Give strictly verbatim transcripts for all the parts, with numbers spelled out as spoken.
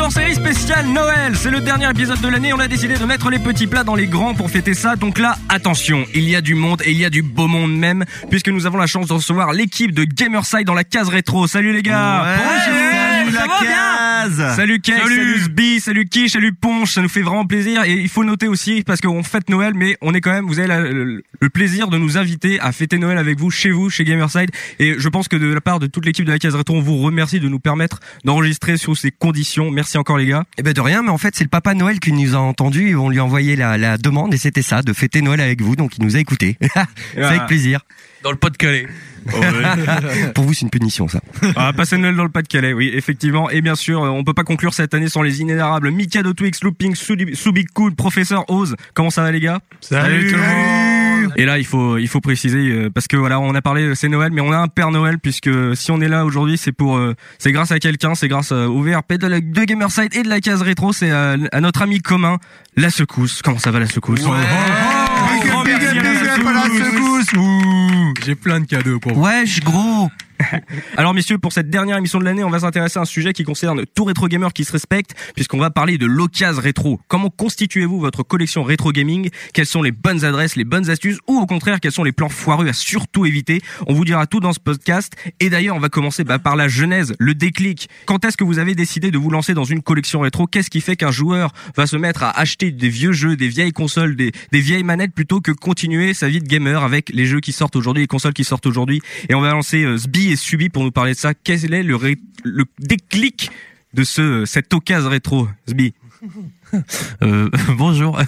hors-série spéciale Noël. C'est le dernier épisode de l'année. On a décidé de mettre les petits plats dans les grands pour fêter ça. Donc là, attention, il y a du monde et il y a du beau monde même, puisque nous avons la chance de recevoir l'équipe de Gamerside dans la case rétro. Salut les gars. Ouais, Bonjour. salut la case. Salut Keck, salut, salut Sbi, salut Kish, salut Ponche. Ça nous fait vraiment plaisir et il faut noter aussi parce qu'on fête Noël, mais on est quand même, vous avez la, le, le plaisir de nous inviter à fêter Noël avec vous chez vous, chez Gamerside. Et je pense que de la part de toute l'équipe de la case rétro, on vous remercie de nous permettre d'enregistrer sous ces conditions. Merci encore les gars. Eh ben de rien, mais en fait c'est le Papa Noël qui nous a entendus. On lui a envoyé la, la demande et c'était ça, de fêter Noël avec vous. Donc il nous a écoutés. C'est avec plaisir. Dans le Pas-de-Calais. Oh ouais. Pour vous, c'est une punition, ça. Ah, passer Noël dans le Pas-de-Calais, oui, effectivement. Et bien sûr, on peut pas conclure cette année sans les inénarrables Mikado Twix, Looping, Subic Cool, Professeur Oz. Comment ça va, les gars? Salut, Salut tout le monde. Et là, il faut, il faut préciser, parce que voilà, on a parlé, c'est Noël, mais on a un Père Noël, puisque si on est là aujourd'hui, c'est pour, euh, c'est grâce à quelqu'un, c'est grâce au V R P de, la, de Gamerside et de la case rétro, c'est à, à notre ami commun, La Secousse. Comment ça va, La Secousse? Ouais. Oh, oh, oh, big up, big up à La Secousse. Ouh, j'ai plein de cadeaux pour vous. Wesh, gros. Alors messieurs, pour cette dernière émission de l'année, on va s'intéresser à un sujet qui concerne tout rétro gamer qui se respecte, puisqu'on va parler de l'occasion rétro. Comment constituez-vous votre collection rétro gaming? Quelles sont les bonnes adresses, les bonnes astuces, ou au contraire, quels sont les plans foireux à surtout éviter? On vous dira tout dans ce podcast. Et d'ailleurs, on va commencer bah, par la genèse, le déclic. Quand est-ce que vous avez décidé de vous lancer dans une collection rétro? Qu'est-ce qui fait qu'un joueur va se mettre à acheter des vieux jeux, des vieilles consoles, des, des vieilles manettes, plutôt que continuer sa vie de gamer avec les jeux qui sortent aujourd'hui, les consoles qui sortent aujourd'hui? Et on va lancer euh, Sbi et Subi pour nous parler de ça. Quel est le, ré... le déclic de ce cette occasion rétro, Sbi? Euh, bonjour.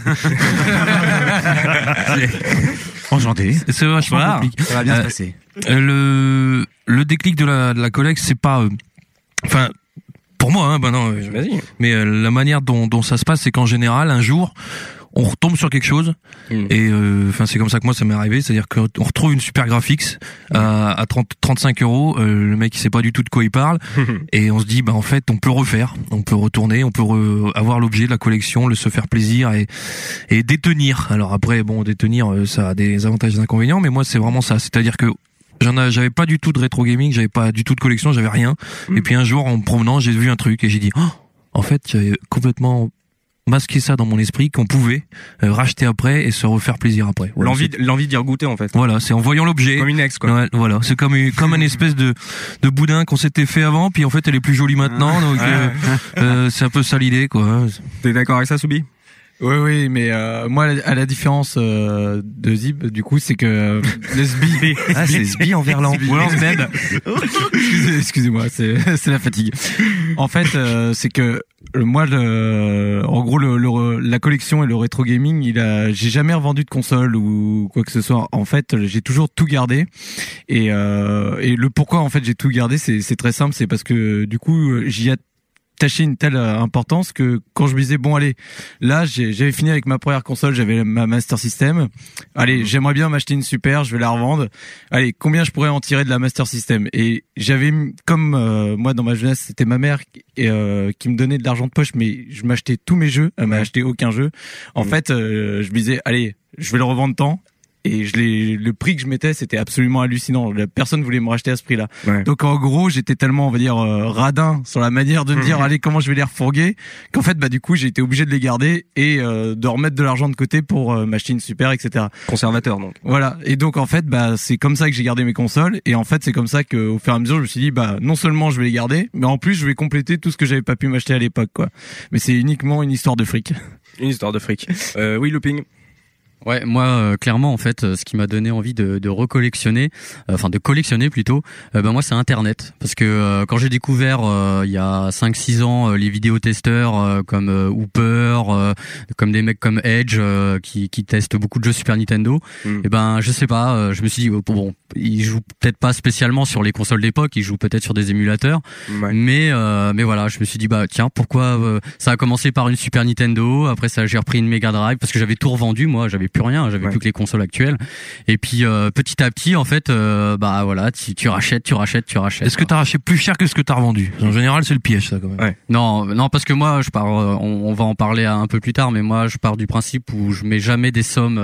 Enchanté. C'est vachement voilà. compliqué. Ça va bien euh, se passer. Euh, le le déclic de la de la collecte, c'est pas, enfin. Euh, pour moi, hein, ben non, Vas-y. Mais euh, la manière dont, dont ça se passe, c'est qu'en général, un jour, on retombe sur quelque chose, mmh. et enfin euh, c'est comme ça que moi ça m'est arrivé, c'est-à-dire qu'on retrouve une super graphics mmh. à, à trente, trente-cinq euros, euh, le mec il sait pas du tout de quoi il parle, et on se dit bah en fait on peut refaire, on peut retourner, on peut re- avoir l'objet de la collection, le se faire plaisir et et détenir. Alors après bon détenir ça a des avantages et des inconvénients, mais moi c'est vraiment ça, c'est-à-dire que J'en a, j'avais pas du tout de rétro gaming, j'avais pas du tout de collection, j'avais rien. Mmh. Et puis un jour, en me promenant, j'ai vu un truc et j'ai dit, oh, en fait, j'avais complètement masqué ça dans mon esprit qu'on pouvait euh, racheter après et se refaire plaisir après. Voilà, l'envie, l'envie d'y regoûter en fait. Voilà, c'est en voyant l'objet. Comme une ex quoi. Ouais, voilà, c'est comme une, comme une espèce de de boudin qu'on s'était fait avant, puis en fait elle est plus jolie maintenant, donc euh, euh, c'est un peu ça l'idée quoi. T'es d'accord avec ça, Soubi? Oui, oui, mais euh, moi, à la différence euh, de Zib, du coup, c'est que euh, le Sbi... Ah, c'est Sbi en verlan. Ou alors Sbed. Excusez, excusez-moi, c'est, c'est la fatigue. En fait, euh, c'est que euh, moi, le, en gros, le, le, la collection et le rétro gaming, il a, j'ai jamais revendu de console ou quoi que ce soit. En fait, j'ai toujours tout gardé. Et, euh, et le pourquoi, en fait, j'ai tout gardé, c'est, c'est très simple, c'est parce que du coup, j'y ai attaché une telle importance que quand je me disais bon allez là j'ai, j'avais fini avec ma première console, j'avais ma Master System, allez j'aimerais bien m'acheter une Super, je vais la revendre, allez combien je pourrais en tirer de la Master System, et j'avais comme euh, moi dans ma jeunesse c'était ma mère qui, euh, qui me donnait de l'argent de poche mais je m'achetais tous mes jeux, elle m'a acheté aucun jeu en mmh. fait euh, je me disais allez je vais le revendre tant. Et je l'ai, le prix que je mettais, c'était absolument hallucinant. Personne voulait me racheter à ce prix-là. Ouais. Donc en gros, j'étais tellement, on va dire, euh, radin sur la manière de me dire, allez, comment je vais les refourguer, qu'en fait, bah du coup, j'ai été obligé de les garder et euh, de remettre de l'argent de côté pour euh, m'acheter une Super, et cetera. Conservateur donc. Voilà. Et donc en fait, bah c'est comme ça que j'ai gardé mes consoles. Et en fait, c'est comme ça qu'au fur et à mesure, je me suis dit, bah non seulement je vais les garder, mais en plus, je vais compléter tout ce que j'avais pas pu m'acheter à l'époque, quoi. Mais c'est uniquement une histoire de fric. Une histoire de fric. Euh, oui, Looping. Ouais, moi euh, clairement en fait, euh, ce qui m'a donné envie de, de recollectionner, euh, enfin de collectionner plutôt, euh, ben moi c'est Internet, parce que euh, quand j'ai découvert euh, il y a cinq six ans euh, les vidéotesteurs euh, comme euh, Hooper, euh, comme des mecs comme Edge euh, qui qui testent beaucoup de jeux Super Nintendo, mm. et ben je sais pas, euh, je me suis dit oh, bon, ils jouent peut-être pas spécialement sur les consoles d'époque, ils jouent peut-être sur des émulateurs, ouais. mais euh, mais voilà, je me suis dit bah tiens pourquoi euh, ça a commencé par une Super Nintendo, après ça j'ai repris une Mega Drive parce que j'avais tout revendu, moi j'avais plus rien, j'avais ouais. plus que les consoles actuelles, et puis euh, petit à petit en fait euh, bah voilà tu, tu rachètes tu rachètes tu rachètes. Est-ce que t'as racheté plus cher que ce que t'as revendu? En général c'est le piège ça quand même. Ouais. Non non parce que moi je pars, on, on va en parler un peu plus tard, mais moi je pars du principe où je mets jamais des sommes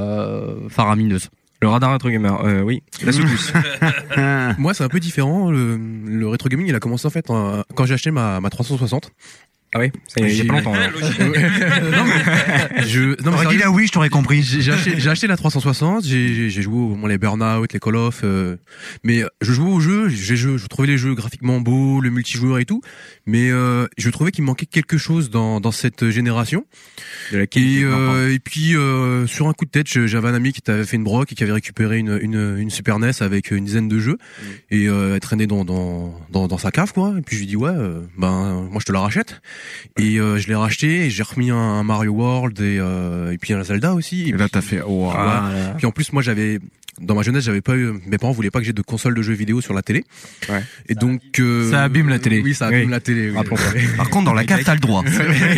euh, faramineuses. Le radar rétro gamer, euh, oui, la secousse. Moi, c'est un peu différent. Le, le rétro gaming, il a commencé en fait en, quand j'ai acheté ma, ma trois cent soixante. Ah oui, c'est il y a pas longtemps. Là. non mais je non mais dit là oui, je t'aurais compris. J'ai, j'ai acheté j'ai acheté la trois cent soixante, j'ai j'ai, j'ai joué au moins les Burnout, les Call of euh, mais je jouais aux jeux, j'ai je, je trouvais les jeux graphiquement beaux, le multijoueur et tout, mais euh, je trouvais qu'il manquait quelque chose dans dans cette génération. De la qualité, et euh, et puis euh, sur un coup de tête, j'avais un ami qui avait fait une broc et qui avait récupéré une une une Super N E S avec une dizaine de jeux mmh. et euh, elle traînait dans dans dans dans sa cave quoi, et puis je lui dis ouais euh, ben moi je te la rachète. Et euh, je l'ai racheté et j'ai remis un, un Mario World et euh, et puis un Zelda aussi. Et, et là puis, t'as fait oh, voilà. Ah, puis en plus moi j'avais dans ma jeunesse j'avais pas eu mes parents voulaient pas que j'ai de console de jeux vidéo sur la télé. Ouais. Et ça donc euh, ça abîme la télé. Oui, ça abîme oui. la télé. Oui. Par contre dans la cave t'as le droit.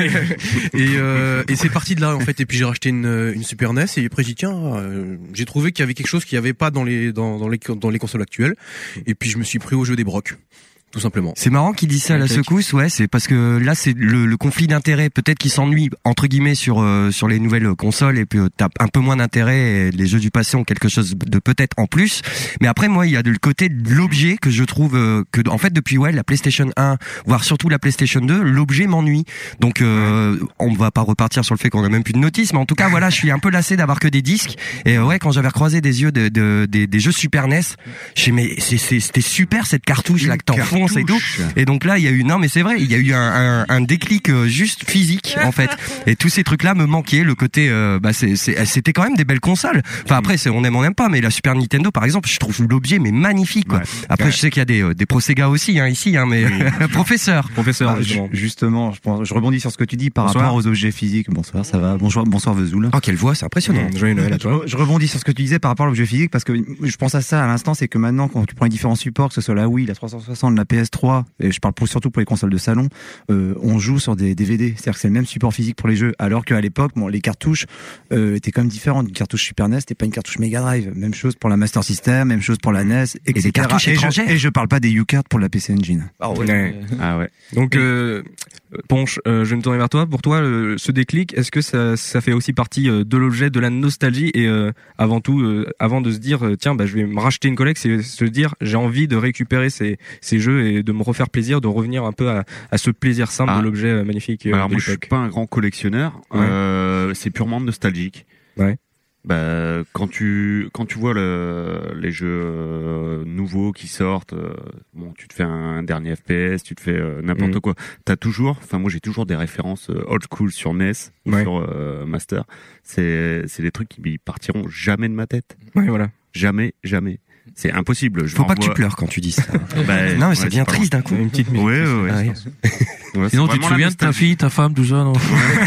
et euh, et c'est parti de là en fait et puis j'ai racheté une une Super N E S et après j'ai dit tiens euh, j'ai trouvé qu'il y avait quelque chose qu'il y avait pas dans les dans dans les dans les consoles actuelles et puis je me suis pris au jeu des brocs. Tout simplement. C'est marrant qu'il dise ça à la secousse, ouais, c'est parce que là c'est le, le conflit d'intérêt, peut-être qu'il s'ennuie entre guillemets sur euh, sur les nouvelles consoles et puis euh, t'as un peu moins d'intérêt et les jeux du passé ont quelque chose de peut-être en plus. Mais après moi il y a de le côté de l'objet que je trouve euh, que en fait depuis ouais la PlayStation un voire surtout la PlayStation deux, l'objet m'ennuie. Donc euh, on va pas repartir sur le fait qu'on a même plus de notice, mais en tout cas voilà, je suis un peu lassé d'avoir que des disques et euh, ouais quand j'avais recroisé des yeux de, de des, des jeux Super N E S, j'ai mais c'est c'était super cette cartouche là que t'en et tout. Et donc là il y a eu non mais c'est vrai il y a eu un, un, un déclic euh, juste physique en fait et tous ces trucs là me manquaient le côté euh, bah c'est, c'est c'était quand même des belles consoles enfin après c'est on aime on n'aime pas mais la Super Nintendo par exemple je trouve l'objet mais magnifique quoi. Ouais. Après ouais. Je sais qu'il y a des euh, des Pro Sega aussi hein, ici hein, mais oui. professeur professeur bah, justement. justement je, pense, je rebondis sur ce que tu dis par bonsoir. rapport aux objets physiques. Bonsoir ça va bonsoir bonsoir Vesoul. Oh quelle voix c'est impressionnant. Mmh, joyeux Noël à toi. Je, je rebondis sur ce que tu disais par rapport à l'objet physique parce que je pense à ça à l'instant c'est que maintenant quand tu prends les différents supports que ce soit la Wii la trois cent soixante la P S trois et je parle pour, surtout pour les consoles de salon, euh, on joue sur des D V D, c'est-à-dire que c'est le même support physique pour les jeux, alors qu'à l'époque, bon, les cartouches euh, étaient quand même différentes. Une cartouche Super N E S, c'était pas une cartouche Mega Drive. Même chose pour la Master System, même chose pour la N E S, et, et des cartouches et étrangères. Je, et je parle pas des U-Cards pour la P C Engine. Ah ouais. Ah ouais. Donc euh, Ponche, euh, je vais me tourner vers toi. Pour toi, euh, ce déclic, est-ce que ça, ça fait aussi partie euh, de l'objet, de la nostalgie et euh, avant tout, euh, avant de se dire euh, tiens, bah je vais me racheter une collecte, c'est se dire j'ai envie de récupérer ces ces jeux et de me refaire plaisir, de revenir un peu à, à ce plaisir simple ah. de l'objet euh, magnifique. Euh, Alors de moi, l'époque. je suis pas un grand collectionneur. Ouais. Euh, c'est purement nostalgique. Ouais. Bah, quand tu quand tu vois le, les jeux euh, nouveaux qui sortent, euh, bon, tu te fais un dernier F P S, tu te fais euh, n'importe mmh. quoi. T'as toujours, enfin moi j'ai toujours des références euh, old school sur N E S, ouais. sur euh, Master. C'est c'est des trucs qui partiront jamais de ma tête. Ouais, voilà. Jamais, jamais. C'est impossible. Je Faut pas vois... que tu pleures quand tu dis ça. bah, non mais ça ouais, devient triste d'un coup. Une petite musique. Ouais, ouais, ouais. Ah, ouais. Sinon, tu te souviens de ta fille, ta femme, tout ça, non?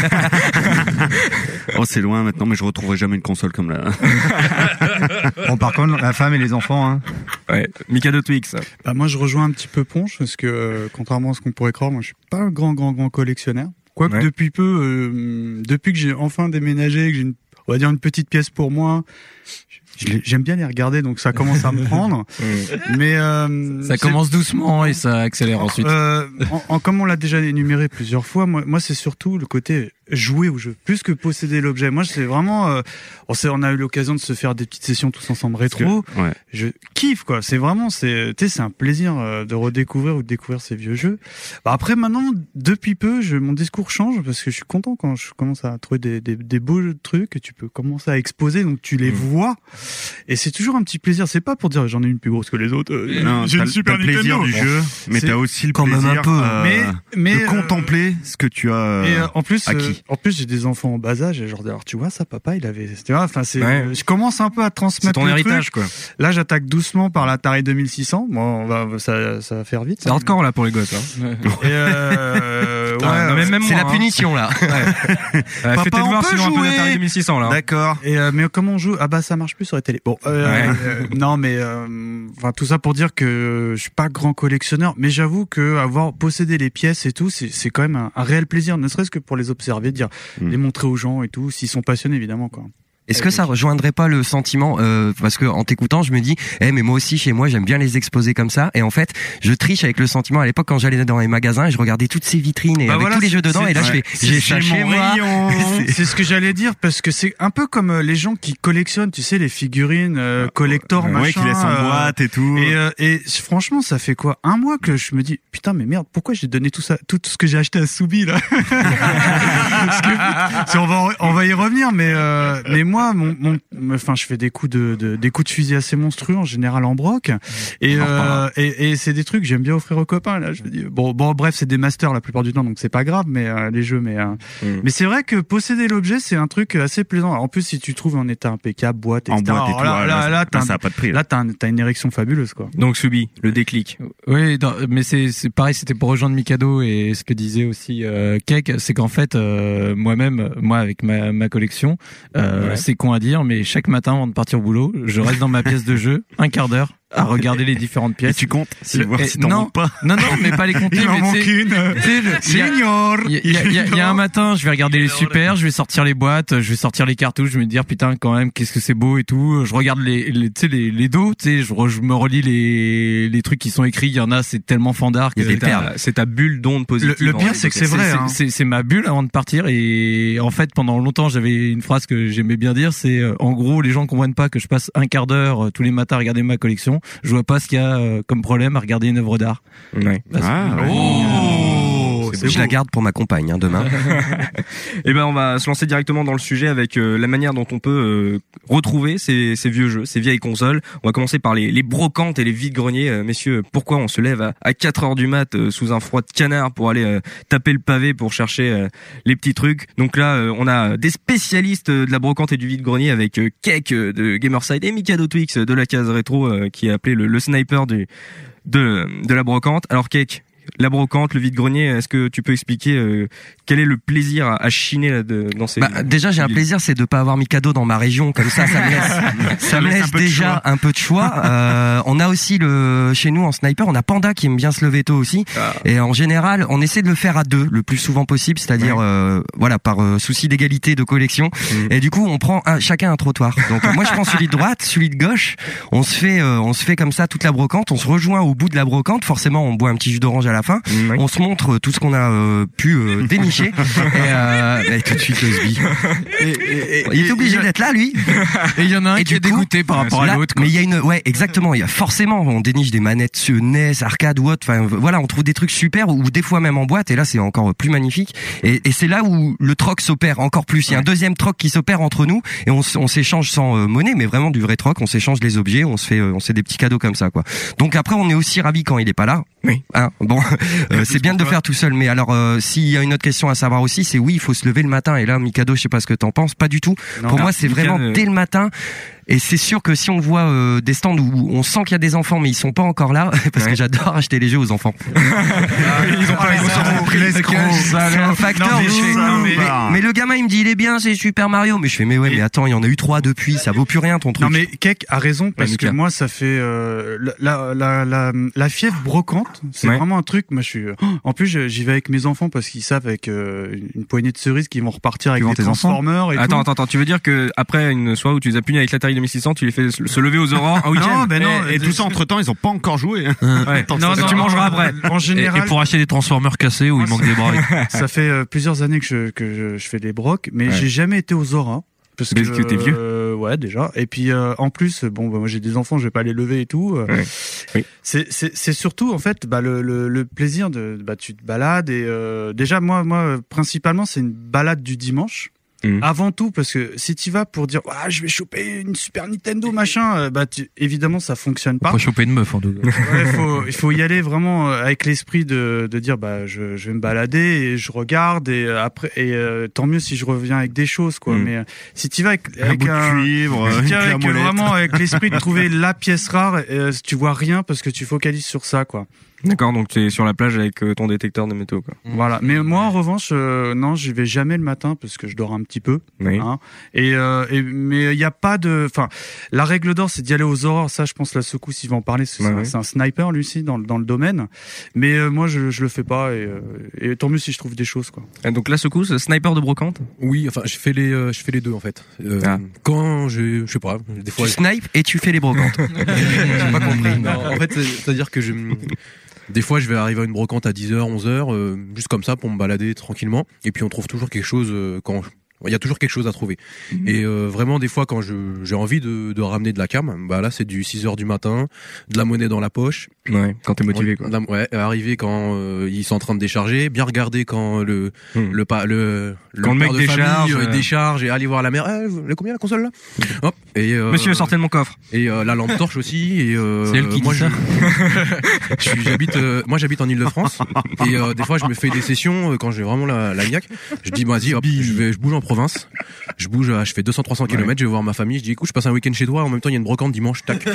Oh, c'est loin maintenant, mais je retrouverai jamais une console comme là. Bon, par contre, la femme et les enfants, hein. Ouais. Mikado Twix. Bah, moi, je rejoins un petit peu Ponche, parce que, euh, contrairement à ce qu'on pourrait croire, moi, je suis pas un grand, grand, grand collectionneur. Quoique, ouais. depuis peu, euh, depuis que j'ai enfin déménagé, que j'ai une, on va dire une petite pièce pour moi, j'aime bien les regarder, donc ça commence à me prendre. Mais euh, ça commence doucement et ça accélère ensuite. Euh, en, en, comme on l'a déjà énuméré plusieurs fois, moi, moi c'est surtout le côté jouer au jeu, plus que posséder l'objet. Moi, c'est vraiment, euh, on, sait, on a eu l'occasion de se faire des petites sessions tous ensemble rétro. Que, ouais. Je kiffe quoi. C'est vraiment, c'est, tu sais, c'est un plaisir euh, de redécouvrir ou de découvrir ces vieux jeux. Bah, après, maintenant, depuis peu, je, mon discours change parce que je suis content quand je commence à trouver des, des, des beaux trucs que tu peux commencer à exposer, donc tu les mmh. vois. Et c'est toujours un petit plaisir. C'est pas pour dire j'en ai une plus grosse que les autres. Euh, non, j'ai une Super Nintendo. T'as le plaisir Nintendo. du jeu, mais c'est t'as aussi le quand plaisir même un peu. Euh, mais, mais, de euh, contempler ce que tu as et, euh, en plus, acquis. Euh, en plus, j'ai des enfants en bas âge et genre, alors tu vois ça, papa, il avait, tu vois, enfin c'est, ouais. je commence un peu à transmettre. C'est ton le héritage, truc. quoi. Là, j'attaque doucement par l'Atari deux mille six cents. Bon, on va, ça, ça va faire vite. C'est hardcore là pour les gosses. Hein. Et euh, ouais, non, mais même c'est moi, la hein. punition là. Ouais. euh, Papa, fais-toi on voir peut sinon jouer. un peu d'Atari deux mille six cents là. D'accord. Et euh, mais comment on joue? Ah bah ça marche plus sur la télé. Bon, euh, ouais. euh, non mais euh, enfin tout ça pour dire que je suis pas grand collectionneur, mais j'avoue que avoir possédé les pièces et tout, c'est c'est quand même un, un réel plaisir, ne serait-ce que pour les observer, dire, mmh. les montrer aux gens et tout, s'ils sont passionnés évidemment quoi. Est-ce que ça rejoindrait pas le sentiment euh, parce que en t'écoutant, je me dis, eh mais moi aussi chez moi, j'aime bien les exposer comme ça. Et en fait, je triche avec le sentiment à l'époque quand j'allais dans les magasins et je regardais toutes ces vitrines et Bah avec voilà, tous les jeux c'est- dedans. c'est- Et là, je ouais. fais, j'ai ça chez moi. C'est ce que j'allais dire parce que c'est un peu comme euh, les gens qui collectionnent, tu sais, les figurines euh, collector, Ouais, machin. qui laissent en euh, boîte et tout. Et, euh, et franchement, ça fait quoi, un mois que je me dis, putain, mais merde, pourquoi j'ai donné tout ça, tout ce que j'ai acheté à Soubi là Parce que, si on va, on va y revenir, mais euh, mais moi, mon, mon, enfin, je fais des coups de, de des coups de fusil assez monstrueux en général en broc, et euh, et, et c'est des trucs que j'aime bien offrir aux copains là. Je me dis, bon, bon, bref, c'est des masters la plupart du temps, donc c'est pas grave, mais euh, les jeux, mais euh, Mm. mais c'est vrai que posséder l'objet, c'est un truc assez plaisant. En plus, si tu trouves en état impeccable, boîte, et En cetera. boîte et Alors tout. là, ouais, là, là, là, t'as là, un- ça a pas de prix. Là. là, t'as un- t'as une érection fabuleuse, quoi. Donc Subi, le déclic. Oui, dans- mais c'est c'est pareil, c'était pour rejoindre Mikado et ce que disait aussi euh, Keck, c'est qu'en fait euh, moi-même, moi avec ma, ma collection, euh, Ouais. c'est con à dire, mais chaque matin avant de partir au boulot, je reste dans ma pièce de jeu un quart d'heure à regarder les différentes Et pièces. tu comptes si Le- voir et- si t'en non, manques pas. non, non, mais pas les compter. Il en mais manque tu sais- une. tu sais, le- il y a- Senior. Il y, a- il y a- il y a un matin, je vais regarder les super, je vais sortir les boîtes, je vais sortir les cartouches, je vais me dire putain quand même qu'est-ce que c'est beau et tout. Je regarde les, les tu sais les, les dos, tu sais, je, re- je me relis les les trucs qui sont écrits. Il y en a, c'est tellement fandard que Il y a des C'est perles. ta, c'est ta bulle d'onde positive. Le- le en pire, fait. c'est que c'est vrai, hein. c'est c'est ma bulle avant de partir et en fait pendant longtemps j'avais une phrase que j'aimais bien dire, c'est euh, en gros les gens comprennent pas que je passe un quart d'heure euh, tous les matins à regarder ma collection. Je vois pas ce qu'il y a euh, comme problème à regarder une œuvre d'art. Ouais. Ah, ouais. Oh, c'est Je beau. la garde pour ma compagne hein, demain. Eh ben, on va se lancer directement dans le sujet avec euh, la manière dont on peut euh, retrouver ces, ces vieux jeux, ces vieilles consoles. On va commencer par les, les brocantes et les vides-greniers. Euh, messieurs, pourquoi on se lève à, à quatre heures du mat euh, sous un froid de canard pour aller euh, taper le pavé pour chercher euh, les petits trucs. Donc là, euh, on a des spécialistes euh, de la brocante et du vide-grenier avec euh, Keck euh, de Gamerside et Mikado Twix euh, de la case rétro euh, qui est appelé le, le sniper du, de, de la brocante. Alors Keck, la brocante, le vide-grenier, est-ce que tu peux expliquer euh, quel est le plaisir à, à chiner là, de, dans ces... Bah, déjà, j'ai un plaisir, c'est de pas avoir Mikado dans ma région, comme ça, ça me laisse, ça me laisse un laisse peu de déjà choix. un peu de choix. Euh, on a aussi le, chez nous en sniper, on a Panda qui aime bien se lever tôt aussi. Ah. Et en général, on essaie de le faire à deux, le plus souvent possible, c'est-à-dire, euh, voilà, par euh, souci d'égalité de collection. Mhm. Et du coup, on prend un, chacun un trottoir. Donc, euh, moi, je prends celui de droite, celui de gauche. On se fait, euh, on se fait comme ça toute la brocante. On se rejoint au bout de la brocante. Forcément, on boit un petit jus d'orange à la fin. Mmh, ouais. On se montre tout ce qu'on a euh, pu euh, dénicher. Et, euh, et tout de suite, le sbi. Il était obligé d'être là, lui. Et il y en a un Et qui du est coup, dégoûté par rapport Là, à l'autre. quoi. mais il y a une, ouais, exactement. Il y a forcément, on déniche des manettes sur N E S, arcade ou autre. Enfin, voilà, on trouve des trucs super ou des fois même en boîte. Et là, c'est encore plus magnifique. Et, et c'est là où le troc s'opère encore plus. Il y a un deuxième troc qui s'opère entre nous et on, s- on s'échange sans euh, monnaie, mais vraiment du vrai troc. On s'échange les objets, on se fait, euh, on se fait des petits cadeaux comme ça, quoi. Donc après, on est aussi ravi quand il est pas là. Oui. Hein, bon, euh, c'est bien de le faire tout seul. Mais alors, euh, s'il y a une autre question à savoir aussi, c'est oui, il faut se lever le matin. Et là, Mikado, je sais pas ce que t'en penses, pas du tout. Non. Pour Non, moi, c'est Mika, vraiment euh, dès le matin. Et c'est sûr que si on voit euh, des stands où on sent qu'il y a des enfants mais ils sont pas encore là, parce que j'adore acheter les jeux aux enfants. Ils ont pas C'est un facteur. Non, mais de- je fais- non, mais- mais, mais le gamin il me dit il est bien, c'est Super Mario. Mais je fais mais ouais, mais attends, il y en a eu trois depuis, ça vaut plus rien ton truc. Non mais Keck a raison parce Ouais, que Mika. moi ça fait euh, la, la la la fièvre brocante, c'est Ouais. vraiment un truc. Moi je suis oh, en plus je- j'y vais avec mes enfants parce qu'ils savent avec euh, une poignée de cerises qu'ils vont repartir avec vends des tes enfants transformers et Attends, tout. attends, attends, tu veux dire que après une soirée où tu les as punis avec l'Atari deux mille six cents, tu les fais se se lever aux aurores un week-end? Non, ben non, Et, et tout ça entre temps, ils ont pas encore joué. hein. Ouais. Non, Ça, non, tu mangeras après. En Et, général, et pour acheter des transformers cassés où il manque des bras. ça fait euh, plusieurs années que je que je, je fais des brocs, mais Ouais. j'ai jamais été aux auras. Parce Parce que t'es vieux. euh, ouais déjà. Et puis euh, en plus, bon, bah, moi j'ai des enfants, je vais pas les lever et tout. euh, Ouais. Oui. C'est c'est c'est surtout en fait bah le le, le plaisir de bah tu te balades et euh, déjà moi moi euh, principalement c'est une balade du dimanche. Mhm. Avant tout, parce que si tu vas pour dire ah je vais choper une Super Nintendo machin, euh, bah tu, évidemment ça fonctionne pas. Faut choper une meuf en tout cas. Ouais, faut, il faut y aller vraiment euh, avec l'esprit de, de dire bah je, je vais me balader et je regarde et euh, après et euh, tant mieux si je reviens avec des choses quoi. Mm. Mais euh, si tu vas avec, Un avec bout de cuivre, si une tu vas clé à avec, euh, molette. vraiment avec l'esprit de trouver la pièce rare, euh, tu vois rien parce que tu focalises sur ça quoi. D'accord, donc tu es sur la plage avec euh, ton détecteur de métaux, quoi. Voilà. Mais moi, en revanche, euh, non, j'y vais jamais le matin parce que je dors un petit peu. Oui. Hein. Et, euh, et mais il y a pas de, enfin, la règle d'or, c'est d'y aller aux aurores. Ça, je pense la secousse, il va en parler. C'est, Ouais, un, ouais. c'est un sniper, lui aussi, dans, le- dans le domaine. Mais euh, moi, je, je le fais pas. Et, euh, et tant mieux si je trouve des choses, quoi. Et donc la secousse, sniper de brocante. Oui, enfin, je fais les, euh, je fais les deux en fait. Euh, Ah. Quand je, je sais pas, des fois. Tu snipes et tu fais les brocantes. J'ai pas compris. Non, en fait, c'est- c'est-à-dire que je, des fois, je vais arriver à une brocante à dix heures, onze heures, euh, juste comme ça pour me balader tranquillement. Et puis on trouve toujours quelque chose euh, quand. Il y a toujours quelque chose à trouver. Mhm. Et euh, vraiment, des fois, quand je, j'ai envie de, de ramener de la cam, bah là, c'est du six heures du matin, de la monnaie dans la poche. Ouais, quand t'es motivé, quoi. La- ouais, arriver quand euh, ils sont en train de décharger, bien regarder quand le Hmm. le pas le, Quand le père mec de famille, décharge, euh, euh. décharge et aller voir la mère. Eh, vous avez combien la console là? Hop. Et euh, Monsieur, sortez de mon coffre. et euh, la lampe torche aussi. Et euh, C'est elle qui moi, dit je, ça. je suis, j'habite, euh, moi j'habite en Île-de-France et euh, des fois je me fais des sessions euh, quand j'ai vraiment la, la niaque. Je dis bah, vas-y, hop, je vais, je bouge en province. Je bouge, à- je fais deux cents trois cents kilomètres. Je vais voir ma famille. Je dis écoute, je passe un week-end chez toi. En même temps, il y a une brocante dimanche. Tac.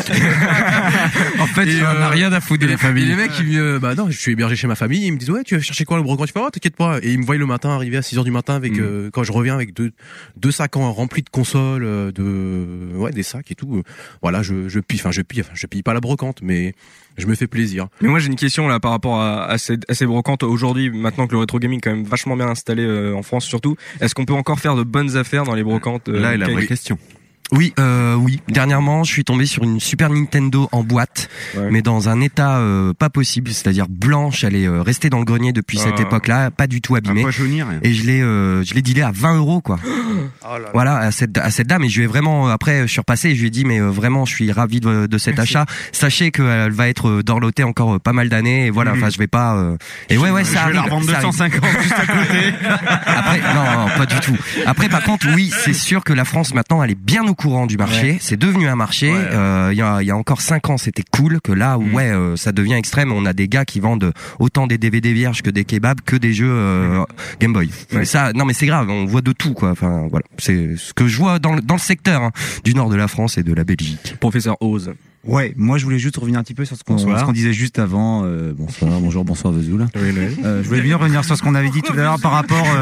En fait, Et, on a euh, rien à foutre de la Et famille. les mecs, ils, euh, bah non, je suis hébergé chez ma famille. Ils me disent ouais, tu vas chercher quoi le brocante? Je fais oh, t'inquiète pas. Et ils me voient le matin arriver à six heures du matin avec Mm. euh, quand je reviens avec deux deux sacs en- remplis de consoles, euh, de ouais des sacs et tout. Euh, Voilà, je je pille, enfin je pille, enfin je pille pas la brocante, mais je me fais plaisir. Mais moi j'ai une question là par rapport à, à, ces, à ces brocantes aujourd'hui, maintenant que le rétro gaming est quand même vachement bien installé euh, en France surtout. Est-ce qu'on peut encore faire de bonnes affaires dans les brocantes euh, Là est la qu'a- vraie question. Oui, euh, oui. Dernièrement, je suis tombé sur une Super Nintendo en boîte, Ouais. mais dans un état euh, pas possible, c'est-à-dire blanche. Elle est euh, restée dans le grenier depuis Ah. cette époque-là, pas du tout Un abîmée. poissonnier, rien. Et je l'ai, euh, je l'ai dealé à vingt euros, quoi. Oh là là. Voilà, à cette, à cette dame. Et je lui ai vraiment, euh, après, je suis repassé et je lui ai dit, mais euh, vraiment, je suis ravi de, de cet achat. Sachez qu'elle va être euh, dorlotée encore euh, pas mal d'années. Et voilà, enfin, je vais pas. euh, Et ouais, ouais, ça je vais arrive. la revendre ça deux cent arrive. cinquante juste à côté. Après, non, non, pas du tout. Après, par contre, oui, c'est sûr que la France maintenant, elle est bien au courant du marché. C'est devenu un marché. Ouais. Euh, Il y, a, il y a encore cinq ans, c'était cool. Que là, Mm. ouais, euh, ça devient extrême. On a des gars qui vendent autant des D V D vierges que des kebabs, que des jeux euh, Game Boy. Mais ça, non, mais c'est grave. On voit de tout, quoi. Enfin, voilà, c'est ce que je vois dans le, dans le secteur hein, du nord de la France et de la Belgique. Professeur Oz. Ouais, moi je voulais juste revenir un petit peu sur ce qu'on, Bonsoir. ce qu'on disait juste avant. Euh, bonsoir, bonjour, bonsoir Vesoul. Euh, je voulais bien revenir sur ce qu'on avait dit tout à l'heure par rapport euh,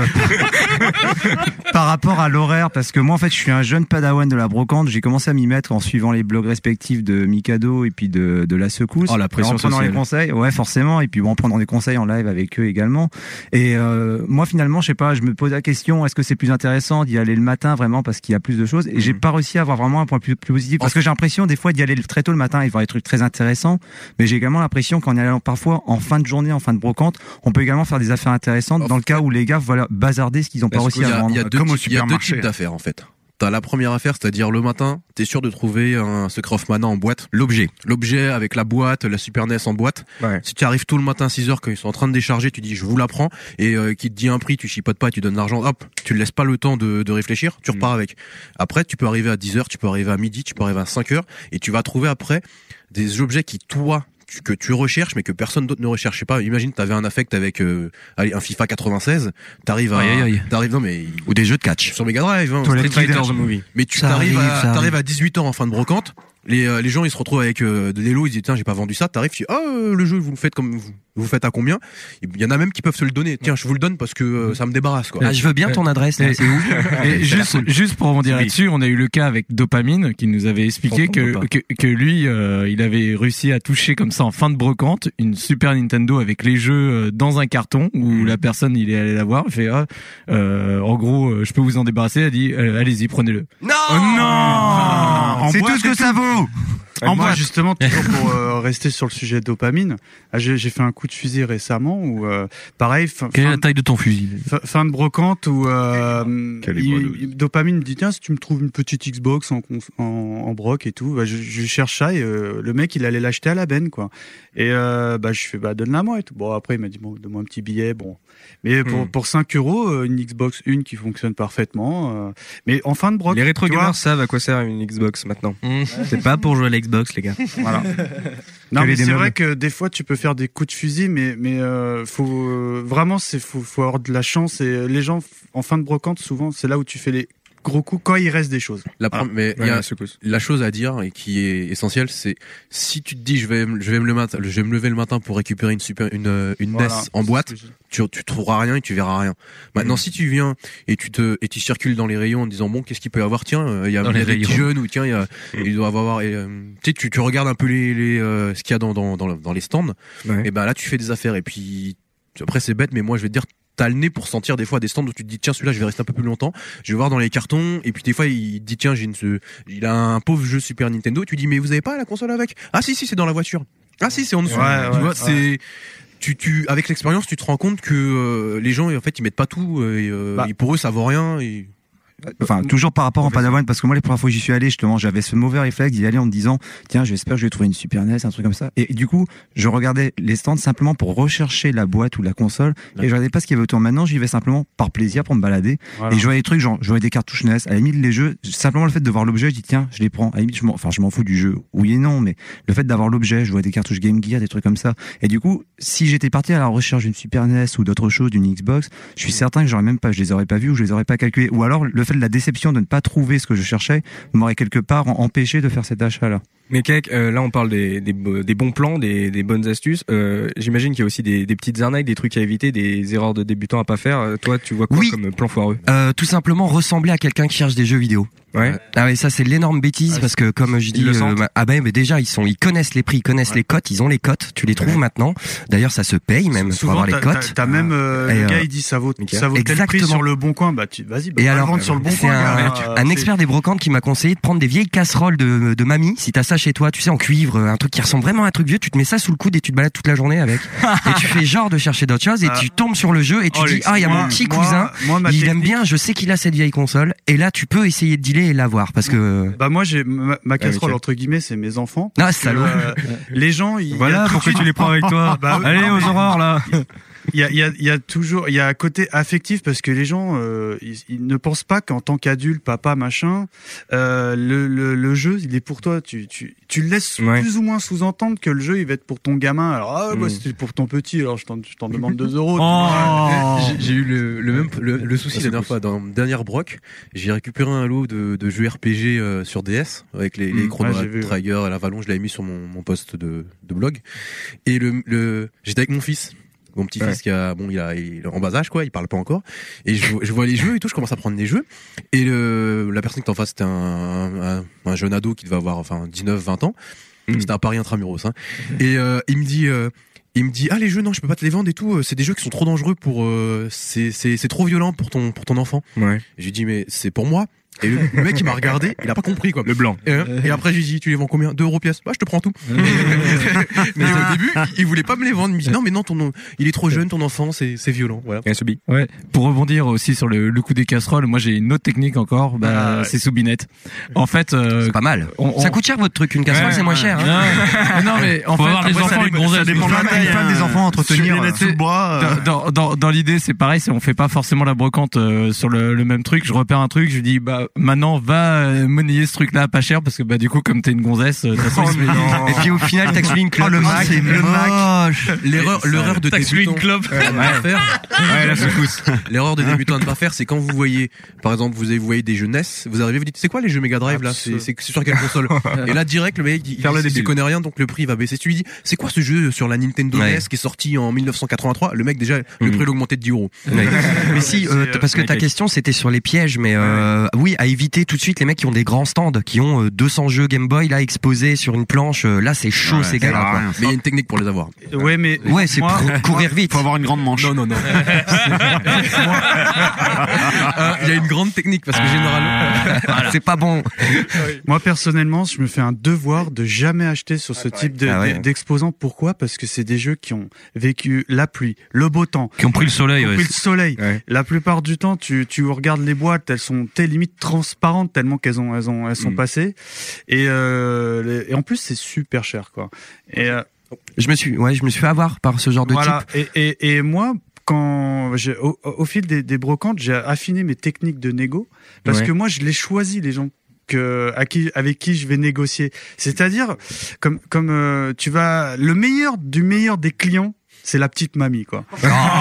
par rapport à l'horaire, parce que moi en fait je suis un jeune padawan de la brocante. J'ai commencé à m'y mettre en suivant les blogs respectifs de Mikado et puis de, de la secousse. Oh, la pression en prenant sociale. les conseils, ouais forcément, et puis bon, en prenant des conseils en live avec eux également. Et euh, moi finalement, je sais pas, je me pose la question, est-ce que c'est plus intéressant d'y aller le matin vraiment parce qu'il y a plus de choses? Et j'ai pas réussi à avoir vraiment un point plus, plus positif, parce que j'ai l'impression des fois d'y aller très tôt le matin et voir des trucs très intéressants, mais j'ai également l'impression qu'en y allant parfois en fin de journée, en fin de brocante, on peut également faire des affaires intéressantes En dans le cas où les gars voilà bazarder ce qu'ils ont pas Parce réussi qu'il y à a, vendre. il y a deux, Comme au types, il y a deux supermarché. types d'affaires en fait. T'as la première affaire, c'est-à-dire le matin, t'es sûr de trouver un Secret of Mana en boîte. L'objet. L'objet avec la boîte, la Super N E S en boîte. Ouais. Si tu arrives tôt le matin à six heures quand ils sont en train de décharger, tu dis je vous la prends et euh, qui te dit un prix, tu chipotes pas, tu donnes l'argent, hop, tu ne laisses pas le temps de, de réfléchir, tu repars avec. Après, tu peux arriver à dix heures, tu peux arriver à midi, tu peux arriver à cinq heures et tu vas trouver après des objets qui toi tu- que tu recherches mais que personne d'autre ne recherche. Je sais pas, imagine t'avais un affect avec euh, allez, un FIFA quatre-vingt-seize, t'arrives à Aïe, aïe, aïe. t'arrives non mais Ou des jeux de catch. sur Mega Drive hein, Toilet Street Fighter, Fighter, the movie. mais tu Ça t'arrives arrive, à, ça t'arrives arrive. à dix-huit ans en fin de brocante. Les, euh, les gens ils se retrouvent avec euh, de l'élo, ils disent tiens j'ai pas vendu ça, t'arrives tu dis ah euh, le jeu vous le faites comme vous, vous faites à combien? Il y en a même qui peuvent se le donner, tiens je vous le donne parce que euh, ça me débarrasse quoi. Ah, je veux bien ton adresse. Là, Et- c'est où? Et juste, juste pour rebondir là-dessus, on a eu le cas avec Dopamine qui nous avait expliqué Tonton que, Dopin. que que lui, euh, il avait réussi à toucher comme ça en fin de brocante une Super Nintendo avec les jeux euh, dans un carton où la personne il est allé la voir, il fait ah, euh, en gros euh, je peux vous en débarrasser, elle a dit euh, allez-y prenez-le. Non. En C'est boîte tout ce que ça vaut. En moi, justement, toujours pour euh, rester sur le sujet de dopamine, ah, j'ai j'ai fait un coup de fusil récemment où, euh, pareil, fin, Quelle est fin, la taille de ton fusil? fin- fin de brocante où euh, Quelle est il- grenouille. il- dopamine me dit tiens si tu me trouves une petite Xbox en, cons- en, en broc et tout, bah, je, je cherche ça et euh, le mec il allait l'acheter à la benne quoi. Et euh, bah je fais bah donne-la moi et tout. Bon après il m'a dit bon donne-moi un petit billet bon. Mais pour Hmm. pour cinq euros euh, une Xbox une qui fonctionne parfaitement. euh, mais en fin de broc. Les rétro tu vois, gamers savent à quoi sert une Xbox maintenant. C'est pas pour jouer à l'Xbox les gars. Voilà. Non, Quel mais est des c'est meubles vrai que des fois tu peux faire des coups de fusil, mais mais euh, faut euh, vraiment c'est faut faut avoir de la chance et les gens f- en fin de brocante souvent c'est là où tu fais les gros coup quand il reste des choses. La Ah, prom- mais il ouais, y a la secousse. la chose à dire et qui est essentielle, c'est si tu te dis je vais me- je vais me le matin, je vais me lever le matin pour récupérer une super une euh, une Voilà. N E S en boîte, tu tu trouveras rien et tu verras rien. Maintenant Mhm. si tu viens et tu te et tu circules dans les rayons en disant bon qu'est-ce qu'il peut y avoir, tiens euh, il y a, Dans il y a les des petits rayons. jeunes ou tiens il y a il doit y avoir et, euh, tu sais tu tu regardes un peu les les euh, ce qu'il y a dans dans dans, dans les stands Ouais. et ben là tu fais des affaires et puis après c'est bête mais moi je vais te dire t'as le nez pour sentir des fois des stands où tu te dis tiens celui-là je vais rester un peu plus longtemps, je vais voir dans les cartons et puis des fois il te dit tiens j'ai une ce- il a un pauvre jeu Super Nintendo, tu dis mais vous avez pas la console avec? Ah si si c'est dans la voiture. Ah si c'est en dessous. Ouais, tu ouais, vois ouais. c'est tu tu avec l'expérience tu te rends compte que euh, les gens en fait ils mettent pas tout euh, et, euh, Bah. et pour eux ça vaut rien et Enfin, toujours par rapport en Padawan, parce que moi, les premières fois que j'y suis allé, justement, j'avais ce mauvais réflexe d'y aller en me disant, tiens, j'espère que je vais trouver une Super N E S, un truc comme ça. Et, du coup, je regardais les stands simplement pour rechercher la boîte ou la console, et je regardais pas ce qu'il y avait autour. Maintenant, j'y vais simplement par plaisir pour me balader. Voilà. Et je voyais des trucs, genre, je voyais des cartouches N E S. À la limite, les jeux, simplement le fait de voir l'objet, je dis, tiens, je les prends. À la limite, je m'en, enfin, je m'en fous du jeu. Oui et non, mais le fait d'avoir l'objet, je vois des cartouches Game Gear, des trucs comme ça. Et du coup, si j'étais parti à la recherche d'une Super N E S ou d'autre chose, d'une Xbox, je suis certain que j'aurais même pas, je les aurais pas vus ou je les aurais pas calculés. Ou alors, le fait de la déception de ne pas trouver ce que je cherchais m'aurait quelque part empêché de faire cet achat-là. Mais Kek, euh, là on parle des, des, bo- des bons plans, des, des bonnes astuces. Euh, J'imagine qu'il y a aussi des, des petites arnaques, des trucs à éviter, des erreurs de débutants à pas faire. Euh, toi, tu vois quoi Oui. comme plan foireux? Euh, tout simplement ressembler à quelqu'un qui cherche des jeux vidéo. Ouais. Ah ouais, ça c'est l'énorme bêtise Ah, parce que comme je ils dis, le euh, sentent. bah, ah ben mais déjà ils sont, ils connaissent les prix, ils connaissent les cotes, ils ont les cotes, tu les trouves maintenant. D'ailleurs ça se paye même pour Souvent, avoir les t'as, cotes. t'as, t'as même euh, Et, le gars euh, il dit ça vaut, nickel. ça vaut tel prix Exactement. sur le bon coin, bah tu vas-y, bah, Et va alors, le vendre sur le bon c'est coin. un, gars. un Euh, expert des brocantes qui m'a conseillé de prendre des vieilles casseroles de, de mamie. Si t'as ça chez toi, tu sais, en cuivre, un truc qui ressemble vraiment à un truc vieux, tu te mets ça sous le coude et tu te balades toute la journée avec. Et tu fais genre de chercher d'autres choses et Ah. tu tombes sur le jeu et tu Oh, dis, l'ex- ah, il y a moi- mon petit moi- cousin, moi, ma il aime technique- bien, je sais qu'il a cette vieille console. Et là, tu peux essayer de dealer et l'avoir parce que... Bah moi j'ai ma, ma casserole Michel. entre guillemets c'est mes enfants. Ah, Parce que, salaud. euh, les gens ils Voilà il y a tout de pourquoi suite- tu les prends avec toi. Bah, Allez non, aux mais- aurores là. Il y a, il y, a, il y a toujours, il y a un côté affectif parce que les gens, euh, ils, ils ne pensent pas qu'en tant qu'adulte, papa, machin, euh, le, le, le jeu, il est pour toi. Tu, tu, tu le laisses Ouais. plus ou moins sous-entendre que le jeu, il va être pour ton gamin. Alors, ah, bah, Mm. c'était pour ton petit. Alors, je t'en, je t'en demande deux euros. Oh. J'ai- J'ai eu le, le même le, le souci Ça, la c'est dernière fois dans la dernière broc. J'ai récupéré un lot de, de jeux R P G euh, sur D S avec les, les Mm, Chrono ouais, j'ai vu, ouais. Trigger et l'Avalon. Je l'avais mis sur mon, mon post de, de blog. Et le, le j'étais avec mon fils. Mon petit-fils Ouais. qui a bon il a il est en bas âge quoi, il parle pas encore et je, je vois les jeux et tout, je commence à prendre des jeux et le, la personne qui est en face c'était un, un, un jeune ado qui devait avoir enfin dix-neuf vingt ans. Mm. C'était à Paris intramuros hein. Et euh, il me dit euh, il me dit ah les jeux non je peux pas te les vendre et tout, euh, c'est des jeux qui sont trop dangereux pour euh, c'est c'est c'est trop violent pour ton pour ton enfant. Ouais. Et je lui dis mais c'est pour moi. Et le, le mec il m'a regardé, il a pas compris quoi. Le blanc. Et, euh, et après je lui dis tu les vends combien? deux euros pièce. Bah je te prends tout. Mais au début il voulait pas me les vendre. Il me dit non mais non ton nom- il est trop jeune ton enfant c'est c'est violent. Voilà. Et un Sobi. Ouais. Pour rebondir aussi sur le, le coup des casseroles, moi j'ai une autre technique encore, bah, Ah, ouais. c'est Soubinette. En fait, euh, C'est pas mal. on- on- Ça coûte cher votre truc, une casserole Ouais, c'est moins ouais. cher. Hein. non, non, mais en Faut fait, avoir les après, enfants, ça une dépend- gonzesse. ça dépend de la taille, Une femme hein. des enfants à entretenir. les lettres sous le bras. euh, Dans, dans, dans, dans l'idée, c'est pareil, c'est on fait pas forcément la brocante euh, sur le, le même truc. Je repère un truc, je lui dis bah maintenant va euh, monnayer ce truc-là pas cher parce que bah du coup comme t'es une gonzesse, euh, de toute façon, il se met- Et puis au final, t'as une club. Oh, le Mac, c'est le Mac. moche. L'erreur l'erreur de Tax débutant Green Club. à ne pas faire. Ouais, la secousse. L'erreur de débutant à ne pas faire, c'est quand vous voyez, par exemple, vous avez, vous voyez des jeux N E S, vous arrivez, vous dites, c'est quoi les jeux Mega Drive là? C'est, c'est c'est sur quelle console? Et là, direct, le mec, il, Faire le il, il débile. connaît rien, donc le prix va baisser. Si tu lui dis, c'est quoi ce jeu sur la Nintendo Ouais. N E S qui est sorti en mille neuf cent quatre-vingt-trois? Le mec, déjà, le Mhm. prix l'augmenté de dix euros. Ouais. Mais si, euh, t- parce que ta Ok. question c'était sur les pièges, mais euh, oui, à éviter tout de suite les mecs qui ont des grands stands, qui ont euh, deux cents jeux Game Boy là exposés sur une planche. euh, là, c'est chaud, Ouais, ces c'est gars-là. quoi. rien. Mais il y a une technique pour les avoir. Ouais, mais Ouais, c'est moi, pour courir vite. Faut avoir une grande manche. Non, non, non. Euh, Il y a une grande technique parce que généralement, C'est pas bon. moi personnellement, je me fais un devoir de jamais acheter sur ce type de, Ah ouais. de- d'exposants. Pourquoi? Parce que c'est des jeux qui ont vécu la pluie, le beau temps, Qui ont pris le soleil. qui ont ouais. pris le soleil. Ouais. La plupart du temps, tu, tu regardes les boîtes, elles sont t'es limite transparentes tellement qu'elles ont, elles ont, elles sont Mm. passées. Et, euh, les- et en plus, c'est super cher, quoi. Et euh, Je me suis, ouais, je me suis fait avoir par ce genre de voilà. type. Et, et, et moi, quand j'ai, au, au fil des, des brocantes, j'ai affiné mes techniques de négo parce Ouais. que moi, je les choisis les gens que à qui avec qui je vais négocier. C'est-à-dire comme comme euh, tu vas le meilleur du meilleur des clients. C'est la petite mamie, quoi. Ah,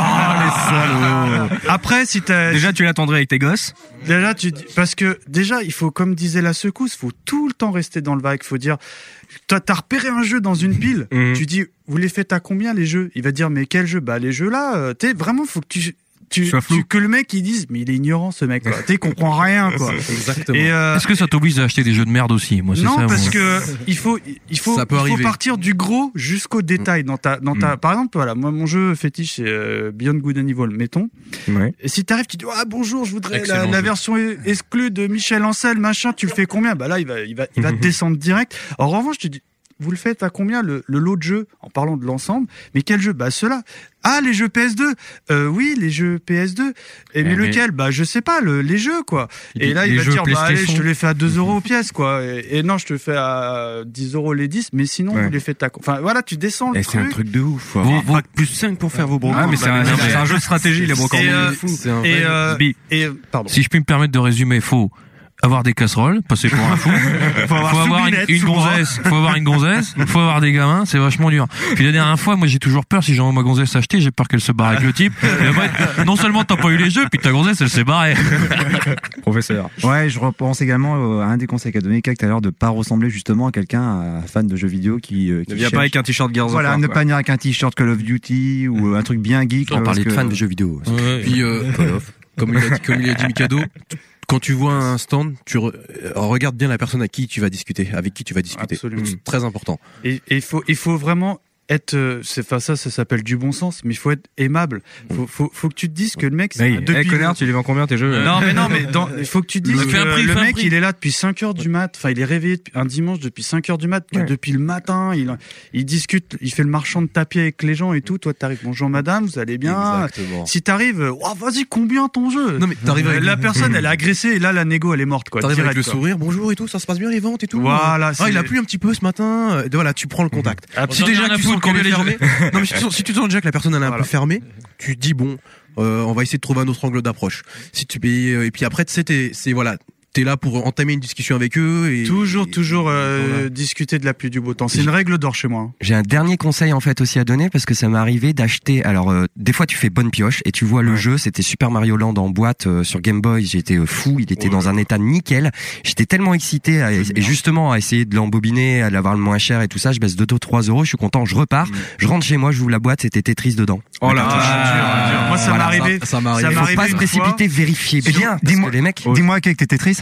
Ah, Après, si t'as Déjà, tu l'attendrais avec tes gosses. déjà tu dis- parce que déjà il faut, comme disait la secousse, faut tout le temps rester dans le vague. Faut dire, toi t'as repéré un jeu dans une pile, Mhm. tu dis vous les faites à combien les jeux? Il va dire mais quel jeu? Bah les jeux là, euh, t'es vraiment faut que tu tu, Sois flou. tu- que le mec il dise mais il est ignorant ce mec quoi. Tu sais, comprend rien quoi. Exactement. Et euh, Est-ce que ça t'oblige à acheter des jeux de merde aussi? Moi, c'est non, ça. parce moi. que il faut, il faut, Ça peut il faut arriver. partir du gros jusqu'au détail dans ta, dans ta. Par exemple, voilà, moi mon jeu fétiche c'est euh, Beyond Good and Evil, mettons. Ouais. Et si t'arrives, tu dis ah bonjour, je voudrais la, Excellent la jeu. version e- exclue de Michel Ancel, machin. Tu le fais combien? Bah là, il va, il va, il va te descendre direct. En revanche, tu dis. Vous le faites à combien le, le lot de jeux en parlant de l'ensemble? Mais quel jeu? Bah ceux-là. Ah les jeux P S deux. Euh, oui les jeux P S deux. Et mais, Eh, mais- lequel? Bah je sais pas le, les jeux quoi. Et là il les va jeux dire bah allez je PlayStation. te les fais à deux euros pièce quoi. Et, et non je te le fais à dix euros les dix. Mais sinon Ouais. vous les faites à. Enfin voilà tu descends le Et c'est un truc. truc de ouf. Faut Vous- avoir bac plus cinq pour faire vos brocantes. Ah, mais c'est un, Bah, c'est un jeu de stratégie, les brocantes. Et, euh, C'est un Et, vrai- euh, Bi. et euh, pardon. Si je puis me permettre de résumer, faut avoir des casseroles, passer pour un fou. faut avoir, une, Soubinette, une sous bras. gonzesse, faut avoir une gonzesse, faut avoir des gamins, c'est vachement dur. Puis la dernière fois, moi j'ai toujours peur, si j'envoie ma gonzesse acheter, j'ai peur qu'elle se barre avec le type. Et après, non seulement t'as pas eu les jeux, puis ta gonzesse elle s'est barrée. Professeur. Ouais, je repense également à un des conseils qu'a donné Kak tout à l'heure de pas ressembler justement à quelqu'un, un fan de jeux vidéo qui, euh, qui Ne viens cherche- pas avec un t-shirt Gears of Voilà, War, ne quoi. pas venir avec un t-shirt Call of Duty ou un truc bien geek. On parce parlait de que- fans de jeux vidéo. Puis, euh, comme il a dit, comme il a dit Mikado, quand tu vois un stand, tu re- euh, regarde bien la personne à qui tu vas discuter, avec qui tu vas discuter. Absolument. C'est très important. Et et il faut, il faut vraiment être, euh, c'est, enfin ça, ça s'appelle du bon sens, mais il faut être aimable. Faut, faut, faut que tu te dises que le mec, c'est- Hey, hey, connard, tu les vends combien tes jeux? Non mais non mais dans, il faut que tu te dises Le- que fais un prix, le fais un mec prix. il est là depuis cinq heures du mat, enfin il est réveillé depuis- un dimanche depuis cinq heures du mat, que Ouais. depuis le matin, il il discute, il fait le marchand de tapis avec les gens et tout, toi t'arrives bonjour madame, vous allez bien. Exactement. Si t'arrives, euh, oh, vas-y combien ton jeu? Non mais t'arrives avec, La personne elle est agressée et là la négo elle est morte quoi. t'arrives avec direct, le quoi. sourire, bonjour et tout, ça se passe bien les ventes et tout. Voilà, Ah, c'est- il a plu un petit peu ce matin. euh, Voilà, tu prends le contact. Si Absolument. déjà J'en ai rien tu à sens foutre, qu'elle est combien les fermée, non mais si tu sens, si tu sens déjà que la personne elle est un Voilà. peu fermée, tu te dis bon, euh, on va essayer de trouver un autre angle d'approche. Si tu payes et puis après tu sais t'es- c'est voilà, t'es là pour entamer une discussion avec eux et Toujours, et- toujours euh, voilà. discuter de la pluie du beau temps. C'est une règle d'or chez moi. hein. J'ai un dernier conseil en fait aussi à donner parce que ça m'est arrivé d'acheter. Alors euh, des fois tu fais bonne pioche et tu vois le jeu, c'était Super Mario Land en boîte euh, sur Game Boy. J'étais euh, fou, il était dans un état nickel. J'étais tellement excité à, et justement à essayer de l'embobiner, à l'avoir le moins cher et tout ça. Je baisse deux taux trois euros, je suis content, je repars, je rentre chez moi, j'ouvre la boîte, c'était Tetris dedans. Oh là Ah, dur, dur. Moi ça Voilà, m'est arrivé. Ça, ça m'est Ça arrivé. m'est Faut arrivé pas se une précipiter, vérifier Et bien. donc, Parce dis-moi- que les mecs, Dis-moi avec tes Tetris.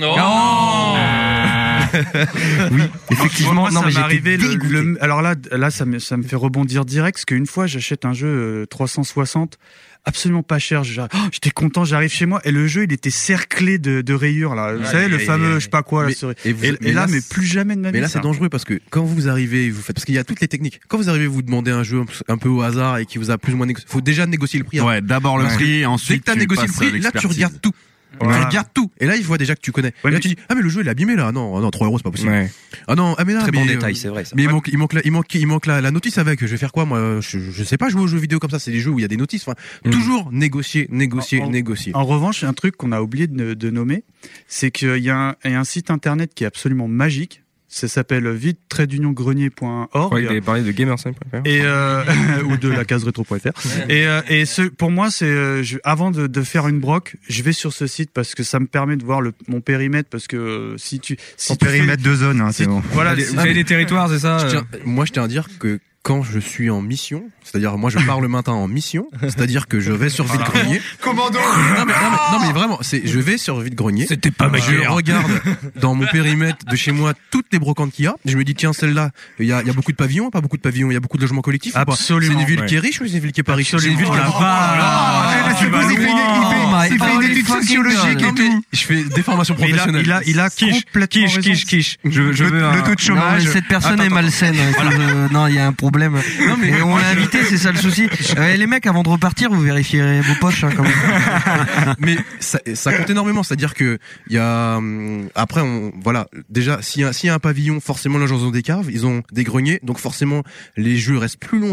oui, effectivement, Moi, non ça mais m'est j'étais arrivé. Le, dégoûté. le- alors là, là, ça me, ça me fait rebondir direct, parce qu'une fois, j'achète un jeu euh, trois cent soixante, absolument pas cher. J'arrive- oh, J'étais content, j'arrive chez moi et le jeu, il était cerclé de, de rayures là. Vous savez, le aïe, fameux, aïe, je sais pas quoi. là, Mais- sur- et vous- et, mais et là, là, mais c'est- plus jamais de ma vie. Mais là, ça. c'est dangereux parce que quand vous arrivez, vous faites parce qu'il y a toutes les techniques. Quand vous arrivez, vous demandez un jeu un peu au hasard et qui vous a plus ou moins négocié. Faut déjà négocier le prix. Ouais, d'abord le Ouais. prix, Dès ensuite que t'as tu négocié le passes à prix, là tu l'expertise. regardes tout. Voilà. Tu regardes tout. Et là, il voit déjà que tu connais. Ouais, et là, mais- tu dis ah mais le jeu il est abîmé là. Non, ah non, trois euros c'est pas possible. Ouais. Ah non, ah mais là, Très bon mais, détail, euh, c'est vrai ça. Mais il manque, il manque, la, il manque, il manque la, la notice avec. Je vais faire quoi moi je, je sais pas jouer aux jeux vidéo comme ça. C'est des jeux où il y a des notices. Enfin, Mm. toujours négocier, négocier, En- en- négocier. En revanche, un truc qu'on a oublié de, de nommer, c'est qu'il y, a un- il y a un site internet qui est absolument magique. Ça s'appelle vide trait d'union grenier point Je croyais que org. t'avais parlé de gamersin point f r. Et euh, ou de la case rétro point f r. Et euh, et ce pour moi c'est euh, je- avant de, de faire une broc, je vais sur ce site parce que ça me permet de voir le mon périmètre parce que euh, si tu si Son tu fais- périmètre de zone, hein, si- c'est bon. voilà, Vous si- avez des territoires, c'est ça? Je euh tiens- moi, je tiens à dire que quand je suis en mission, c'est-à-dire moi je pars le matin en mission, c'est-à-dire que je vais sur Vide-Grenier. Commando. Non mais, non mais, non mais vraiment, c'est je vais sur Vide-Grenier. C'était pas ma Je guerre. regarde dans mon périmètre de chez moi toutes les brocantes qu'il y a. Je me dis tiens celle-là, il y a, il y a beaucoup de pavillons, pas beaucoup de pavillons, il y a beaucoup de logements collectifs. ou pas Absolument, C'est une ville ouais. qui est riche ou c'est une ville qui est pas riche C'est une ville qui Absolument. est Oh la Je suppose, il fait une- il fait- il fait une étude sociologique et Non, mais tout. je fais des formations Mais il a professionnelles. il a il a Quiche, complètement quiche, raison. quiche, quiche. Je, je Le- veux un... le taux de chômage. Non, mais cette personne Attends, est attends. malsaine. hein, euh, non, il y a un problème. Non, mais- Et on l'a invité, c'est ça le souci. Euh, les mecs, avant de repartir, vous vérifierez vos poches hein, quand même. mais ça, ça compte énormément, c'est-à-dire que il y a hum, après on voilà déjà s'il y a s'il y a un pavillon, forcément les gens ont des caves, ils ont des greniers, donc forcément les jeux restent plus longtemps.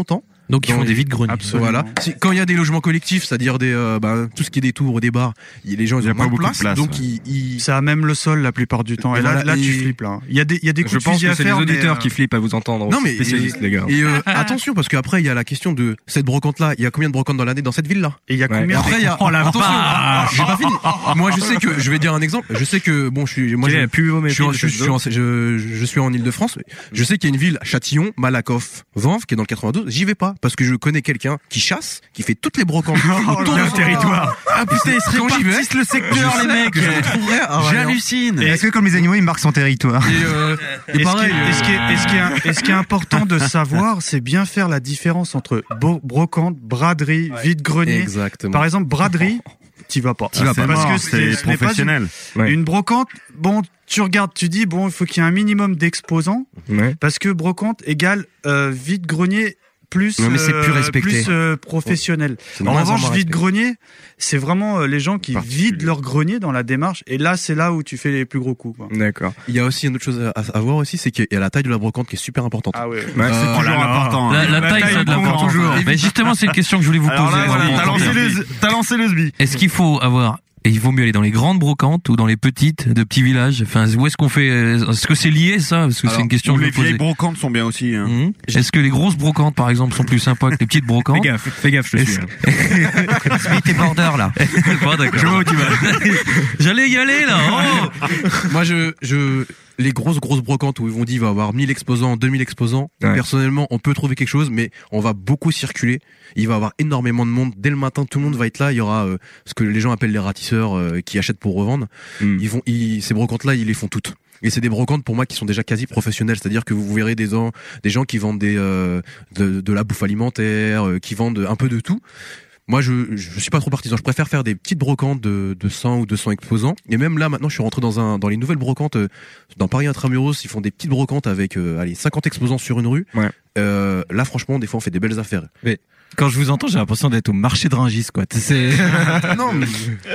Donc ils Dans font les- des vides-greniers. Absolument. Voilà. Si- quand il y a des logements collectifs, c'est-à-dire des, euh, bah, tout ce qui est des tours, des bars, y- les gens ils Il y a ont pas moins de beaucoup de place, place, donc ouais. ils, ils- Ça a même le sol la plupart du temps. Et, Et là, voilà, là, tu et- flippes là. Il y a des, il y a des coups Je de pense fusil que à c'est faire. les auditeurs mais, qui flippent à vous entendre. Non mais spécialistes, et, les gars. et, euh, attention parce qu'après il y a la question de cette brocante là. Il y a combien de brocantes dans l'année dans cette ville là? Et il y a Ouais. combien Après il y a Oh la attention. J'ai pas fini. Moi je sais que je vais dire un exemple. Je sais que bon je suis moi Quelle est je, la plus je suis en, mépris je, suis en, je, je suis en Île-de-France. Je sais qu'il y a une ville Châtillon, Malakoff, Vanves qui est dans le quatre-vingt-douze. J'y vais pas parce que je connais quelqu'un qui chasse, qui fait toutes les brocantes autour le de territoire. Ah putain, ils se répartissent le secteur les mecs. Je me trouverais à Rayan. J'hallucine. Et est-ce que comme les animaux, ils marquent son territoire? Et, euh, et Et, pareil. ce qui est, et, ce qui est, et, ce qui est, et ce qui est important de savoir, c'est bien faire la différence entre bo- brocante, braderie, vide-grenier. Exactement. Par exemple, braderie, t'y vas pas. Ah, c'est Parce mort, que c'est ce n'est pas professionnel. une, Ouais. une brocante. Bon, tu regardes, tu dis bon, il faut qu'il y ait un minimum d'exposants Ouais. parce que brocante égale euh, vide-grenier plus Non, mais c'est plus euh, respecté. plus euh, professionnel. C'est de En moins en revanche, moins vide-grenier, c'est vraiment euh, les gens qui Particulier. vident leur grenier dans la démarche. Et là, c'est là où tu fais les plus gros coups. Quoi. D'accord. Il y a aussi une autre chose à, à voir aussi, c'est qu'il y a la taille de la brocante qui est super importante. Ah ouais. Ouais, Euh, c'est C'est toujours important. La, hein. la La taille, taille, ça a de on compte l'importance. toujours. Mais justement, c'est une question que je voulais vous Alors poser. là, voilà, avant t'as qu'on lancé termine. le, t'as lancé le sbi. Est-ce qu'il faut avoir, et il vaut mieux aller dans les grandes brocantes ou dans les petites de petits villages? Enfin, où est-ce qu'on fait, est-ce que c'est lié ça? Parce que c'est Alors, une question Ou que je les me posais. vieilles brocantes sont bien aussi. Hein. Mhm. Est-ce que les grosses brocantes, par exemple, sont plus sympas que les petites Fais brocantes? gaffe, fais gaffe, je te suis. hein. Smith et Border là. Bon, d'accord. Je vois où tu vas. J'allais y aller, là. Oh Moi, je, je, les grosses, grosses brocantes où ils vont dire il va y avoir mille exposants, deux mille exposants. Ouais. Personnellement, on peut trouver quelque chose, mais on va beaucoup circuler. Il va y avoir énormément de monde. Dès le matin, tout le monde va être là. Il y aura euh, ce que les gens appellent les ratisseurs euh, qui achètent pour revendre. Mm. Ils vont, ils, ces brocantes-là, ils les font toutes. Et c'est des brocantes pour moi qui sont déjà quasi professionnelles, c'est-à-dire que vous verrez des gens, des gens qui vendent des, euh, de, de la bouffe alimentaire, euh, qui vendent un peu de tout. Moi, je, je suis pas trop partisan. Je préfère faire des petites brocantes de, de cent ou deux cents exposants. Et même là, maintenant, je suis rentré dans un, dans les nouvelles brocantes, euh, dans Paris Intramuros, ils font des petites brocantes avec, euh, allez, cinquante exposants sur une rue. Ouais. Euh, là, franchement, des fois, on fait des belles affaires. Quand je vous entends, j'ai l'impression d'être au marché de Rungis, quoi. C'est. non, mais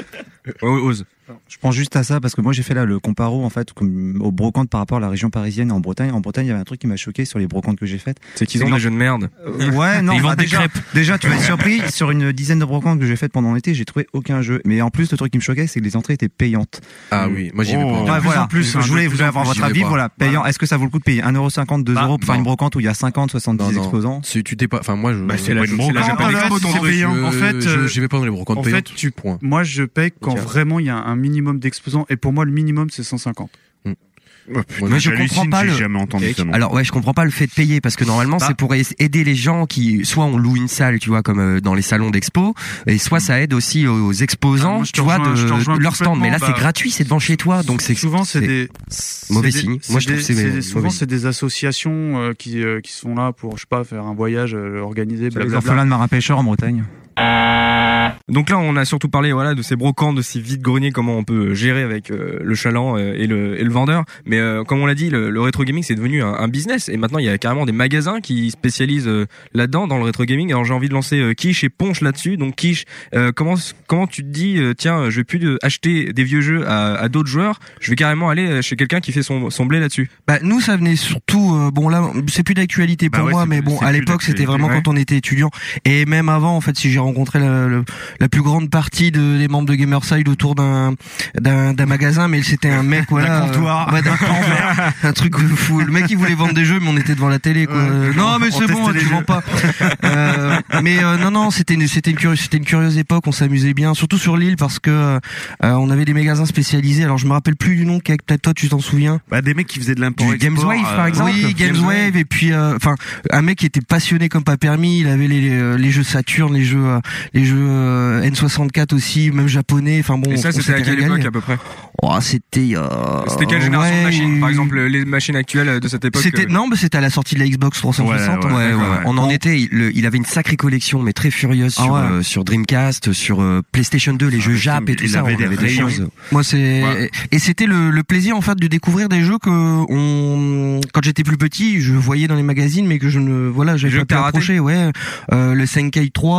Ose. Je pense juste à ça parce que moi j'ai fait là le comparo en fait comme aux brocantes par rapport à la région parisienne en Bretagne. En Bretagne, il y avait un truc qui m'a choqué sur les brocantes que j'ai faites. C'est qu'ils C'est ont que des jeux de merde. Euh, ouais, non, Ils bah, vendent des déjà, crêpes. déjà tu vas être surpris sur une dizaine de brocantes que j'ai faites pendant l'été, j'ai trouvé aucun jeu. Mais en plus, le truc qui me choquait, c'est que les entrées étaient payantes. ah oui, moi j'y vais Oh. pas. Ouais, plus voilà. en plus, hein, je voulais, de vous plus en avoir plus, votre j'y vais avis. pas. Voilà, payant. Est-ce que ça vaut le coup de payer un euro cinquante, deux Bah, euros pour faire non. une brocante où il y a cinquante, soixante-dix Non, non. exposants? Si tu t'es pas, enfin moi, je, Bah, c'est la- moi, c'est la je- Japan je- Expo, je- ton je- truc. je- En fait, je- euh, j'y vais pas dans les brocantes en payantes. fait, tu- point. Moi, je paye quand Ok. vraiment il y a un minimum d'exposants. Et pour moi, le minimum, c'est cent cinquante. Moi, je comprends pas J'ai le- jamais entendu ça. non. Alors ouais, je comprends pas le fait de payer parce que normalement Bah. c'est pour a- aider les gens qui soit on loue une salle, tu vois, comme euh, dans les salons d'expo, et soit ça aide aussi aux Ah, exposants, moi, je te tu vois, rejoins- je te de, rejoins de leur stand. Mais là complètement, c'est bah, gratuit, c'est devant chez toi, donc c'est Souvent, c'est c'est- des mauvais c'est signe. des- Moi, je trouve des- que c'est Souvent, mauvais c'est des associations euh, qui euh, qui sont là pour, je sais pas, faire un voyage euh, organisé, Les blablabla. orphelins de marins pêcheurs en Bretagne. Donc là, on a surtout parlé voilà de ces brocantes, de ces vides-greniers, comment on peut gérer avec euh, le chaland euh, et le et le vendeur. Mais euh, comme on l'a dit, le, le rétro gaming c'est devenu un, un business et maintenant il y a carrément des magasins qui spécialisent euh, là-dedans dans le rétro gaming. Alors j'ai envie de lancer euh, Quiche et Ponche là-dessus. Donc Quiche, euh, comment comment tu te dis euh, tiens, je vais plus de, acheter des vieux jeux à, à d'autres joueurs, je vais carrément aller chez quelqu'un qui fait son son blé là-dessus. Bah nous ça venait surtout euh, bon là c'est plus d'actualité pour Bah ouais, moi c'est mais plus- bon c'est à plus l'époque c'était d'actualité, vraiment ouais. quand on était étudiant et même avant en fait si j'ai rencontré la, le- la plus grande partie de, des membres de Gamerside autour d'un d'un d'un magasin mais c'était un mec voilà comptoir. euh, ouais, d'un comptoir, un truc de fou le mec il voulait vendre des jeux mais on était devant la télé quoi. Euh, non mais on c'est bon testait les tu jeux. vends pas euh, mais euh, non non c'était une c'était une curieuse c'était une curieuse époque on s'amusait bien surtout sur l'île parce que euh, on avait des magasins spécialisés alors je me rappelle plus du nom peut-être toi tu t'en souviens. Bah, des mecs qui faisaient de l'import. Du Games Wave, par exemple. Oui, Games Wave et puis euh, enfin un mec qui était passionné comme pas permis, il avait les les, les jeux Saturn, les jeux euh, les jeux euh, N soixante-quatre aussi, même japonais, enfin bon. Et ça on c'était à s'était quelle régalé. époque à peu près? Oh, c'était euh, C'était quelle génération de ouais, machines? Par exemple les machines actuelles de cette époque. C'était euh, non, mais c'était à la sortie de la Xbox trois cent soixante. Ouais, Ouais, ouais, d'accord, ouais. ouais. On en était. Il, le- il avait une sacrée collection, mais très furieuse Ah sur ouais. euh, sur Dreamcast, sur euh, PlayStation deux, les jeux Jap et tout il ça. avait on des avait des rayons. choses. Moi c'est Ouais. et c'était le, le plaisir en fait de découvrir des jeux que on quand j'étais plus petit je voyais dans les magazines mais que je ne voilà Les j'avais jeux pas que pu t'as ratés approcher ouais euh, le Senkai trois euh,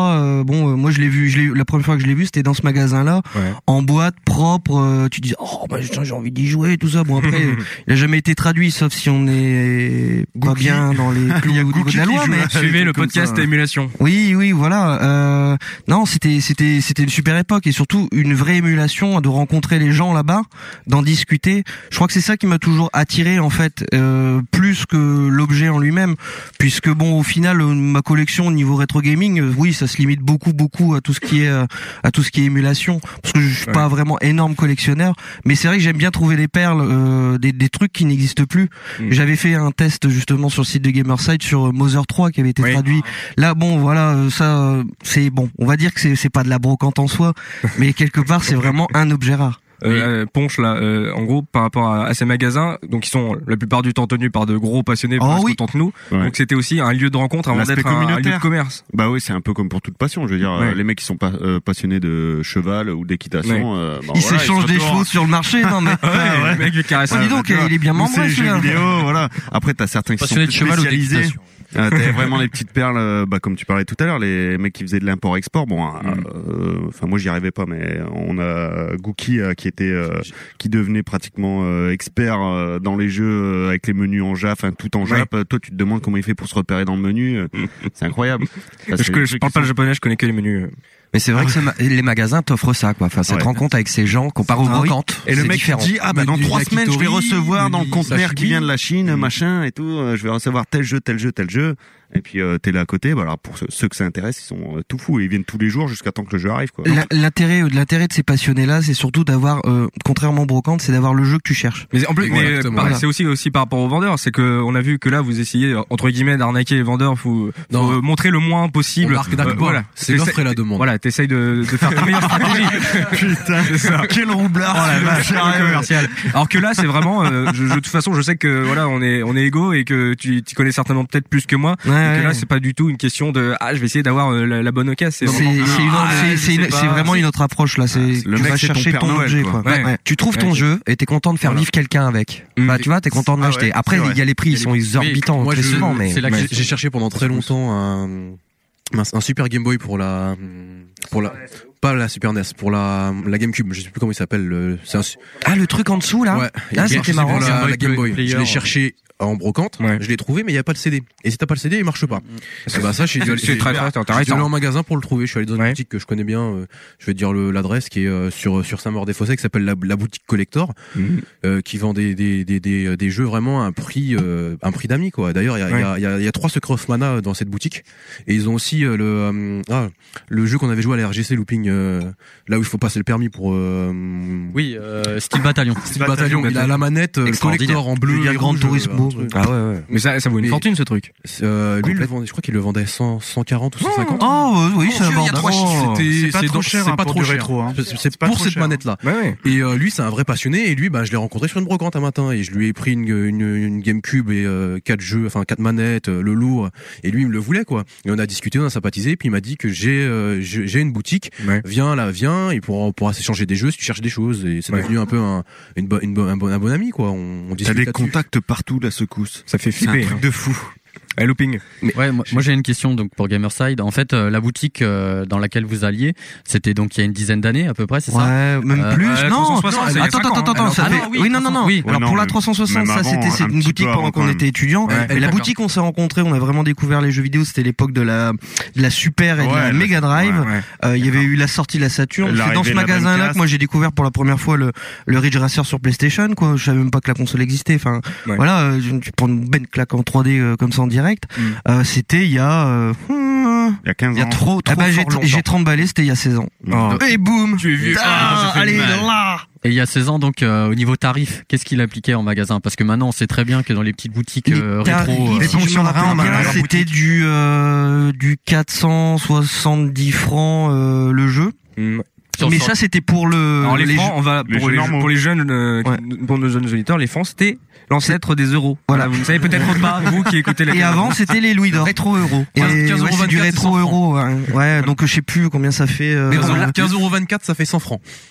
euh, bon, euh, moi je l'ai vu, je l'ai la première fois que je l'ai vu, c'était dans ce magasin-là, Ouais. en boîte propre. euh, tu dis, oh bah putain, j'ai envie d'y jouer, tout ça. Bon après, euh, il a jamais été traduit, sauf si on est pas Gookie. bien dans les clous Il y a au niveau Gookie de la qui loi, joue mais là. Suivez des le trucs comme podcast ça. émulation. oui, oui, voilà. Euh, non, c'était, c'était, c'était une super époque et surtout une vraie émulation de rencontrer les gens là-bas, d'en discuter. Je crois que c'est ça qui m'a toujours attiré en fait, euh, plus que l'objet en lui-même, puisque bon, au final, euh, ma collection au niveau rétro gaming, euh, oui, ça se limite beaucoup, beaucoup à tout ce qui est, euh, à tout ce qui est émulation, parce que je suis Ouais. pas vraiment énorme collectionneur, mais c'est vrai que j'aime bien trouver des perles, euh, des, des trucs qui n'existent plus. Mm. J'avais fait un test justement sur le site de Gamerside sur euh, Mother trois qui avait été Oui. traduit. Là, bon, voilà, euh, ça, euh, c'est bon. On va dire que c'est, c'est pas de la brocante en soi, mais quelque part, c'est vraiment un objet rare. Euh, Ponche là, euh, en gros par rapport à, à ces magasins, donc ils sont la plupart du temps tenus par de gros passionnés Oh presque oui. autant que nous. Ouais. Donc c'était aussi un lieu de rencontre avant L'aspect d'être un, un lieu de communautaire. commerce. Bah oui, c'est un peu comme pour toute passion. Je veux dire, Ouais. euh, les mecs qui sont pas euh, passionnés de cheval ou d'équitation, euh, bah Ils voilà, s'échangent se des retrouvent- chevaux sur le marché, non mais. Ouais, le mec lui caresse Oh, dis un- donc, tu vois, il est bien ou membré c'est les jeux celui-là. vidéo, voilà. Après, t'as certains qui sont Passionné de plus cheval ou spécialisés. d'équitation. Euh, t'avais vraiment les petites perles, euh, bah comme tu parlais tout à l'heure, les mecs qui faisaient de l'import-export. Bon, Mm. euh, enfin moi j'y arrivais pas, mais on a Gookie euh, qui était, euh, qui devenait pratiquement euh, expert euh, dans les jeux euh, avec les menus en Jap, enfin tout en Jap. Euh, Toi, tu te demandes comment il fait pour se repérer dans le menu. euh, C'est incroyable. Parce Je, que les je trucs parle qui pas le sont- japonais, je connais que les menus. Mais c'est vrai que ce ma- les magasins t'offrent ça, quoi. Enfin, cette Ouais. rencontre avec ces gens comparé aux Ah oui. brocantes. Et le c'est mec différent. dit ah bah Mais dans du trois semaines je vais yakitori, recevoir dans le du conteneur qui sashimi. vient de la Chine, Mm. machin et tout, euh, je vais recevoir tel jeu, tel jeu, tel jeu. Et puis euh, t'es là à côté. Bah alors pour ceux, ceux que ça intéresse, ils sont euh, tout fous et ils viennent tous les jours jusqu'à temps que le jeu arrive quoi. La- L'intérêt, l'intérêt de ces passionnés-là, c'est surtout d'avoir, euh, contrairement aux brocantes, c'est d'avoir le jeu que tu cherches. Mais en plus, Voilà, mais, exactement. par- Voilà. c'est aussi aussi par rapport aux vendeurs, c'est que on a vu que là vous essayez entre guillemets d'arnaquer les vendeurs, faut, faut Non. euh, montrer le moins possible. On l'arnaque pas. voilà, C'est l'offre et la demande. Voilà, t'essayes de, de faire ta meilleure stratégie. Putain, C'est ça. quel roublard. Oh la vache, le commercial. Alors que là, c'est vraiment, euh, je, je- de toute façon, je sais que voilà, on est, on est égaux et que tu, tu connais certainement peut-être plus que moi. Ouais, Et ouais. que là, c'est pas du tout une question de, ah, je vais essayer d'avoir euh, la, la bonne occasion. C'est, c'est une, Ah, c'est, je c'est sais une- pas. c'est vraiment une autre approche là. C'est, le tu mec, vas c'est ton chercher Père ton Noël, objet, quoi. quoi. Ouais. Ouais. Tu trouves ton Ouais. jeu et t'es content de faire Voilà. vivre quelqu'un avec. Mm. Bah, tu vois, t'es content de Ah l'acheter. ouais, Après, c'est il y a les prix, ils sont exorbitants Moi, très je- souvent, mais. c'est là que J'ai j'ai cherché pendant très longtemps un, mince, un super Game Boy pour la, pour la, pas la Super N E S, pour la, la GameCube. Je sais plus comment il s'appelle. le- C'est un, Ah, le truc en dessous, là. ouais. Ah, J'ai- c'était c'est marrant, pour ça. La, la Game Boy. Player. Je l'ai cherché en brocante. Ouais. Je l'ai trouvé, mais il n'y a pas de C D. Et si t'as pas le C D, il marche pas. Et bah ça, j'ai dû aller, C'est très, très j'ai dû intéressant. aller en magasin pour le trouver. Je suis allé dans une Ouais. boutique que je connais bien. euh, je vais te dire le- l'adresse qui est euh, sur sur Saint-Maur-des-Fossés, qui s'appelle la, la boutique Collector, Mhm. euh, qui vend des des des des, des jeux vraiment à un prix euh, un prix d'amis quoi. D'ailleurs, il y a il y a il y a, il y a trois Secret of Mana dans cette boutique et ils ont aussi euh, le euh, ah, le jeu qu'on avait joué à la R G C Looping, euh, là où il faut passer le permis pour euh, Oui, euh, Style Bataillon. Style Bataillon. Il a la manette euh, Extraordinaire. Collector en bleu Il y a et Gran rouge, Turismo. euh, un truc. Ah ouais, ouais. Mais ça, ça vaut une Mais- fortune, ce truc. Euh, lui, il le vendait, je crois qu'il le vendait cent, cent quarante ou cent cinquante. Oh, euh, oui, c'est Dieu, il y a abordable. trois chiffres. C'était- C'est pas trop dans- cher, c'est hein, pas pour trop du cher. rétro, hein. C'est- C'est C'est pas pour trop cette cher. manette là. Ouais, ouais. Et euh, lui, c'est un vrai passionné. Et lui, bah, je l'ai rencontré sur une brocante un matin. Et je lui ai pris une, une, une GameCube et euh, quatre jeux, enfin quatre manettes, euh, le lourd. Et lui, il me le voulait quoi. Et on a discuté, on a sympathisé. Et puis il m'a dit que j'ai euh, j'ai j'ai une boutique. Ouais. Viens là, viens. Et pourra on pourra s'échanger des jeux si tu cherches des choses. Et c'est Ouais. devenu un peu un une, bo- une bo- un, bon, un bon ami quoi. On, on T'as discute des là-dessus. contacts partout la secousse. Ça fait C'est un flipper. truc hein. de fou. Ouais, looping. Ouais, moi, moi, j'ai une question donc pour Gamerside. En fait, euh, la boutique euh, dans laquelle vous alliez, c'était donc il y a une dizaine d'années à peu près, c'est ça? Ouais, même Euh, plus. euh, non, trois cent soixante, c'est il y a attends, cinq attends, ans, attends, hein. attends, ça Ah fait. non, oui, oui, non, non, non. oui. Alors Ouais, pour non, la mais trois cent soixante, même ça avant, c'était c'est un une petit boutique peu pendant avant, qu'on quand était étudiant. Ouais. Et la D'accord. boutique, on s'est rencontrés, on a vraiment découvert les jeux vidéo. C'était l'époque de la de la Super et de Ouais, la la- Mega Drive. ouais, ouais. Euh, Il y avait eu la sortie de la Saturn. C'est L'arrivée dans ce de la magasin-là Dreamcast. que moi j'ai découvert pour la première fois le le Ridge Racer sur PlayStation. Quoi, je savais même pas que la console existait. Enfin, Ouais. voilà, euh, je- tu prends une belle claque en trois D euh, comme ça en direct. Mm. Euh, c'était il y a euh, hmm, Il y a quinze il y a ans. trop trop Ah bah, j'ai- fort longtemps. j'ai J'ai trente balais, c'était il y a seize ans. Oh. Et boum. Tu es vieux. Ah, Ah, ça fait allez mal. là. Et il y a seize ans, donc euh, au niveau tarif, qu'est-ce qu'il appliquait en magasin? Parce que maintenant, on sait très bien que dans les petites boutiques euh, Les rétro, tarifs, euh, si je me rappelle bien, c'était du euh, du quatre cent soixante-dix francs euh, le jeu. Mm. sur- Mais sur- ça c'était pour le Alors les les francs, on va les pour jeux les, normaux. pour les jeunes, euh, qui- Ouais. pour nos jeunes auditeurs, les francs c'était l'ancêtre des euros. Voilà. Voilà, vous ne savez peut-être pas vous qui écoutez la. et avant c'était les louis d'or. Rétro euro. Et quinze- ouais, quinze euros c'est du vingt-quatre, rétro c'est cent euro. Ouais, ouais, donc je sais plus combien ça fait. euh, quinze voilà. euros vingt-quatre, ça fait cent francs.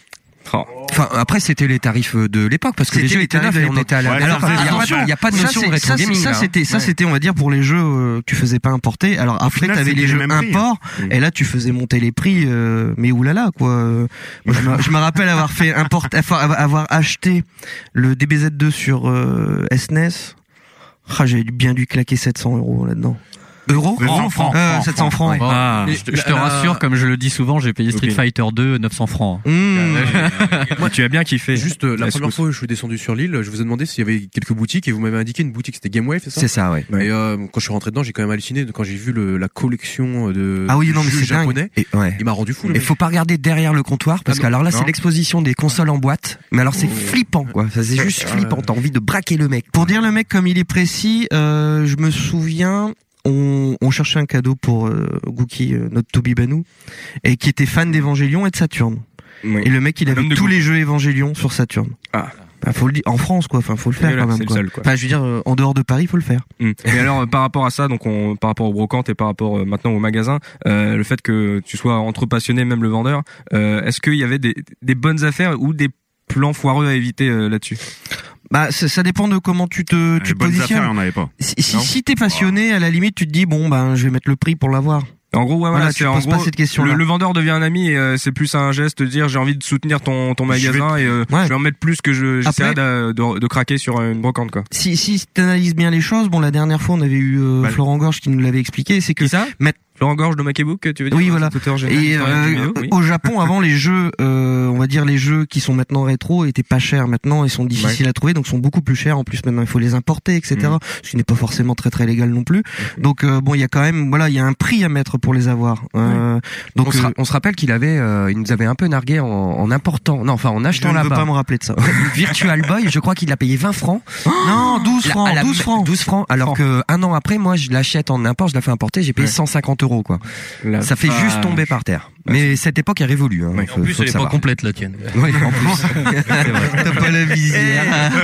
Oh. Enfin, après, c'était les tarifs de l'époque, parce que les C'était jeux les étaient tarifs neufs et de on était à la. l'époque. Alors, Alors, il y a pas attention, de- il y a pas de ça, notion de c'est- rétro ça, gaming. ça, là. c'était, ça, Ouais. c'était, on va dire, pour les jeux euh, que tu faisais pas importer. Alors après, final, t'avais c'était les le jeux même prix. import, et là, tu faisais monter les prix, euh, mais oulala, quoi. Euh, Moi, je me, je me rappelle avoir fait import, avoir avoir acheté le D B Z deux sur euh, S N E S. Ah, j'ai bien dû claquer sept cents euros là-dedans. Euros? Francs, francs, Euh, francs, sept cents francs. Bon, Ah. et je te, je te La- rassure, comme je le dis souvent, j'ai payé Street Ok. Fighter deux neuf cents francs. Mmh. Moi, tu as bien kiffé. Juste euh, la La première secousse. fois où je suis descendu sur l'île, je vous ai demandé s'il y avait quelques boutiques et vous m'avez indiqué une boutique, c'était Gamewave, c'est ça? C'est ça, ouais. Et euh, quand je suis rentré dedans, j'ai quand même halluciné de- quand j'ai vu le, la collection de Ah oui, de non, mais jeux c'est japonais. dingue. Et, ouais. Il m'a rendu fou. le Il mec. faut pas regarder derrière le comptoir, parce Ah que non. alors là, c'est Non. l'exposition des consoles en boîte. Mais alors, c'est Oh. flippant, quoi. Ça, c'est juste Ah, flippant. ouais. T'as envie de braquer le mec. Pour dire le mec comme il est précis, euh, je me souviens, on, on cherchait un cadeau pour euh, Gookie, euh, notre Toby Banou, et qui était fan d'Evangelion et de Saturn. Oui. Et le mec, il Un avait homme de tous goût. les jeux Evangelion sur Saturn. Ah. Bah, faut le dire en France, quoi. Enfin, faut le faire Oui, là, quand même. c'est le Quoi. seul, quoi. Enfin, je veux dire, euh, en dehors de Paris, faut le faire. Mm. Mais alors euh, par rapport à ça, donc on, par rapport aux brocantes et par rapport euh, maintenant au magasin, euh, le fait que tu sois entre passionnés, même le vendeur, euh, est-ce qu'il y avait des, des bonnes affaires ou des plans foireux à éviter euh, là-dessus? Bah, ça, ça dépend de comment tu te, tu Les te bonnes affaires, il positionnes. n'y en avait pas. Si, si, Non si t'es passionné, à la limite, tu te dis bon, ben, je vais mettre le prix pour l'avoir. En gros, ouais, Voilà, voilà, tu c'est en poses pas gros, cette question-là. le, le vendeur devient un ami et euh, c'est plus un geste de dire j'ai envie de soutenir ton, ton Je vais magasin et euh, Ouais. je vais en mettre plus que je j'essaierai Après- de, de, de craquer sur une brocante, quoi. Si, si t'analyses bien les choses, bon, la dernière fois, on avait eu euh, Bah, Florent Gorge qui nous l'avait expliqué, c'est que Qui ça? mettre- Florent Gorge de Makebook, tu veux dire? Oui, voilà. Tout est en général, Et historien euh, du vidéo, oui. au Japon, avant, les jeux, euh, on va dire les jeux qui sont maintenant rétro étaient pas chers. Maintenant, ils sont difficiles à trouver, donc sont beaucoup plus chers. En plus, maintenant, il faut les importer, et cetera. Mhm. Ce qui n'est pas forcément très très légal non plus. Donc euh, bon, il y a quand même, voilà, il y a un prix à mettre pour les avoir. Euh, Donc on, se euh, ra- on se rappelle qu'il avait, euh, il nous avait un peu nargué en, en important, non, enfin en je achetant ne veux là-bas. pas me rappeler de ça. Virtual Boy, je crois qu'il l'a payé vingt francs. non, douze La- francs, à la- douze francs. douze francs. Alors que un an après, moi, je l'achète en import, je la fais importer, j'ai payé Ouais. cent cinquante euros, quoi. La Ça fait vache. juste tomber par terre. Mais cette époque est révolue, hein. Ouais. faut- En plus, faut elle le est pas savoir. complète, la tienne. Oui, en plus. T'as pas la visière.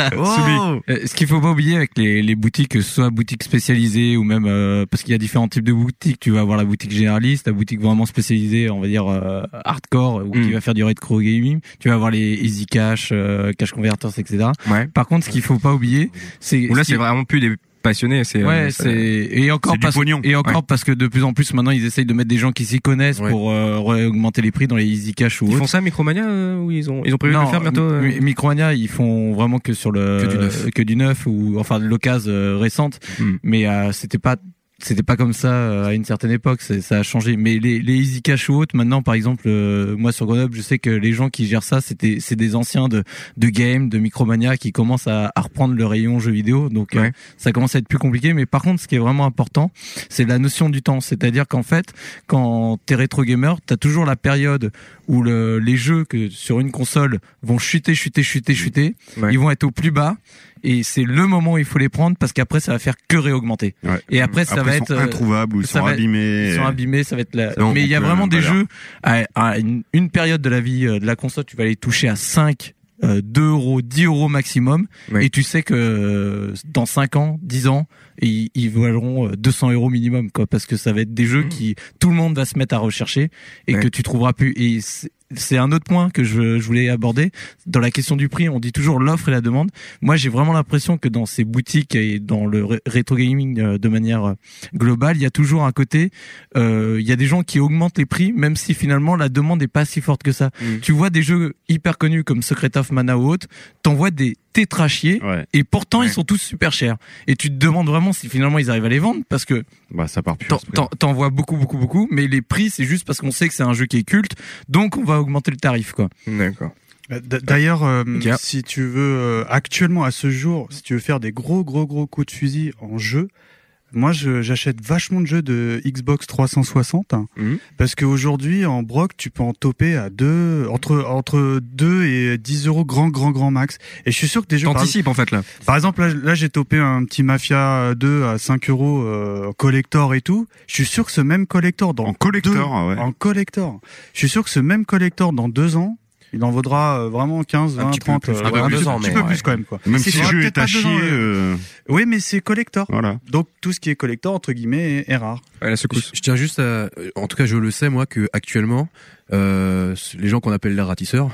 Euh, Ce qu'il faut pas oublier avec les, les boutiques, que ce soit boutiques spécialisées ou même euh, parce qu'il y a différents types de boutiques. Tu vas avoir la boutique généraliste, la boutique vraiment spécialisée, on va dire euh, hardcore, ou Mm. qui va faire du rétro gaming. Tu vas avoir les Easy Cash, euh, Cash Converters, et cetera. Ouais. Par contre, ce qu'il faut pas oublier, c'est Ou là, ce qui- c'est vraiment plus des passionnés, c'est Ouais, euh, c'est et encore C'est du parce pognon. et encore Ouais. parce que de plus en plus maintenant ils essayent de mettre des gens qui s'y connaissent Ouais. pour euh, augmenter les prix dans les Easy Cash ou Ils autres. font ça, Micromania, euh, ou ils ont, ils ont prévu de le faire bientôt? euh Mi- Micromania, ils font vraiment que sur le Que du neuf. que du neuf ou enfin de l'occasion euh, récente, Hmm. mais euh, c'était pas c'était pas comme ça euh, à une certaine époque, c'est- ça a changé. Mais les, les Easy Cash ou autres, maintenant, par exemple, euh, moi sur Grenoble, je sais que les gens qui gèrent ça, c'était c'est des anciens de de game, de Micromania, qui commencent à, à reprendre le rayon jeux vidéo. Donc euh, Ouais. ça commence à être plus compliqué. Mais par contre, ce qui est vraiment important, c'est la notion du temps. C'est-à-dire qu'en fait, quand t'es rétro gamer, t'as toujours la période où le, les jeux que sur une console vont chuter, chuter, chuter, chuter. Ouais. Ils vont être au plus bas. Et c'est le moment où il faut les prendre parce qu'après ça va faire que réaugmenter. Ouais. Et après ça Après, va ils être sont euh, introuvables ou ils ça sont va être- abîmés. ils sont abîmés, ça va être la... Donc, Mais il y a euh, vraiment des valeur. jeux à, à une, une période de la vie euh, de la console, tu vas les toucher à cinq, euh, deux euros, dix euros maximum, Oui. et tu sais que euh, dans cinq ans, dix ans, ils, ils valeront euh, deux cents euros minimum, quoi, parce que ça va être des jeux qui tout le monde va se mettre à rechercher et Ouais. que tu trouveras plus. Et c'est- c'est un autre point que je, je voulais aborder dans la question du prix. On dit toujours l'offre et la demande. Moi, j'ai vraiment l'impression que dans ces boutiques et dans le ré- rétro gaming euh, de manière euh, globale, il y a toujours un côté. euh, Il y a des gens qui augmentent les prix, même si finalement la demande n'est pas si forte que ça. Mm. Tu vois des jeux hyper connus comme Secret of Mana ou autre, t'envoies des tétrachiers Ouais. et pourtant Ouais. ils sont tous super chers. Et tu te demandes vraiment si finalement ils arrivent à les vendre parce que Bah, ça part plus. t'en- à ce prix. t'en t'en vois beaucoup, beaucoup, beaucoup, mais les prix c'est juste parce qu'on sait que c'est un jeu qui est culte, donc on va augmenter le tarif, quoi. D'accord. Bah, d- D'ailleurs, euh, Ok. si tu veux euh, actuellement à ce jour, si tu veux faire des gros gros gros coups de fusil en jeu, moi je- j'achète vachement de jeux de Xbox trois cent soixante Mhm. parce qu'aujourd'hui en broc tu peux en toper à deux entre entre deux et dix euros grand grand grand max. Et je suis sûr que des jeux par, T'anticipes, en fait, là. par exemple là, là j'ai topé un petit Mafia deux à cinq euros euh, collector et tout. Je suis sûr que ce même collector dans En collector, deux- ah ouais. en collector, je suis sûr que ce même collector dans deux ans il en vaudra euh, vraiment quinze, Un vingt, petit peu trente, plus, euh, un peu ouais, plus, un petit ans, peu mais plus ouais. quand même quoi. Même C'est si le sûr, jeu peut-être est à pas deux ans, chier, euh, euh, Oui, mais c'est collector. voilà. Donc tout ce qui est collector entre guillemets est, est rare. Ouais, la Je, secousse. je tiens juste à, en tout cas, je le sais moi que actuellement, euh, les gens qu'on appelle les ratisseurs,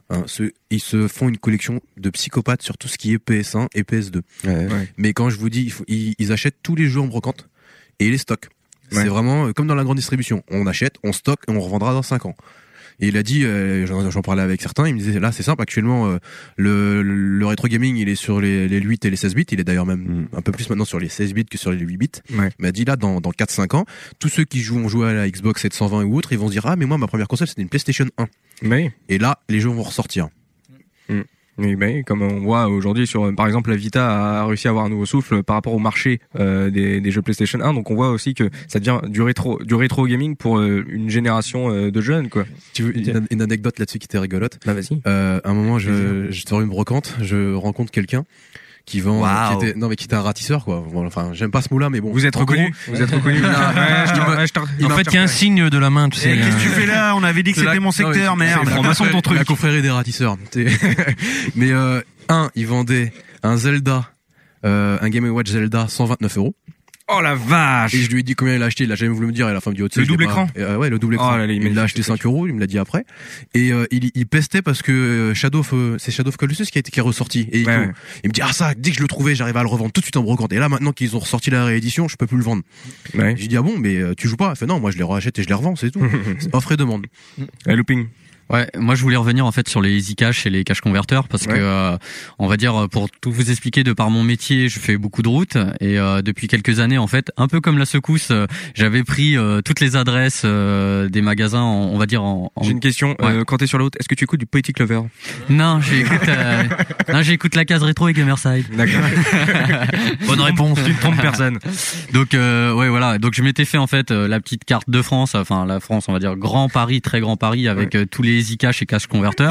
Hein, ceux, ils se font une collection de psychopathes sur tout ce qui est P S un et P S deux. Ouais. Ouais. Mais quand je vous dis, il faut, ils, ils achètent tous les jeux en brocante et ils les stockent. Ouais. C'est vraiment euh, comme dans la grande distribution. On achète, on stocke et on revendra dans cinq ans. Et il a dit, euh, j'en, j'en parlais avec certains, il me disait là c'est simple, actuellement euh, le, le, le rétro gaming il est sur les, les huit et les seize bits, il est d'ailleurs même Mm. un peu plus maintenant sur les seize bits que sur les huit bits. Ouais. Il m'a dit là dans, dans quatre cinq ans, tous ceux qui jouent, ont joué à la Xbox sept cent vingt ou autre, ils vont se dire ah mais moi ma première console c'était une PlayStation un. Mais Et là les jeux vont ressortir. Oui, ben, comme on voit aujourd'hui sur, par exemple, la Vita a réussi à avoir un nouveau souffle par rapport au marché euh, des, des jeux PlayStation un. Donc on voit aussi que ça devient du rétro, du rétro gaming pour euh, une génération euh, de jeunes, quoi. Tu veux une, une anecdote là-dessus qui était rigolote? Bah vas-y. Euh, à un moment, je, je sors une brocante, je rencontre quelqu'un qui vend, Waouh. qui était, non mais qui était un ratisseur quoi. Bon, enfin, j'aime pas ce mot-là, mais bon. Vous êtes En reconnu gros, Vous êtes reconnu Ouais, je t'en- ouais, je t'en- En fait, il y a un signe de la main, tu sais. Eh, Qu'est-ce que euh, tu fais là? On avait dit que C'est c'était la- mon secteur, non, mais c'est- merde. c'est franc-maçon, ton truc. La confrérie des ratisseurs. T'sais. Mais euh, un, il vendait un Zelda, euh, un Game and Watch Zelda cent vingt-neuf euros. Oh la vache. Et je lui ai dit combien il a acheté, il a jamais voulu me dire, et la femme dit, oh, tu sais, Le je l'ai double pas- écran Et, euh, ouais, le double écran. Oh là là, il il magnifique, l'a acheté ce cinq euros, il me l'a dit après. Et euh, il, il pestait parce que euh, Shadow of, euh, c'est Shadow of Colossus qui a été qui est ressorti. Et il, Ouais, ouais. il me dit, ah ça, dès que je le trouvais, j'arrivais à le revendre tout de suite en brocante. Et là, maintenant qu'ils ont ressorti la réédition, je peux plus le vendre. Ouais. J'ai dit, ah bon, mais euh, tu joues pas? Il fait, non, moi je les rachète et je les revends, c'est tout. C'est offre et demande. Eh, looping. Ouais, moi je voulais revenir en fait sur les easy cash et les cash converters parce Ouais. que euh, on va dire pour tout vous expliquer, de par mon métier, je fais beaucoup de routes et euh, depuis quelques années en fait, un peu comme la secousse, euh, j'avais pris euh, toutes les adresses euh, des magasins, en, on va dire en, en... J'ai une question. Ouais. Euh, quand t'es sur la route, est-ce que tu écoutes du Poetic Lover? Non, j'écoute euh... non, j'écoute la case rétro et Gamerside. D'accord. Bonne réponse. Tu ne trompes personne. Donc euh, ouais voilà, donc je m'étais fait en fait euh, la petite carte de France, enfin la France, on va dire Grand Paris, très Grand Paris avec euh, tous les easy cash et cash converters.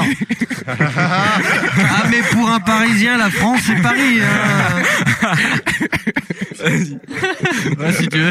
Ah, mais pour un Parisien, la France, c'est Paris. Hein. Ouais, si tu veux.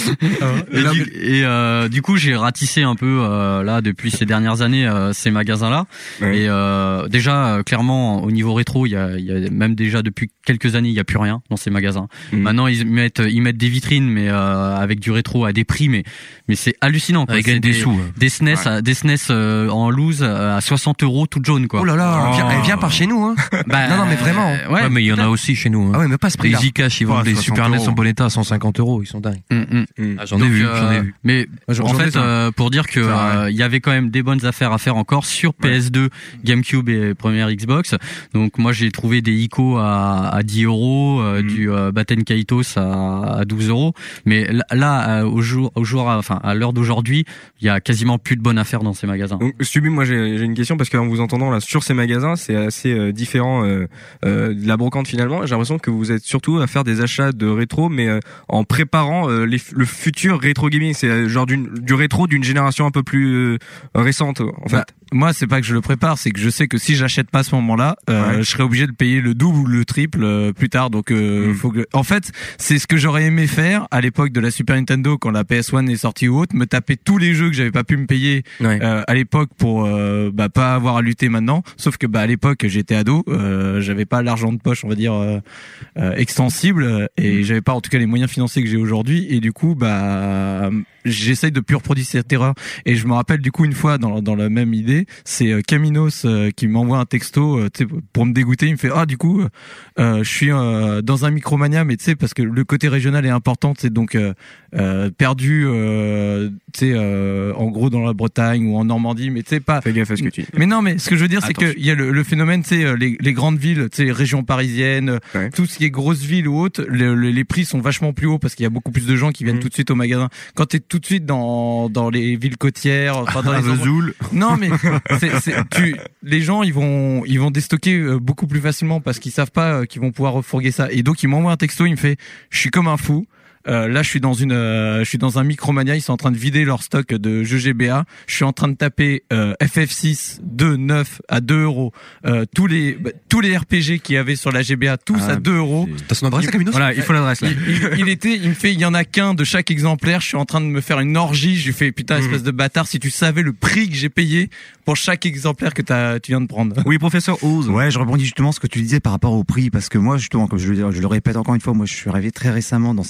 Et, du, et, euh, du coup, j'ai ratissé un peu euh, là depuis ces dernières années euh, ces magasins-là. Ouais. Et euh, déjà, euh, clairement, au niveau rétro, il y a, il y a même déjà depuis quelques années, il y a plus rien dans ces magasins. Mhm. Maintenant, ils mettent ils mettent des vitrines, mais euh, avec du rétro à des prix, mais mais c'est hallucinant. Quoi. Ils gagnent C'est des sous. hein. Des S N E S, à, des S N E S euh, en loose à soixante euros toute jaune quoi. Oh là là, Oh. viens, eh, viens par chez nous, hein. Bah, Non, non, mais vraiment. euh, Ouais, ouais, mais il y en a aussi chez nous. Ah Hein. ouais, mais pas à ce Les prix-là. Easy Cash, ils vendent Oh, des soixante Super N E S en euros. bon état à cent cinquante euros. Ils sont dingues. Mm, mm. Mm. Ah, j'en ai Donc, vu, euh, j'en ai vu. Mais j'en- en j'en ai fait, ça. euh, pour dire que C'est vrai. euh, il y avait quand même des bonnes affaires à faire encore sur P S deux, GameCube et première Xbox. Donc moi j'ai trouvé des Ico à, à dix euros, euh, Mm. du euh, Batten Kaitos à, à douze euros. Mais là, là, euh, au jour, au jour, enfin à l'heure d'aujourd'hui, il y a quasiment plus de bonnes affaires dans ces magasins. Donc, Subi, moi j'ai j'ai une question parce qu'en vous entendant là sur ces magasins, c'est assez euh, différent euh, euh, de la brocante finalement. J'ai l'impression que vous êtes surtout à faire des achats de rétro, mais euh, en préparant euh, les, le futur rétro gaming. C'est euh, genre d'une, du rétro d'une génération un peu plus euh, récente en fait. Bah, moi, c'est pas que je le prépare, c'est que je sais que si j'achète pas à ce moment-là, euh, Ouais. je serais obligé de payer le double ou le triple euh, plus tard. Donc, euh, Mm. faut que. En fait, c'est ce que j'aurais aimé faire à l'époque de la Super Nintendo quand la P S un est sortie ou autre, me taper tous les jeux que j'avais pas pu me payer Ouais. euh, à l'époque pour euh, bah pas avoir à lutter maintenant. Sauf que bah à l'époque j'étais ado, euh, j'avais pas l'argent de poche, on va dire euh, euh, extensible, euh, et j'avais pas en tout cas les moyens financiers que j'ai aujourd'hui. Et du coup bah j'essaye de plus reproduire cette erreur. Et je me rappelle du coup une fois dans dans la même idée, c'est euh, Caminos euh, qui m'envoie un texto euh, tu sais, pour me dégoûter. Il me fait ah du coup euh, je suis euh, dans un Micromania, mais tu sais parce que le côté régional est important, c'est donc euh, euh, perdu euh, tu sais euh, en gros dans la Bretagne ou en Normandie, mais tu sais pas. Fais gaffe à ce que tu dis. Mais non, mais ce que je veux dire, c'est Attention. qu'il y a le, le phénomène, tu sais, les, les grandes villes, tu sais, régions parisiennes, Ouais. tout ce qui est grosses villes ou autres, le- le- les prix sont vachement plus hauts parce qu'il y a beaucoup plus de gens qui viennent Mhm. tout de suite au magasin. Quand t'es tout de suite dans dans les villes côtières, enfin dans les endroits- Vesoul. non mais c'est, c'est, tu, les gens ils vont ils vont déstocker euh, beaucoup plus facilement parce qu'ils savent pas euh, qu'ils vont pouvoir refourguer ça. Et donc il m'envoie un texto, il me fait je suis comme un fou. Euh, là, je suis dans une, euh, je suis dans un Micromania. Ils sont en train de vider leur stock de jeux G B A. Je suis en train de taper euh, F F six deux neuf à deux euros. Euh, tous les bah, tous les R P G qu'il y avait sur la G B A, tous Ah, à deux euros. T'as son adresse, Caminos? Voilà, il faut l'adresse là. Il, il- il était, il me fait, il y en a qu'un de chaque exemplaire. Je suis en train de me faire une orgie. Je lui fais putain, espèce de bâtard. Si tu savais le prix que j'ai payé pour chaque exemplaire que t'as, tu viens de prendre. Oui, professeur Oz. Ouais, je rebondis justement sur ce que tu disais par rapport au prix, parce que moi, justement, comme je, le- je le répète encore une fois, moi, je suis arrivé très récemment dans cette euh,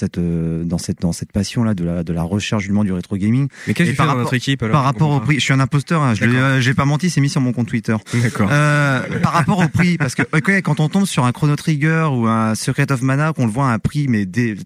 euh, dans cette dans cette passion là de la de la recherche justement du rétro gaming. Mais qu'est-ce Et que tu par fais dans rapport- notre équipe alors Par rapport au prix, je suis un imposteur. Hein, je l'ai, euh, j'ai pas menti, c'est mis sur mon compte Twitter. D'accord. Euh, par rapport au prix, parce que ok, quand on tombe sur un Chrono Trigger ou un Secret of Mana, qu'on le voit à un prix mais des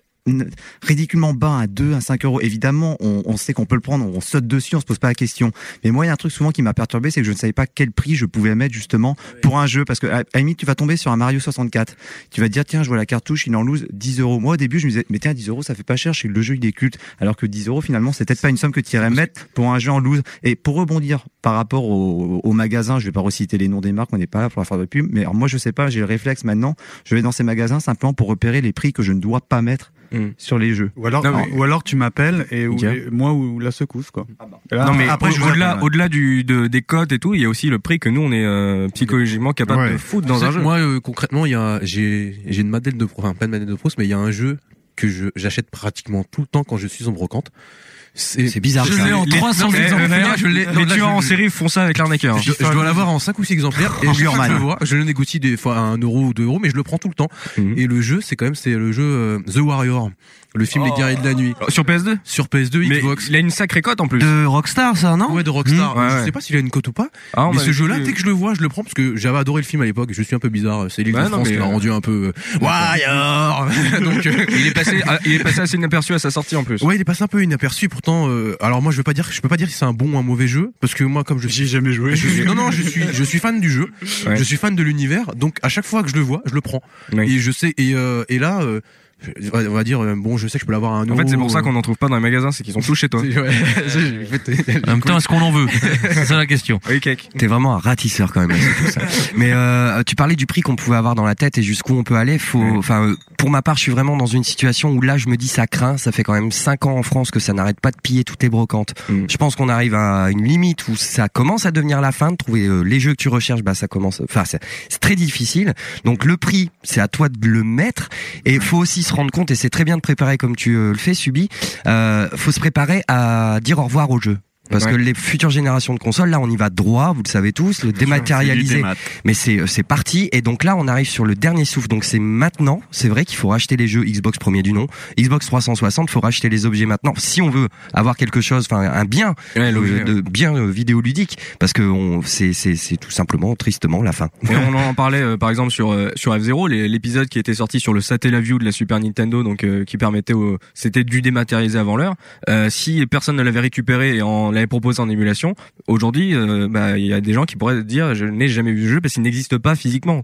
ridiculement bas à deux, à cinq euros. Évidemment, on, on sait qu'on peut le prendre, on saute dessus, on se pose pas la question. Mais moi, il y a un truc souvent qui m'a perturbé, c'est que je ne savais pas quel prix je pouvais mettre justement pour un jeu. Parce que, à la limite, tu vas tomber sur un Mario soixante-quatre. Tu vas te dire, tiens, je vois la cartouche, il est en loose dix euros. Moi, au début, je me disais, mais tiens, dix euros, ça fait pas cher, chez le jeu, il est culte. Alors que dix euros, finalement, c'est peut-être pas une somme que tu irais mettre pour un jeu en loose. Et pour rebondir par rapport au, au magasin, je vais pas reciter les noms des marques, on n'est pas là pour la faire de pub. Mais alors, moi, je sais pas, j'ai le réflexe maintenant, je vais dans ces magasins simplement pour repérer les prix que je ne dois pas mettre Mm. sur les jeux. Ou alors, Non, mais- ou alors tu m'appelles et, ou- Ok. et moi ou la secousse quoi. Et là, Non mais après, au- je vous au-delà, appelle, ouais. au-delà du de, des cotes et tout, il y a aussi le prix que nous on est euh, psychologiquement capable Ouais. de foutre dans Tu sais un que jeu. Moi, euh, concrètement, il y a, j'ai, j'ai une Madeleine de Proust, enfin pas une Madeleine de Proust, mais il y a un jeu que je, j'achète pratiquement tout le temps quand je suis en brocante. C'est, C'est bizarre. Je ça. l'ai en Les- trois cents non, mais, exemplaires, euh, je l'ai. non, Les là, tueurs je- en série font ça avec l'arnaqueur. Je, je dois l'avoir en cinq ou six exemplaires et chaque fois que je le vois, je le négocie des fois à un euro ou deux euros, mais je le prends tout le temps. Mhm. Et le jeu, c'est quand même, c'est le jeu euh, The Warrior, le film Oh. Les Guerriers de la Nuit, Sur P S deux. sur P S deux, Mais Xbox. il a une sacrée cote en plus. De Rockstar, ça, non? Ouais, de Rockstar. Mmh, ouais, je ouais. sais pas s'il a une cote ou pas. Ah, on mais m'avait ce jeu-là, dit- dès que je le vois, je le prends parce que j'avais adoré le film à l'époque. Je suis un peu bizarre. C'est l'île Ouais, de non, France mais, qui m'a euh, rendu un peu euh, Warrior. Donc, euh, il est passé, ah, il est passé assez inaperçu à sa sortie en plus. ouais, il est passé un peu inaperçu. Pourtant, euh, alors moi, je veux pas dire, je peux pas dire si c'est un bon ou un mauvais jeu parce que moi, comme je J'y ai jamais joué. je suis, non, non, je suis, je suis fan du jeu. Ouais. Je suis fan de l'univers. Donc, à chaque fois que je le vois, je le prends. Ouais. Et je sais, et, euh, et là, euh, on va dire, euh, bon, je sais que je peux l'avoir à un euro. En fait, c'est pour ça qu'on n'en trouve pas dans les magasins, c'est qu'ils sont tous chez toi. Ouais, j'ai fait- En même temps, est-ce qu'on en veut? C'est ça la question. Oui, Cake. T'es vraiment un ratisseur quand même. là, c'est tout ça. Mais euh, tu parlais du prix qu'on pouvait avoir dans la tête et jusqu'où on peut aller. Faut, enfin, euh, pour ma part, je suis vraiment dans une situation où là, je me dis ça craint. Ça fait quand même cinq ans en France que ça n'arrête pas de piller toutes les brocantes. Mm. Je pense qu'on arrive à une limite où ça commence à devenir la fin de trouver euh, les jeux que tu recherches. Bah, ça commence. Enfin, c'est c'est très difficile. Donc le prix, c'est à toi de le mettre. Et il faut aussi se rendre compte, et c'est très bien de préparer comme tu euh, le fais, Subi. Euh, faut se préparer à dire au revoir au jeu. Parce Ouais. que les futures générations de consoles, là, on y va droit, vous le savez tous, le dématérialisé. Mais c'est c'est parti, et donc là on arrive sur le dernier souffle. Donc c'est maintenant, c'est vrai qu'il faut racheter les jeux Xbox premier du nom, Xbox trois cent soixante, faut racheter les objets maintenant si on veut avoir quelque chose, enfin un bien Ouais, l'objet, euh, de bien euh, vidéoludique, parce que on c'est c'est c'est tout simplement tristement la fin. Et on en parlait euh, par exemple sur euh, sur F zéro, les- l'épisode qui était sorti sur le Satellaview de la Super Nintendo, donc euh, qui permettait, au, c'était du dématérialisé avant l'heure. Euh, si personne ne l'avait récupéré et en l'avait proposé en émulation, aujourd'hui, euh, bah il y a des gens qui pourraient dire je n'ai jamais vu le jeu parce qu'il n'existe pas physiquement.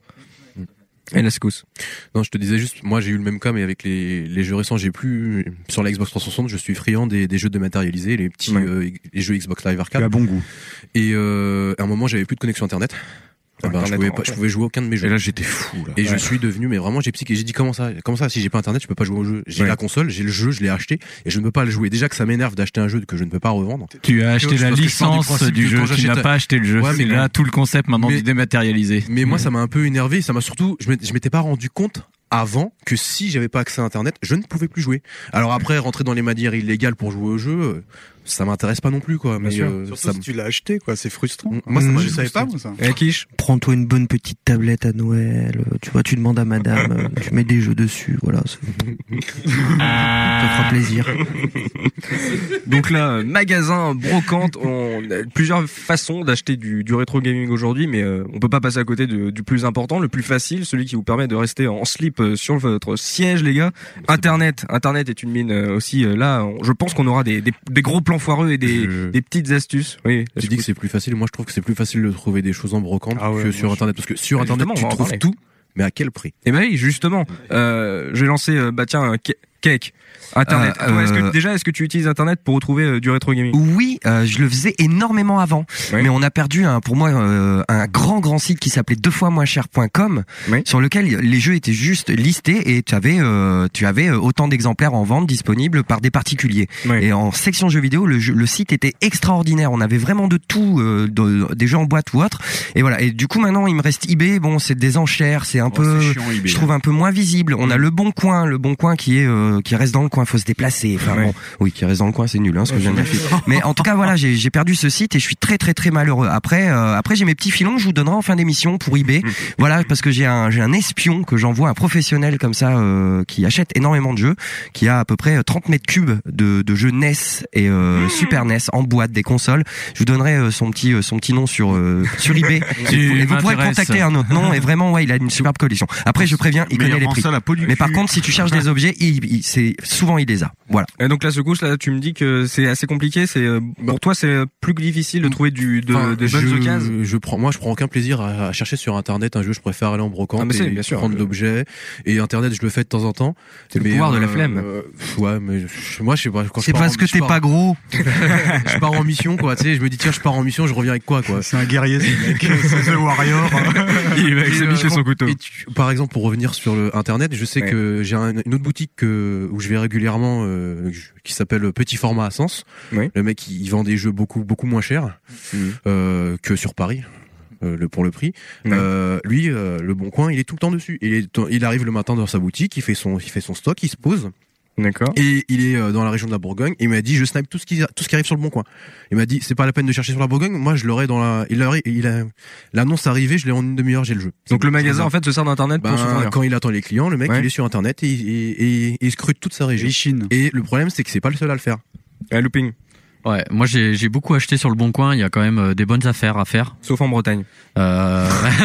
Et la secousse. Non, je te disais juste, moi j'ai eu le même cas, mais avec les, les jeux récents, j'ai plus sur la Xbox trois cent soixante, je suis friand des, des jeux dématérialisés, les petits Ouais. euh, les jeux Xbox Live Tu Arcade. as bon goût. Et euh, à un moment, j'avais plus de connexion internet. Ah ben, je Internet, pouvais en pas, je fait. pouvais jouer aucun de mes jeux. Et là j'étais fou là. Et je Ouais. suis devenu, mais vraiment, j'ai psyché. J'ai dit comment ça, comment ça, si j'ai pas internet, je peux pas jouer au jeu. J'ai Ouais. la console, j'ai le jeu, je l'ai acheté et je ne peux pas le jouer. Déjà que ça m'énerve d'acheter un jeu que je ne peux pas revendre. Tu as acheté Je la pense que je pars du licence principe du que jeu, quand tu j'achète- n'as pas acheté le jeu. Ouais, C'est mais- là tout le concept maintenant mais- du dématérialisé. Mais moi, ça m'a un peu énervé. Ça m'a surtout, je m'étais- je m'étais pas rendu compte avant que si j'avais pas accès à internet, je ne pouvais plus jouer. Alors après, rentrer dans les manières illégales pour jouer au jeu, euh, ça m'intéresse pas non plus, quoi. Mais sûr. euh, Surtout ça si me- tu l'as acheté, quoi. C'est frustrant. Moi, ça m'a je juste savais pas, frustré. moi, ça. Et Quiche. Prends-toi une bonne petite tablette à Noël, euh, tu vois, tu demandes à madame, euh, tu mets des jeux dessus, voilà. Ça ça te fera plaisir. Donc là, euh, magasin, brocante, on a plusieurs façons d'acheter du, du rétro gaming aujourd'hui, mais euh, on peut pas passer à côté de- du plus important, le plus facile, celui qui vous permet de rester en slip euh, sur votre siège, les gars. Internet, Internet est une mine euh, aussi. euh, là, on- je pense qu'on aura des, des, des gros plans foireux et des, Je- des petites astuces. Oui. Tu dis que c'est plus facile. Moi, je trouve que c'est plus facile de trouver des choses en brocante Ah ouais, que moi, sur je- internet. Parce que sur Bah, internet, justement, tu on va en trouves parler. tout. Mais à quel prix? Et ben oui, justement, euh, j'ai lancé, euh, bah tiens, Ke- Cake. Internet. Euh, Toi, est-ce que, euh, déjà, est-ce que tu utilises Internet pour retrouver euh, du rétro gaming? Oui, euh, je le faisais énormément avant, Ouais. mais on a perdu un, pour moi euh, un grand grand site qui s'appelait deux fois moins cher point com, Oui. sur lequel les jeux étaient juste listés et tu avais euh, tu avais euh, autant d'exemplaires en vente disponibles par des particuliers. Ouais. Et en section jeux vidéo, le, jeu- le site était extraordinaire. On avait vraiment de tout, euh, de- des jeux en boîte ou autre. Et voilà. Et du coup maintenant il me reste eBay. Bon, c'est des enchères, c'est un peu, je trouve un peu moins visible. On a le Bon Coin, le Bon Coin qui est euh, euh, qui reste dans le coin, faut se déplacer. Enfin Ouais. bon, oui, qui reste dans le coin, c'est nul, hein, ce que je viens de dire. Mais en tout cas, voilà, j'ai, j'ai perdu ce site et je suis très très très malheureux. Après, euh, après j'ai mes petits filons que je vous donnerai en fin d'émission pour eBay. Voilà, parce que j'ai un j'ai un espion que j'envoie, un professionnel comme ça euh, qui achète énormément de jeux, qui a à peu près trente mètres cubes de, de jeux N E S et euh, Super N E S en boîte, des consoles. Je vous donnerai euh, son petit euh, son petit nom sur euh, sur eBay. Tu et vous pourrez m'intéresses. contacter un autre nom. Et vraiment, ouais, il a une superbe collection. Après, je préviens, il Mais connaît les rend prix. ça la peau du Mais par cul. contre, si tu cherches des objets, il, il- c'est souvent il les a. Voilà. Et donc la secousse, là, tu me dis que c'est assez compliqué. C'est euh, pour toi, c'est euh, plus difficile de trouver du de, Enfin, des bonnes je, occasions. je prends, moi, je prends aucun plaisir à, à chercher sur Internet un jeu. Je préfère aller en brocante Ah, mais c'est, et bien sûr. prendre l'objet. Et Internet, je le fais de temps en temps. C'est le Mais, pouvoir de la euh, flemme. euh, ouais, mais je- moi, je sais pas. Quand je C'est pars parce en- que je t'es pars- pas gros. Je pars en mission, quoi. Tu sais, je me dis tiens, je pars en mission, je reviens avec quoi, quoi. C'est un guerrier, ce mec. C'est The Warrior. Il va avec Et, sa euh, biche et son couteau. Et tu- par exemple, pour revenir sur le Internet, je sais Ouais. que j'ai un- une autre boutique que, où je vais régulièrement, euh, qui s'appelle Petit Format à Sens. Oui. Le mec, il vend des jeux beaucoup beaucoup moins chers Mhm. euh, que sur Paris. Euh, le pour le prix. Ouais. Euh, lui, euh, le Bon Coin, il est tout le temps dessus. Il, est, il arrive le matin dans sa boutique, il fait son, il fait son stock, il se pose. D'accord. Et il est euh, dans la région de la Bourgogne. Et il m'a dit, je snipe tout ce qui, tout ce qui arrive sur le Bon Coin. Il m'a dit, c'est pas la peine de chercher sur la Bourgogne. Moi, je l'aurai dans la. Il a, il a l'annonce arrivée, je l'ai en une demi-heure, j'ai le jeu. Donc le magasin en fait se sert d'internet pour Ben, se fournir. quand il attend les clients, le mec, Ouais. il est sur Internet et, et, et, et il scrute toute sa région. Et Chine. Et le problème, c'est que c'est pas le seul à le faire. Ah, looping. Ouais, moi j'ai j'ai beaucoup acheté sur le Bon Coin. Il y a quand même euh, des bonnes affaires à faire. Sauf en Bretagne. Euh...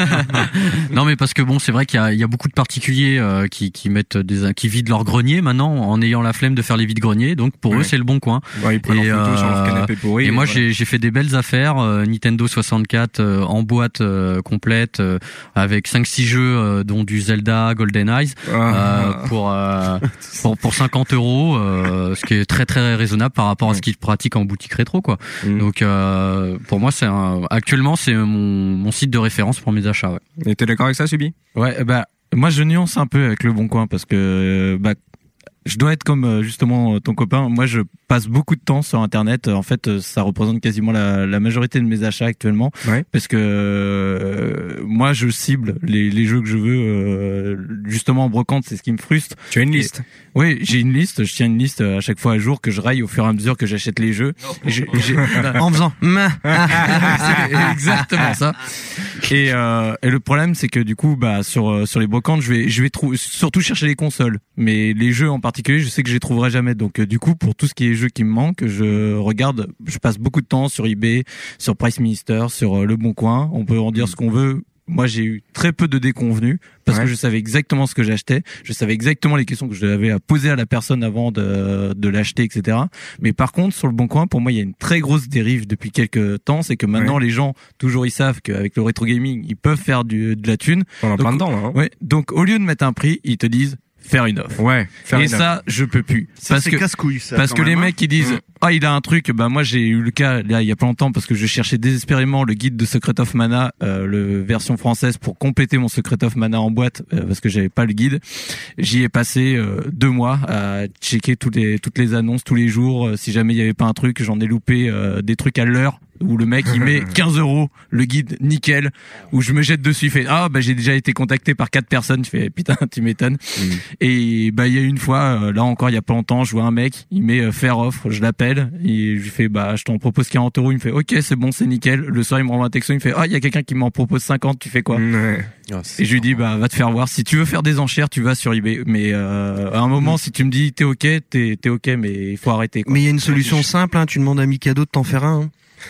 non, mais parce que bon, c'est vrai qu'il y a, il y a beaucoup de particuliers euh, qui qui mettent des qui vident leur grenier maintenant en ayant la flemme de faire les vides greniers. Donc pour Ouais. eux, c'est le Bon Coin. Bon, ils prennent Et, en photo euh, sur leur canapé pourri. Et moi, voilà. j'ai j'ai fait des belles affaires. euh, Nintendo soixante-quatre euh, en boîte euh, complète euh, avec cinq six jeux, euh, dont du Zelda, Golden Eyes, Ah. euh, pour, euh, pour pour cinquante euros, euh, ce qui est très très raisonnable par rapport à ce qu'ils pratiquent en boutique rétro, quoi. Mhm. Donc euh, pour moi, c'est un, actuellement c'est mon mon site de référence pour mes achats. Ouais. Et t'es d'accord avec ça, Subi? Ouais, bah moi je nuance un peu avec le Bon Coin parce que euh, bah je dois être comme euh, justement ton copain. Moi, je passe beaucoup de temps sur Internet. En fait, euh, ça représente quasiment la, la majorité de mes achats actuellement, Ouais. parce que euh, moi, je cible les, les jeux que je veux. Euh, justement, en brocante, c'est ce qui me frustre. Tu as une liste. Oui, j'ai une liste. Je tiens une liste à chaque fois à jour que je raille au fur et à mesure que j'achète les jeux. Et j'ai- j'ai- En faisant. c'est exactement ça. Et, euh, et le problème, c'est que du coup, bah sur euh, sur les brocantes, je vais je vais trou- surtout chercher les consoles, mais les jeux en particulier, je sais que je les trouverai jamais. Donc euh, du coup, pour tout ce qui est jeux qui me manquent, je regarde, je passe beaucoup de temps sur eBay, sur Price Minister, sur euh, Le Bon Coin. On peut en dire ce qu'on veut. Moi, j'ai eu très peu de déconvenus parce Ouais. que je savais exactement ce que j'achetais. Je savais exactement les questions que je devais à poser à la personne avant de, de l'acheter, et cetera. Mais par contre, sur le Bon Coin, pour moi, il y a une très grosse dérive depuis quelques temps. C'est que maintenant, les gens, toujours, ils savent qu'avec le rétro gaming, ils peuvent faire du, de la thune. On en Donc, plein dedans, là. Hein. Ouais. Donc, au lieu de mettre un prix, ils te disent faire une offre. Ouais. Faire Et une ça, je peux plus. Ça, parce c'est que casse-couille, ça. parce quand que les même, hein. mecs qui disent ah il a un truc, bah moi j'ai eu le cas là il y a pas longtemps parce que je cherchais désespérément le guide de Secret of Mana, euh, le version française pour compléter mon Secret of Mana en boîte euh, parce que j'avais pas le guide. J'y ai passé euh, deux mois à checker toutes les toutes les annonces tous les jours. Euh, si jamais il y avait pas un truc, j'en ai loupé euh, des trucs à l'heure où le mec il met quinze euros le guide nickel, où je me jette dessus, il fait ah bah j'ai déjà été contacté par quatre personnes, je fais putain tu m'étonnes. Et bah il y a une fois euh, là encore il y a pas longtemps, je vois un mec, il met euh, faire offre, je l'appelle et je lui fais bah je t'en propose quarante euros, il me fait ok c'est bon c'est nickel. Le soir il me renvoie un texto, il me fait ah il y a quelqu'un qui m'en propose cinquante, tu fais quoi? Ouais. Ah, c'est- Et je lui dis bah va te faire voir, si tu veux faire des enchères tu vas sur eBay, mais euh, à un moment si tu me dis t'es ok t'es t'es ok mais il faut arrêter quoi. Mais il y a une solution simple, hein, tu demandes à Mikado de t'en faire un. Hein.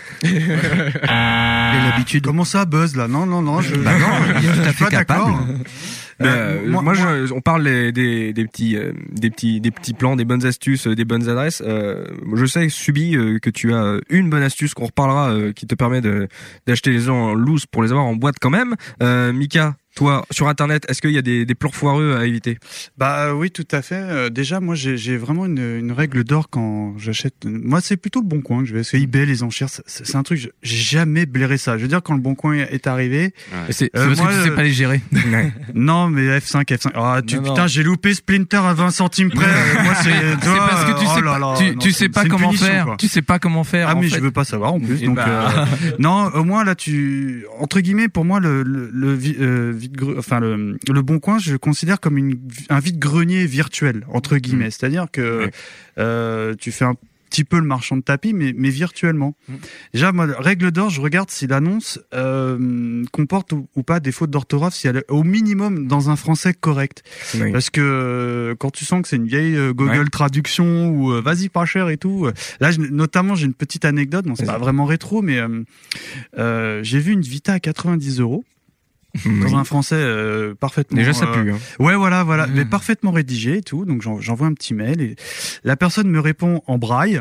J'ai l'habitude. Comment ça, Buzz, là? Non, non, non, je. Bah non, il est tout à je suis fait pas d'accord. capable. Mais, Euh, euh, moi- moi, moi- je, on parle des, des, des petits, euh, des petits, des petits plans, des bonnes astuces, euh, des bonnes adresses. Euh, je sais, Subi, euh, que tu as une bonne astuce qu'on reparlera, euh, qui te permet de d'acheter les jeux en loose pour les avoir en boîte quand même. Euh, Mika, toi, sur Internet, est-ce qu'il y a des, des plans foireux à éviter? Bah oui, tout à fait. Euh, déjà, moi, j'ai j'ai vraiment une, une règle d'or quand j'achète. Moi, c'est plutôt le Bon Coin que je vais. Parce que eBay, les enchères, c'est- c'est c'est un truc. J'ai jamais blairé ça. Je veux dire, quand le Bon Coin est arrivé. C'est c'est Euh, parce moi, que tu sais euh, pas les gérer. Non, mais F cinq, F cinq. Ah, tu, Non, non. putain, j'ai loupé Splinter à vingt centimes près. Euh, moi, c'est. C'est parce que tu sais pas, tu, tu sais pas comment faire. Tu sais pas comment faire. Ah en mais fait. je veux pas savoir en plus. Et Donc bah. euh, non, au moins là tu entre guillemets pour moi le le, le vi- euh, vide, enfin le le Bon Coin, je le considère comme une un vide-grenier virtuel entre guillemets, mmh. c'est-à-dire que ouais. euh, tu fais un petit peu le marchand de tapis, mais, mais virtuellement. Mmh. Déjà, moi, règle d'or, je regarde si l'annonce euh, comporte ou, ou pas des fautes d'orthographe, si elle est au minimum dans un français correct. Oui. Parce que euh, quand tu sens que c'est une vieille euh, Google ouais. Traduction ou euh, vas-y pas cher et tout. Euh, là, je, notamment, j'ai une petite anecdote. Bon, c'est vas-y. Pas vraiment rétro, mais euh, euh, j'ai vu une Vita à quatre-vingt-dix euros. Oui. Dans un français euh, parfaitement. Déjà ça pue. Hein. Euh, ouais, voilà, voilà, mmh. mais parfaitement rédigé et tout. Donc j'en, j'envoie un petit mail et la personne me répond en braille.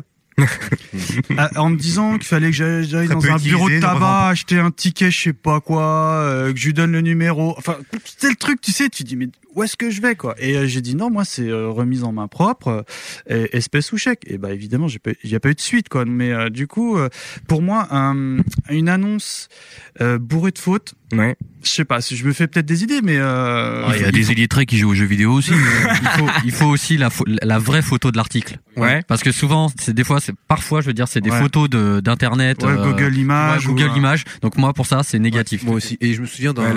En me disant qu'il fallait que j'aille, j'aille dans un bureau de tabac acheter un ticket, je sais pas quoi, euh, que je lui donne le numéro. Enfin, c'est le truc, tu sais. Tu dis mais où est-ce que je vais quoi? Et euh, j'ai dit non, moi c'est euh, remise en main propre, euh, espèce ou chèque. Et bah évidemment, j'ai pas, j'ai pas eu de suite quoi. Mais euh, du coup, euh, pour moi, un, une annonce euh, bourrée de fautes. Ouais. Je sais pas, si je me fais peut-être des idées, mais euh, ah, il y a des faut... illettrés qui jouent aux jeux vidéo aussi. il faut, il faut aussi la, la vraie photo de l'article. Ouais. Parce que souvent, c'est des fois, c'est parfois, je veux dire, c'est des ouais. photos de d'internet, ouais, euh, Google Images, ouais, Google ou... Images. Donc moi, pour ça, c'est négatif. Ouais, moi aussi. Et je me souviens d'un, ouais,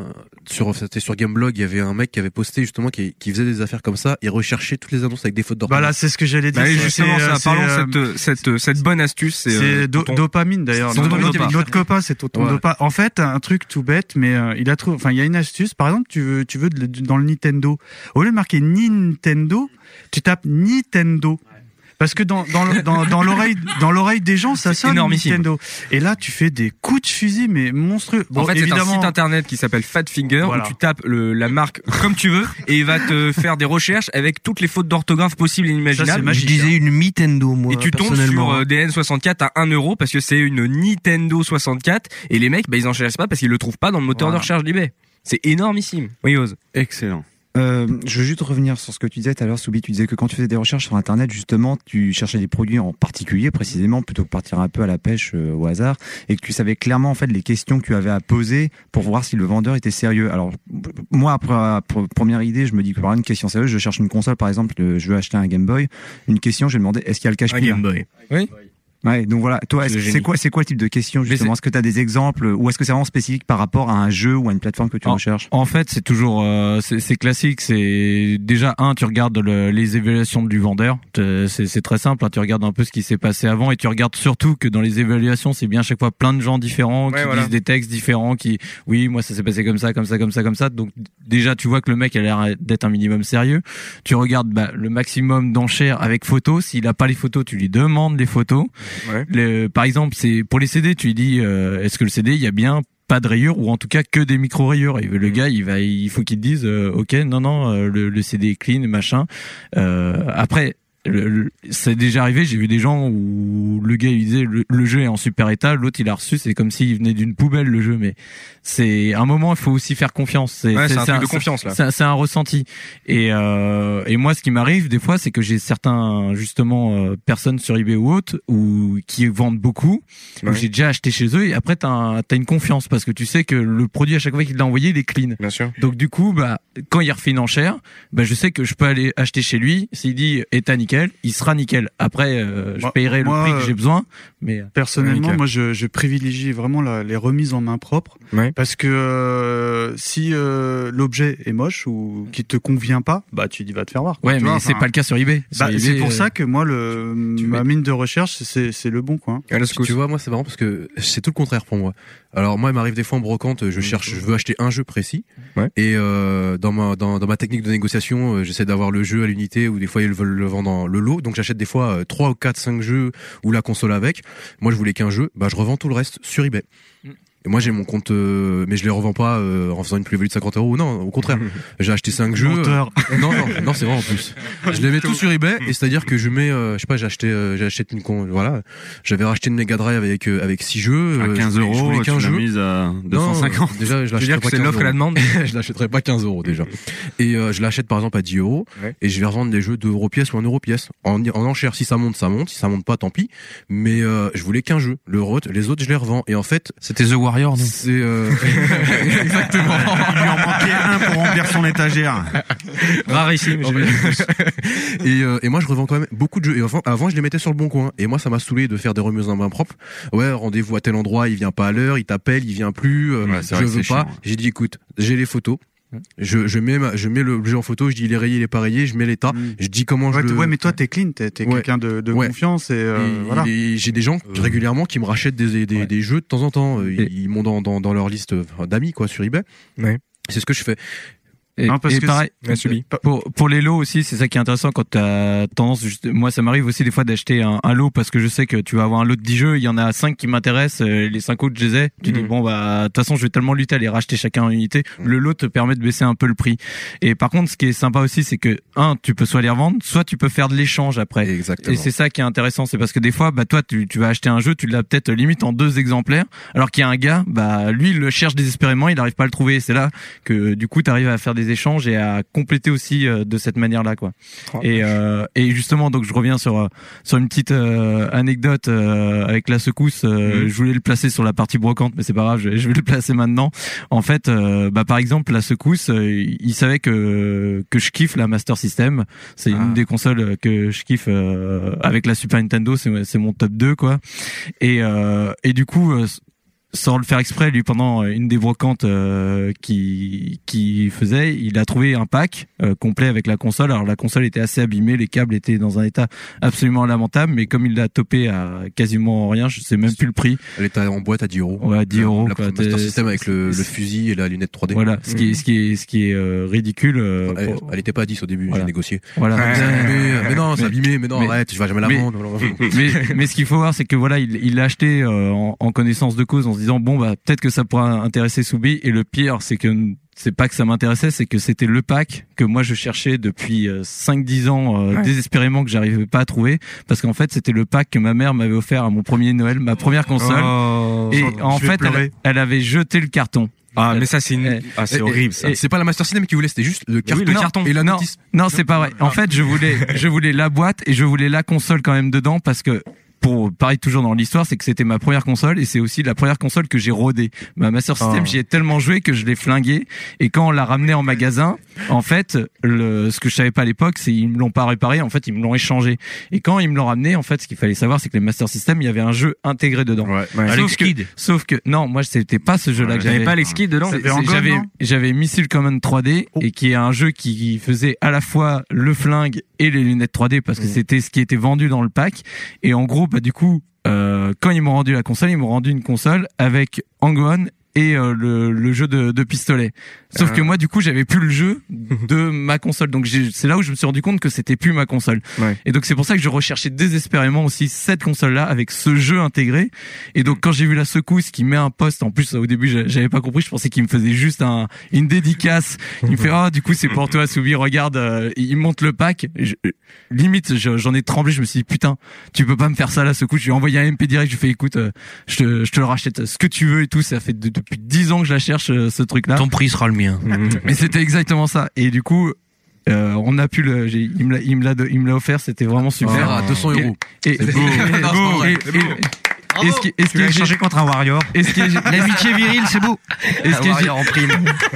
sur, c'était sur Gameblog, il y avait un mec qui avait posté justement qui, qui faisait des affaires comme ça et recherchait toutes les annonces avec des fautes d'orthographe. Bah là, c'est ce que j'allais dire. Bah, justement, c'est, ça, c'est, parlons euh, cette, cette, cette bonne astuce. C'est, c'est euh, do, dopamine d'ailleurs. Notre, notre, notre copain, c'est Tonton ouais. Dopa. En fait, un truc tout bête, mais euh, il a trouvé. Enfin, il y a une astuce. Par exemple, tu veux, tu veux de, dans le Nintendo. Au lieu de marquer Nintendo, tu tapes Nintendo. Parce que dans dans dans, dans l'oreille dans l'oreille des gens ça sonne Nintendo. Et là tu fais des coups de fusil mais monstrueux. Bon, en fait évidemment... c'est un site internet qui s'appelle Fatfinger voilà. où tu tapes le, la marque comme tu veux et il va te faire des recherches avec toutes les fautes d'orthographe possibles et inimaginables. Ça, je disais une Nintendo moi. Et tu tombes sur euh, des N soixante-quatre à un euro parce que c'est une Nintendo soixante-quatre et les mecs bah ils en cherchent pas parce qu'ils le trouvent pas dans le moteur voilà. de recherche d'eBay. C'est énormissime. Oui, Oz. Excellent. Euh, je veux juste revenir sur ce que tu disais tout à l'heure, Soubi. Tu disais que quand tu faisais des recherches sur Internet, justement, tu cherchais des produits en particulier, précisément, plutôt que partir un peu à la pêche euh, au hasard, et que tu savais clairement en fait les questions que tu avais à poser pour voir si le vendeur était sérieux. Alors moi, après la première idée, je me dis que par une question sérieuse, je cherche une console, par exemple, je veux acheter un Game Boy. Une question, je vais demander est-ce qu'il y a le cache-pile? Un Game Boy. Oui. Ouais, donc voilà. Toi, c'est, c'est quoi, c'est quoi le type de question justement? Est-ce que tu as des exemples ou est-ce que c'est vraiment spécifique par rapport à un jeu ou à une plateforme que tu en, recherches? En fait, c'est toujours, euh, c'est, c'est classique. C'est déjà un, tu regardes le, les évaluations du vendeur. C'est, c'est très simple. Hein, tu regardes un peu ce qui s'est passé avant et tu regardes surtout que dans les évaluations, c'est bien à chaque fois plein de gens différents ouais, qui voilà. disent des textes différents, qui, oui, moi ça s'est passé comme ça, comme ça, comme ça, comme ça. Donc déjà, tu vois que le mec a l'air d'être un minimum sérieux. Tu regardes bah, le maximum d'enchères avec photos. S'il a pas les photos, tu lui demandes les photos. Ouais. Le, par exemple, c'est pour les C D, tu lui dis euh, est-ce que le C D il y a bien pas de rayures ou en tout cas que des micro rayures. Et le gars, il va, il faut qu'il te dise euh, ok, non non, euh, le, le C D est clean, machin. Euh, après. Le, le, c'est déjà arrivé, j'ai vu des gens où le gars il disait le, le jeu est en super état, l'autre il a reçu, c'est comme s'il venait d'une poubelle le jeu, mais c'est un moment il faut aussi faire confiance. C'est, ouais, c'est, c'est un c'est truc un, de confiance là. C'est, c'est un ressenti. Et euh, et moi ce qui m'arrive des fois c'est que j'ai certains justement euh, personnes sur eBay ou autres ou qui vendent beaucoup, ouais. où j'ai déjà acheté chez eux et après t'as un, t'as une confiance parce que tu sais que le produit à chaque fois qu'il l'a envoyé il est clean. Bien sûr. Donc du coup bah quand il refait une enchère, bah je sais que je peux aller acheter chez lui. S'il dit état nickel, il sera nickel. Après, euh, je moi, payerai moi, le prix que j'ai besoin. Mais personnellement, nickel. moi, je, je privilégie vraiment la, les remises en main propre, ouais. parce que euh, si euh, l'objet est moche ou qui te convient pas, bah tu dis va te faire voir. Quoi, ouais, mais vois, c'est pas le cas sur eBay. Bah, sur c'est eBay, pour euh... ça que moi, le ma mine de recherche, c'est c'est le bon coin. Ouais, tu, tu vois, moi, c'est marrant parce que c'est tout le contraire pour moi. Alors moi, il m'arrive des fois en brocante, je cherche, je veux acheter un jeu précis, ouais. et euh, dans ma dans, dans ma technique de négociation, euh, j'essaie d'avoir le jeu à l'unité ou des fois ils veulent le vendre dans le lot, donc j'achète des fois euh, trois ou quatre, cinq jeux ou la console avec. Moi, je voulais qu'un jeu, bah je revends tout le reste sur eBay. Mm. Et moi j'ai mon compte, euh, mais je les revends pas euh, en faisant une plus-value de cinquante euros. Non, au contraire, j'ai acheté cinq jeux. Euh, non, non, non, c'est vrai en plus. Je les mets tous sur eBay et c'est-à-dire que je mets, euh, je sais pas, j'ai acheté, euh, j'ai acheté une con, voilà, j'avais racheté une Mega Drive avec euh, avec six jeux. À quinze euros, je voulais quinze tu jeux. L'as mise à deux cent cinquante. Non, déjà, je l'achèterais pas c'est l'offre et la demande. Je l'achèterais pas quinze euros déjà. Et euh, je l'achète par exemple à dix euros ouais. et je vais revendre des jeux deux euros pièce ou un euro pièce. En, en enchère, si ça monte, ça monte. Si ça monte pas, tant pis. Mais euh, je voulais qu'un jeu. Le rot, les autres, je les revends. Et en fait, c'était The Warrior, non? C'est euh... exactement. Il lui en manquait un pour remplir son étagère. Rarissime. En fait. et, euh, et moi, je revends quand même beaucoup de jeux. Et avant, avant, je les mettais sur le bon coin. Et moi, ça m'a saoulé de faire des remises en main propre. Ouais, rendez-vous à tel endroit, il vient pas à l'heure, il t'appelle, il vient plus, euh, Ouais, c'est je vrai que veux c'est pas. chiant. J'ai dit, écoute, j'ai les photos. Je, je mets ma, je mets le jeu en photo, je dis il est rayé, il est pas rayé, je mets l'état, Mm. je dis comment Ouais, je t- le... ouais, mais toi, t'es clean, t'es, t'es Ouais. quelqu'un de, de Ouais. confiance et, euh, Et voilà. il est- j'ai des gens régulièrement qui me rachètent des, des, Ouais. des jeux de temps en temps. Ils, Et- ils m'ont dans, dans, dans leur liste d'amis quoi sur eBay. Ouais. C'est ce que je fais. Et, Non, parce et que pareil, Ouais, celui. pour, pour les lots aussi, c'est ça qui est intéressant quand tu as tendance, juste- moi ça m'arrive aussi des fois d'acheter un, un lot parce que je sais que tu vas avoir un lot de dix jeux, il y en a cinq qui m'intéressent, euh, les cinq autres je les ai, tu dis Mhm. bon bah de toute façon je vais tellement lutter à les racheter chacun en unité, le lot te permet de baisser un peu le prix. Et par contre ce qui est sympa aussi c'est que un, tu peux soit les revendre, soit tu peux faire de l'échange après. Exactement. Et c'est ça qui est intéressant, c'est parce que des fois, bah toi, tu, tu vas acheter un jeu, tu l'as peut-être limite en deux exemplaires, alors qu'il y a un gars, bah lui, il le cherche désespérément, il n'arrive pas à le trouver. Et c'est là que du coup, tu arrives à faire des échanges et à compléter aussi euh, de cette manière-là, quoi. Et euh, et justement, donc je reviens sur euh, sur une petite euh, anecdote euh, avec la secousse. Euh, Mhm. Je voulais le placer sur la partie brocante, mais c'est pas grave, je, je vais le placer maintenant. En fait, euh, bah par exemple, la secousse, euh, il savait que que je kiffe la Master System. C'est une Ah. des consoles que je kiffe euh, avec la Super Nintendo, c'est c'est mon top deux quoi. Et euh, et du coup euh, sans le faire exprès, lui pendant une des brocantes euh, qui qui faisait, il a trouvé un pack euh, complet avec la console. Alors la console était assez abîmée, les câbles étaient dans un état absolument lamentable, mais comme il l'a topé à quasiment rien, je sais même plus le prix. Elle était en boîte à dix euros. Ouais, dix euros. La quoi. Master T'es- System avec le, le c'est- fusil et la lunette trois D. Voilà, ce qui est ce qui est ce qui est euh, ridicule. euh, Elle, pour- elle était pas à dix au début, Voilà. j'ai négocié. Voilà. Ouais. C'est abîmé, mais non, c'est Mais- abîmé, mais non, mais- arrête, je vais jamais la mais- vendre. mais, mais ce qu'il faut voir, c'est que voilà, il il l'a acheté euh, en, en connaissance de cause, en se disant bon bah peut-être que ça pourra intéresser Soubi. Et le pire, c'est que c'est pas que ça m'intéressait, c'est que c'était le pack que moi je cherchais depuis euh, cinq dix ans euh, Ouais. désespérément que j'arrivais pas à trouver, parce qu'en fait c'était le pack que ma mère m'avait offert à mon premier Noël, ma première console. Oh. Et je en vais fait, elle, pleurer. elle avait jeté le carton. Ah, mais ça, c'est une... Eh, ah, c'est Et- horrible, ça. et- C'est pas la Master System qui voulait, c'était juste le carton, le carton. et la Non, notice. non, c'est pas vrai. En fait, je voulais, je voulais la boîte et je voulais la console quand même dedans parce que, pour pareil toujours dans l'histoire, c'est que c'était ma première console et c'est aussi la première console que j'ai rodée. Ma Master System, Oh. j'y ai tellement joué que je l'ai flinguée. Et quand on l'a ramené en magasin, en fait, le, ce que je savais pas à l'époque, c'est ils me l'ont pas réparé. En fait, ils me l'ont échangé. Et quand ils me l'ont ramené, en fait, ce qu'il fallait savoir, c'est que les Master System, il y avait un jeu intégré dedans. Ouais. Ouais. Sauf Alex que- Kidd. Sauf que non, moi c'était pas ce jeu-là que J'avais j'avais. pas Alex Kidd dedans. Ça C'est- fait en c'est- gomme, J'avais non j'avais Missile Command trois D Oh. et qui est un jeu qui faisait à la fois le flingue et les lunettes trois D parce que Mm. c'était ce qui était vendu dans le pack. Et en gros, bah du coup, euh, quand ils m'ont rendu la console, ils m'ont rendu une console avec Hang-On et euh, le, le jeu de, de pistolet. Sauf Ah. que moi, du coup, j'avais plus le jeu de ma console. Donc j'ai- c'est là où je me suis rendu compte que c'était plus ma console. Ouais. Et donc c'est pour ça que je recherchais désespérément aussi cette console-là avec ce jeu intégré. Et donc quand j'ai vu la secousse qui met un poste, en plus au début j'a- j'avais pas compris, je pensais qu'il me faisait juste un, une dédicace. Il me fait ah du coup c'est pour toi Soubi, regarde, euh, il monte le pack. Je- limite je- j'en ai tremblé, je me suis dit putain tu peux pas me faire ça la secousse. Je lui ai envoyé un M P direct, je lui ai fait écoute euh, je, te, je te le rachète ce que tu veux et tout. Ça fait de- depuis dix ans que je la cherche euh, ce truc là. Ton prix sera le mien. Mais c'était exactement ça. Et du coup, euh, on a pu le, j'ai- il me l'a, il me l'a, do- il me l'a offert. C'était vraiment Faire super. à deux cents euros. Et, C'est beau. et- Non, c'est pas vrai. et- C'est beau. et- et ce qui, et ce Tu qui l'as est échangé contre un Warrior. et ce qui est, L'amitié virile, c'est beau. et ce qui est, en prime.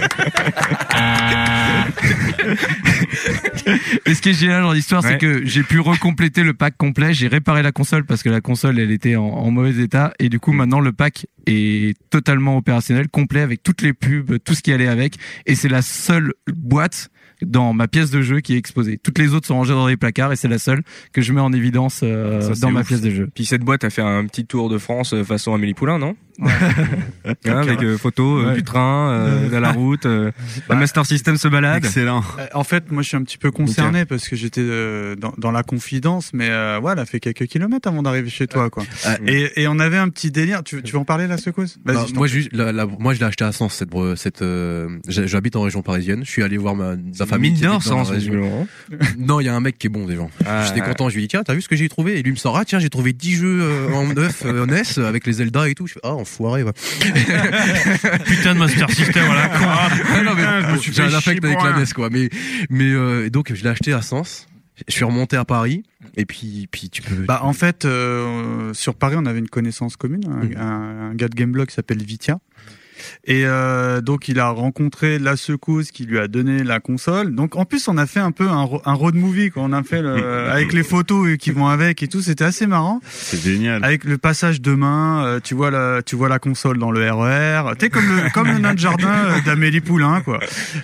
et ce qui est génial dans l'histoire, Ouais. c'est que j'ai pu recompléter le pack complet. J'ai réparé la console parce que la console, elle était en, en mauvais état. Et du coup, maintenant, le pack est totalement opérationnel, complet avec toutes les pubs, tout ce qui allait avec. Et c'est la seule boîte dans ma pièce de jeu qui est exposée. Toutes les autres sont rangées dans des placards et c'est la seule que je mets en évidence euh, Ça, c'est dans ma ouf. pièce de jeu. Puis cette boîte a fait un petit tour de France euh, façon Amélie Poulain, non? Hein, avec euh, photos euh, Ouais. du train, euh, de la route, euh, la Master System se balade. Excellent. Euh, En fait, moi, je suis un petit peu concerné parce que j'étais euh, dans, dans la confidence, mais euh, ouais, elle a fait quelques kilomètres avant d'arriver chez toi, quoi. Ah, Et, et on avait un petit délire. Tu, tu veux en parler, la secousse? Vas-y, Bah, je t'en moi, prie. juste, la, la- moi, je l'ai acheté à Sens, cette, bre- cette, euh, j'ai- j'habite en région parisienne. Je suis allé voir ma, sa famille. Mine qui d'or, habite dans la sans région. Non, il y a un mec qui est bon, des gens. Ah, J'étais ah. content. Je lui ai dit, tiens, t'as vu ce que j'ai trouvé? Et lui me sort, ah, tiens, j'ai trouvé dix jeux euh, en neuf, euh, en S, avec les Zelda et tout. Je fais, ah, enfoiré, ouais. Putain de Master System, voilà. con. Ah, non, mais, je me suis j'ai fait un chier affect pour avec la rien. N E S, quoi. Mais, mais, euh, donc, je l'ai acheté à Sens. Je suis remonté à Paris. Et puis, puis tu peux. Bah, en fait, euh, sur Paris, on avait une connaissance commune, un, Mhm. un, un gars de Gameblog qui s'appelle Vitia. Et euh, donc il a rencontré la secousse qui lui a donné la console. Donc en plus on a fait un peu un, un road movie quoi. On a fait le, avec les photos qui vont avec et tout. C'était assez marrant. C'est génial. Avec le passage de main, euh, tu vois la tu vois la console dans le R E R. T'es comme le comme le nain de jardin euh, d'Amélie Poulain quoi.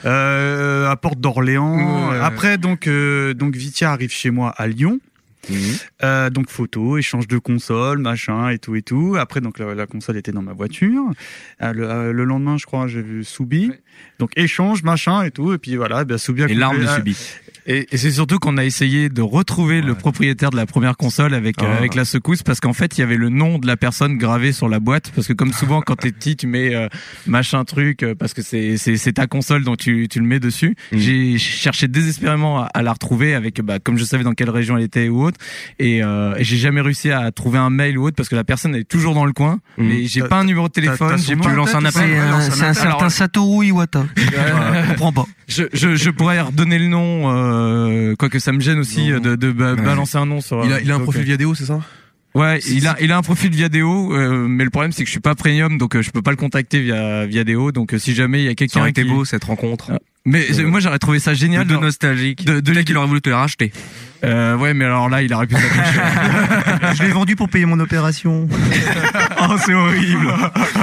Euh, à Porte d'Orléans. Ouais. Après donc euh, donc Vitia arrive chez moi à Lyon. Mmh. Euh, donc photo, échange de console, machin et tout et tout. Après donc la, la console était dans ma voiture. Euh, le, euh, le lendemain je crois j'ai vu Soubi. Ouais. Donc échange machin et tout et puis voilà ben Soubi a et l'arme de Soubi. Et, et c'est surtout qu'on a essayé de retrouver ouais. le propriétaire de la première console avec oh. euh, avec la secousse parce qu'en fait il y avait le nom de la personne gravé sur la boîte parce que comme souvent quand t'es petit tu mets euh, machin truc euh, parce que c'est c'est c'est ta console donc tu tu le mets dessus. Mmh. J'ai cherché désespérément à, à la retrouver avec bah comme je savais dans quelle région elle était ou autre et, euh, et j'ai jamais réussi à trouver un mail ou autre parce que la personne est toujours dans le coin mmh. mais j'ai pas un numéro de téléphone. J'ai pu lancer un appel. C'est un certain Satoru Iwata. Je comprends pas. Je je je pourrais redonner le nom. Euh, Euh, quoique ça me gêne aussi non. de, de ba- ouais. balancer un nom sur. Il a, il a un profil Viadeo, c'est ça? Ouais, il a, il a un profil Viadeo, euh, mais le problème c'est que je suis pas premium, donc euh, je peux pas le contacter via Viadeo. Donc euh, si jamais il y a quelqu'un ça aurait été qui... beau cette rencontre. Euh, mais euh, moi j'aurais trouvé ça génial, de, de nostalgique. De, de là qu'il aurait voulu te le racheter. Euh, ouais, mais alors là il aurait pu s'afficher. Je l'ai vendu pour payer mon opération. Oh c'est horrible.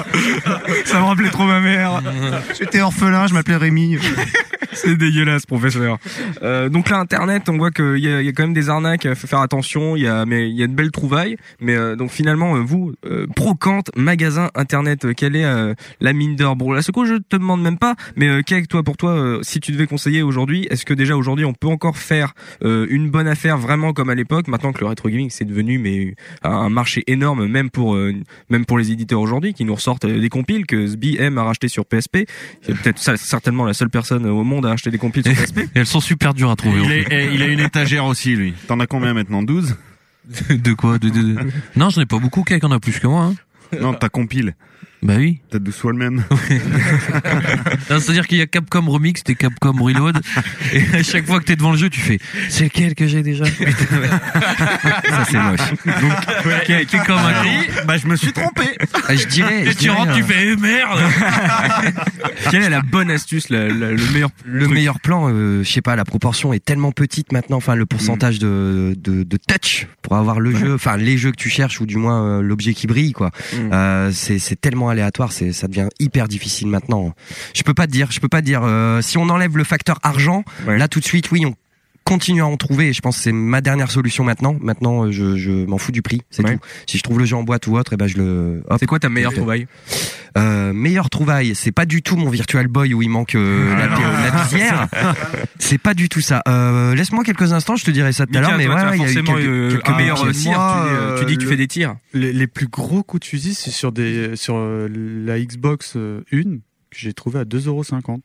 Ça me rappelait trop ma mère. J'étais orphelin, je m'appelais Rémi. C'est dégueulasse, professeur. Euh, donc là, Internet, on voit qu'il y a, il y a quand même des arnaques. Faut faire attention. Il y a, mais il y a de belles trouvailles. Mais euh, donc finalement, euh, vous, euh, brocante, magasin Internet, euh, quelle est euh, la mine d'or? Bon, là, ce coup, je te demande même pas. Mais euh, Kek, toi, pour toi, euh, si tu devais conseiller aujourd'hui, est-ce que déjà aujourd'hui, on peut encore faire euh, une bonne affaire vraiment comme à l'époque? Maintenant que le rétro gaming c'est devenu mais un marché énorme, même pour euh, même pour les éditeurs aujourd'hui qui nous ressortent des compiles que Sbi aime à racheter sur P S P. C'est peut-être ça, certainement la seule personne au monde à acheter des compiles sur P S P. Et elles sont super dures à trouver. Il, est, il a une étagère aussi, lui. T'en as combien maintenant? douze? De quoi de, de, de... Non, j'en ai pas beaucoup, Kek en a plus que moi. Hein. Non, t'as compile. Bah oui. T'as douze fois le même. C'est-à-dire qu'il y a Capcom Remix, t'es Capcom Reload, et à chaque fois que t'es devant le jeu, tu fais c'est lequel que j'ai déjà? Ça c'est moche. Donc, ouais, qui, est, qui est comme un con. Bah je me suis trompé. Ah, je dirais. Et je tu dirais, rentres, euh... tu fais eh, merde. Quelle est la bonne astuce, la, la, le meilleur, le truc. meilleur plan? euh, Je sais pas, la proportion est tellement petite maintenant. Enfin, le pourcentage mm. de, de de touch pour avoir le ouais. jeu, enfin les jeux que tu cherches ou du moins euh, l'objet qui brille, quoi. Mm. Euh, c'est c'est tellement aléatoire, c'est ça devient hyper difficile maintenant. Je peux pas te dire, je peux pas te dire. Euh, si on enlève le facteur argent, ouais. là tout de suite, oui, on continue à en trouver. Et je pense que c'est ma dernière solution maintenant. Maintenant, je, je m'en fous du prix, c'est ouais. tout. Si je trouve le jeu en boîte ou autre, et ben je le. Hop, c'est quoi ta meilleure trouvaille? Euh, meilleure trouvaille, c'est pas du tout mon Virtual Boy où il manque euh, la, la visière. C'est pas du tout ça. Euh, laisse-moi quelques instants, je te dirai ça tout à l'heure. Mais ouais, il y a eu quelques, euh, quelques ah, meilleurs tirs. Tu, euh, tu dis que tu fais des tirs. Les, les plus gros coups de fusil, c'est sur des sur euh, la Xbox euh, One que j'ai trouvé à deux euros cinquante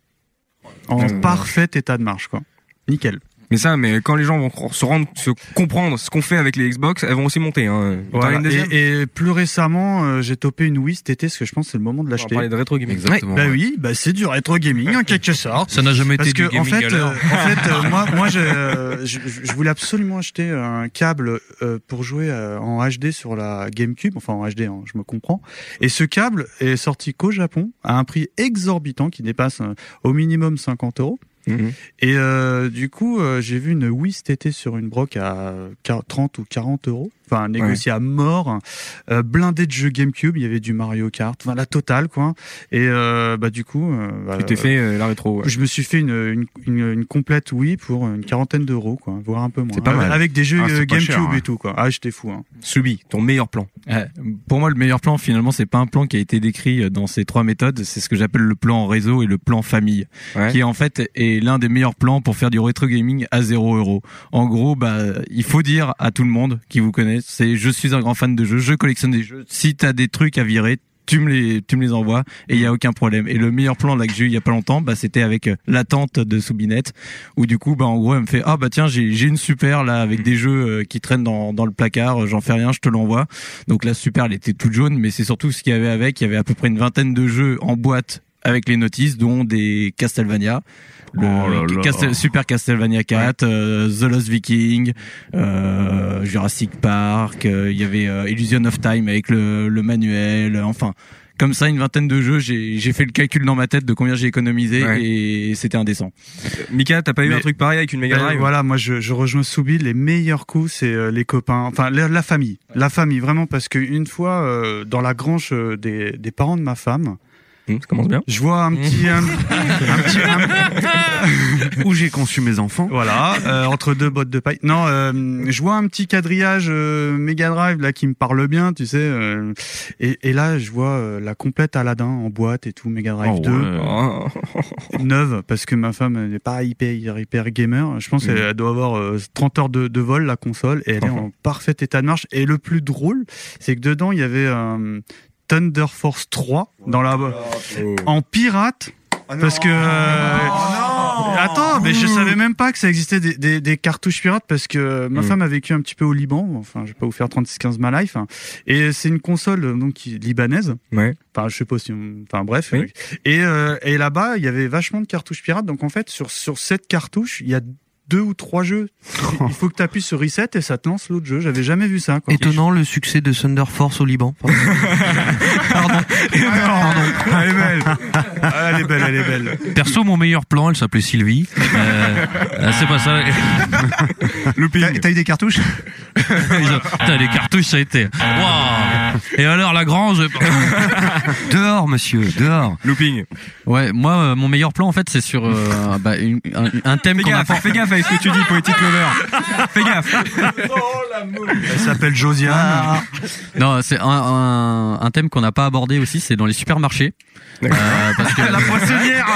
en mmh. parfait état de marche, quoi. Nickel. Mais ça, mais quand les gens vont se rendre, se comprendre ce qu'on fait avec les Xbox, elles vont aussi monter. Hein. Voilà. Et, et plus récemment, euh, j'ai topé une Wii cet été, parce que je pense que c'est le moment de l'acheter. On va parler de rétro gaming. Exactement. Ouais, bah ouais. oui, bah c'est du rétro gaming en quelque sorte. Ça n'a jamais parce été que, du gaming. En fait, alors. Euh, en fait, euh, moi, moi, je, euh, je, je voulais absolument acheter un câble euh, pour jouer euh, en H D sur la GameCube, enfin en H D, hein, je me comprends. Et ce câble est sorti qu'au Japon à un prix exorbitant qui dépasse euh, au minimum cinquante euros. Mmh. Et euh, du coup, euh, j'ai vu une Wii cet été sur une broc à trente ou quarante euros. Enfin, négocié ouais. à mort, euh, blindé de jeux GameCube, il y avait du Mario Kart, enfin la totale, quoi. Et euh, bah du coup, euh, bah, tu t'es fait euh, la rétro. Ouais. Je me suis fait une une, une, une complète Wii pour une quarantaine d'euros, quoi, voire un peu moins. C'est pas mal. Avec des jeux ah, GameCube cher, hein. et tout, quoi. Ah, j'étais fou. Hein. Soubi, ton meilleur plan. Ouais, pour moi, le meilleur plan, finalement, c'est pas un plan qui a été décrit dans ces trois méthodes. C'est ce que j'appelle le plan réseau et le plan famille, ouais. qui en fait est l'un des meilleurs plans pour faire du rétro gaming à zéro euro. En gros, bah, il faut dire à tout le monde qui vous connaît, c'est je suis un grand fan de jeux, je collectionne des jeux. Si t'as des trucs à virer, tu me les, tu me les envoies et il y a aucun problème. Et le meilleur plan là que j'ai eu il y a pas longtemps, bah c'était avec euh, la tante de Soubinette, où du coup bah en gros elle me fait ah bah tiens j'ai j'ai une super là avec des jeux euh, qui traînent dans dans le placard, j'en fais rien, je te l'envoie. Donc la super elle était toute jaune, mais c'est surtout ce qu'il y avait avec, il y avait à peu près une vingtaine de jeux en boîte avec les notices, dont des Castlevania. Le oh là là. Castel, Super Castlevania quatre, ouais. euh, The Lost Viking, euh, Jurassic Park, il euh, y avait euh, Illusion of Time avec le, le manuel, enfin comme ça une vingtaine de jeux. J'ai j'ai fait le calcul dans ma tête de combien j'ai économisé Ouais. et c'était indécent. Mika, t'as pas eu Mais- un truc pareil avec une Mega Ben, Drive? voilà, moi je, je rejoins Soubi. Les meilleurs coups, c'est euh, les copains, enfin la, la famille, la famille vraiment, parce que une fois euh, dans la grange euh, des, des parents de ma femme, Hum, ça commence bien. je vois un petit, un, un petit, un- Où j'ai conçu mes enfants. voilà, euh, entre deux bottes de paille. Non, euh, je vois un petit quadrillage euh, Mega Drive là qui me parle bien, tu sais. euh, et, et là, je vois euh, la complète Aladdin en boîte et tout, Mega Drive Oh, deux, ouais. Oh. neuve, parce que ma femme elle n'est pas hyper, hyper gamer. Je pense Mhm. qu'elle doit avoir euh, trente heures de, de vol la console et elle est en parfait état de marche. Et le plus drôle, c'est que dedans il y avait un Thunder Force trois dans la en pirate. Parce que euh, attends, mais je savais même pas que ça existait des, des, des cartouches pirates parce que ma Mm. femme a vécu un petit peu au Liban. Enfin, je vais pas vous faire trente-six quinze ma life. hein. Et c'est une console euh, donc qui- libanaise. Ouais. Enfin, je sais pas si, on- enfin bref. Oui. Et euh, et là-bas, il y avait vachement de cartouches pirates. Donc en fait, sur sur cette cartouche, il y a deux ou trois jeux. Il faut que tu appuies sur reset et ça te lance l'autre jeu. J'avais jamais vu ça. Quoi. Étonnant le succès de Thunder Force au Liban. Pardon. Elle est belle. Ah, elle est belle, elle est belle. Perso, mon meilleur plan, elle s'appelait Sylvie. Euh, euh, c'est pas ça. T'as t'as eu des cartouches? Putain, les cartouches, ça a été. Waouh. Et alors, la grange. Dehors, monsieur, dehors. Looping. Ouais, moi, euh, mon meilleur plan, en fait, c'est sur euh, bah, une- un, un thème Fais qu'on a gaffe, pas. fais gaffe avec ce que tu dis, Poetic Lover. Fais gaffe. Elle s'appelle Josiane. Non, c'est un, un, un thème qu'on n'a pas abordé aussi, c'est dans les supermarchés. Euh, parce que La poissonnière.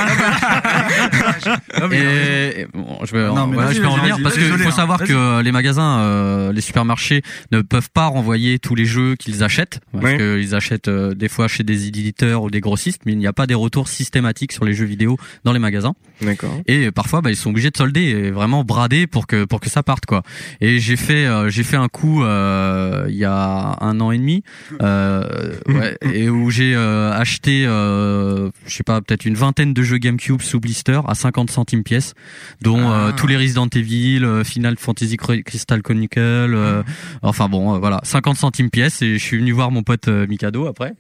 et, et- bon, je vais, Non, mais voilà, vas-y, je vais en vas-y, venir vas-y, parce qu'il désolé, faut hein. savoir Vas-y. que euh, les magasins, euh, les supermarchés ne peuvent pas renvoyer tous les jeux qu'ils achètent parce Oui. qu'ils achètent euh, des fois chez des éditeurs ou des grossistes, mais il n'y a pas des retours systématiques sur les jeux vidéo dans les magasins. D'accord. Et parfois, bah, ils sont obligés de solder et vraiment brader pour que pour que ça parte quoi. Et j'ai fait euh, j'ai fait un coup euh, il y a un an et demi, euh, ouais, et où j'ai euh, acheté euh, je sais pas peut-être une vingtaine de jeux GameCube sous blister à cinquante centimes pièce, dont euh, tous les Resident Evil, euh, Final Fantasy Cry- Crystal Chronicle, euh, enfin bon euh, voilà cinquante centimes pièce. Et je suis venu voir mon pote euh, Mikado après.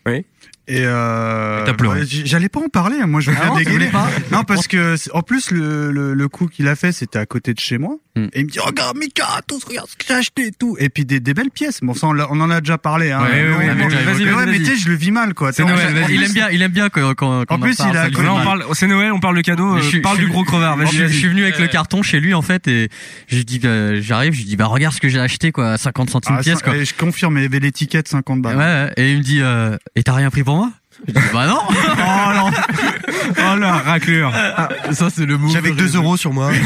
Et euh, T'as pleuré. j- j'allais pas en parler. hein. Moi, je voulais Ah non, tu dégainer. voulais pas Non, parce que c'est- en plus le le, le coup qu'il a fait, c'était à côté de chez moi. Hmm. Et il me dit regarde Mika, tous regarde ce que j'ai acheté et tout. Et puis des, des belles pièces. Bon, ça on, l'a- on en a déjà parlé. Hein. Ouais, Non, ouais, ouais, bon, vas-y, mais vas-y, ouais, vas-y, mais vas-y. tu sais, je le vis mal quoi. C'est En- Noël, en vas-y. plus- Il aime bien il aime bien quand quand, quand En plus, parle, il a ça lui connu- fait Là, on mal. parle, c'est Noël, on parle de cadeau, Mais euh, je suis- parle je du suis- gros crevard, Je, vas-y, je vas-y. suis venu avec le carton chez lui en fait et j'ai dit bah, j'arrive, je lui dis bah regarde ce que j'ai acheté quoi, cinquante centimes Ah, pièce ça- quoi. et je confirme, il y avait l'étiquette cinquante balles. Ouais, ouais, et il me dit euh, et t'as rien pris pour moi? Je dis bah non. Oh non. Oh la raclure. Ça c'est le mot. J'avais que deux euros sur moi.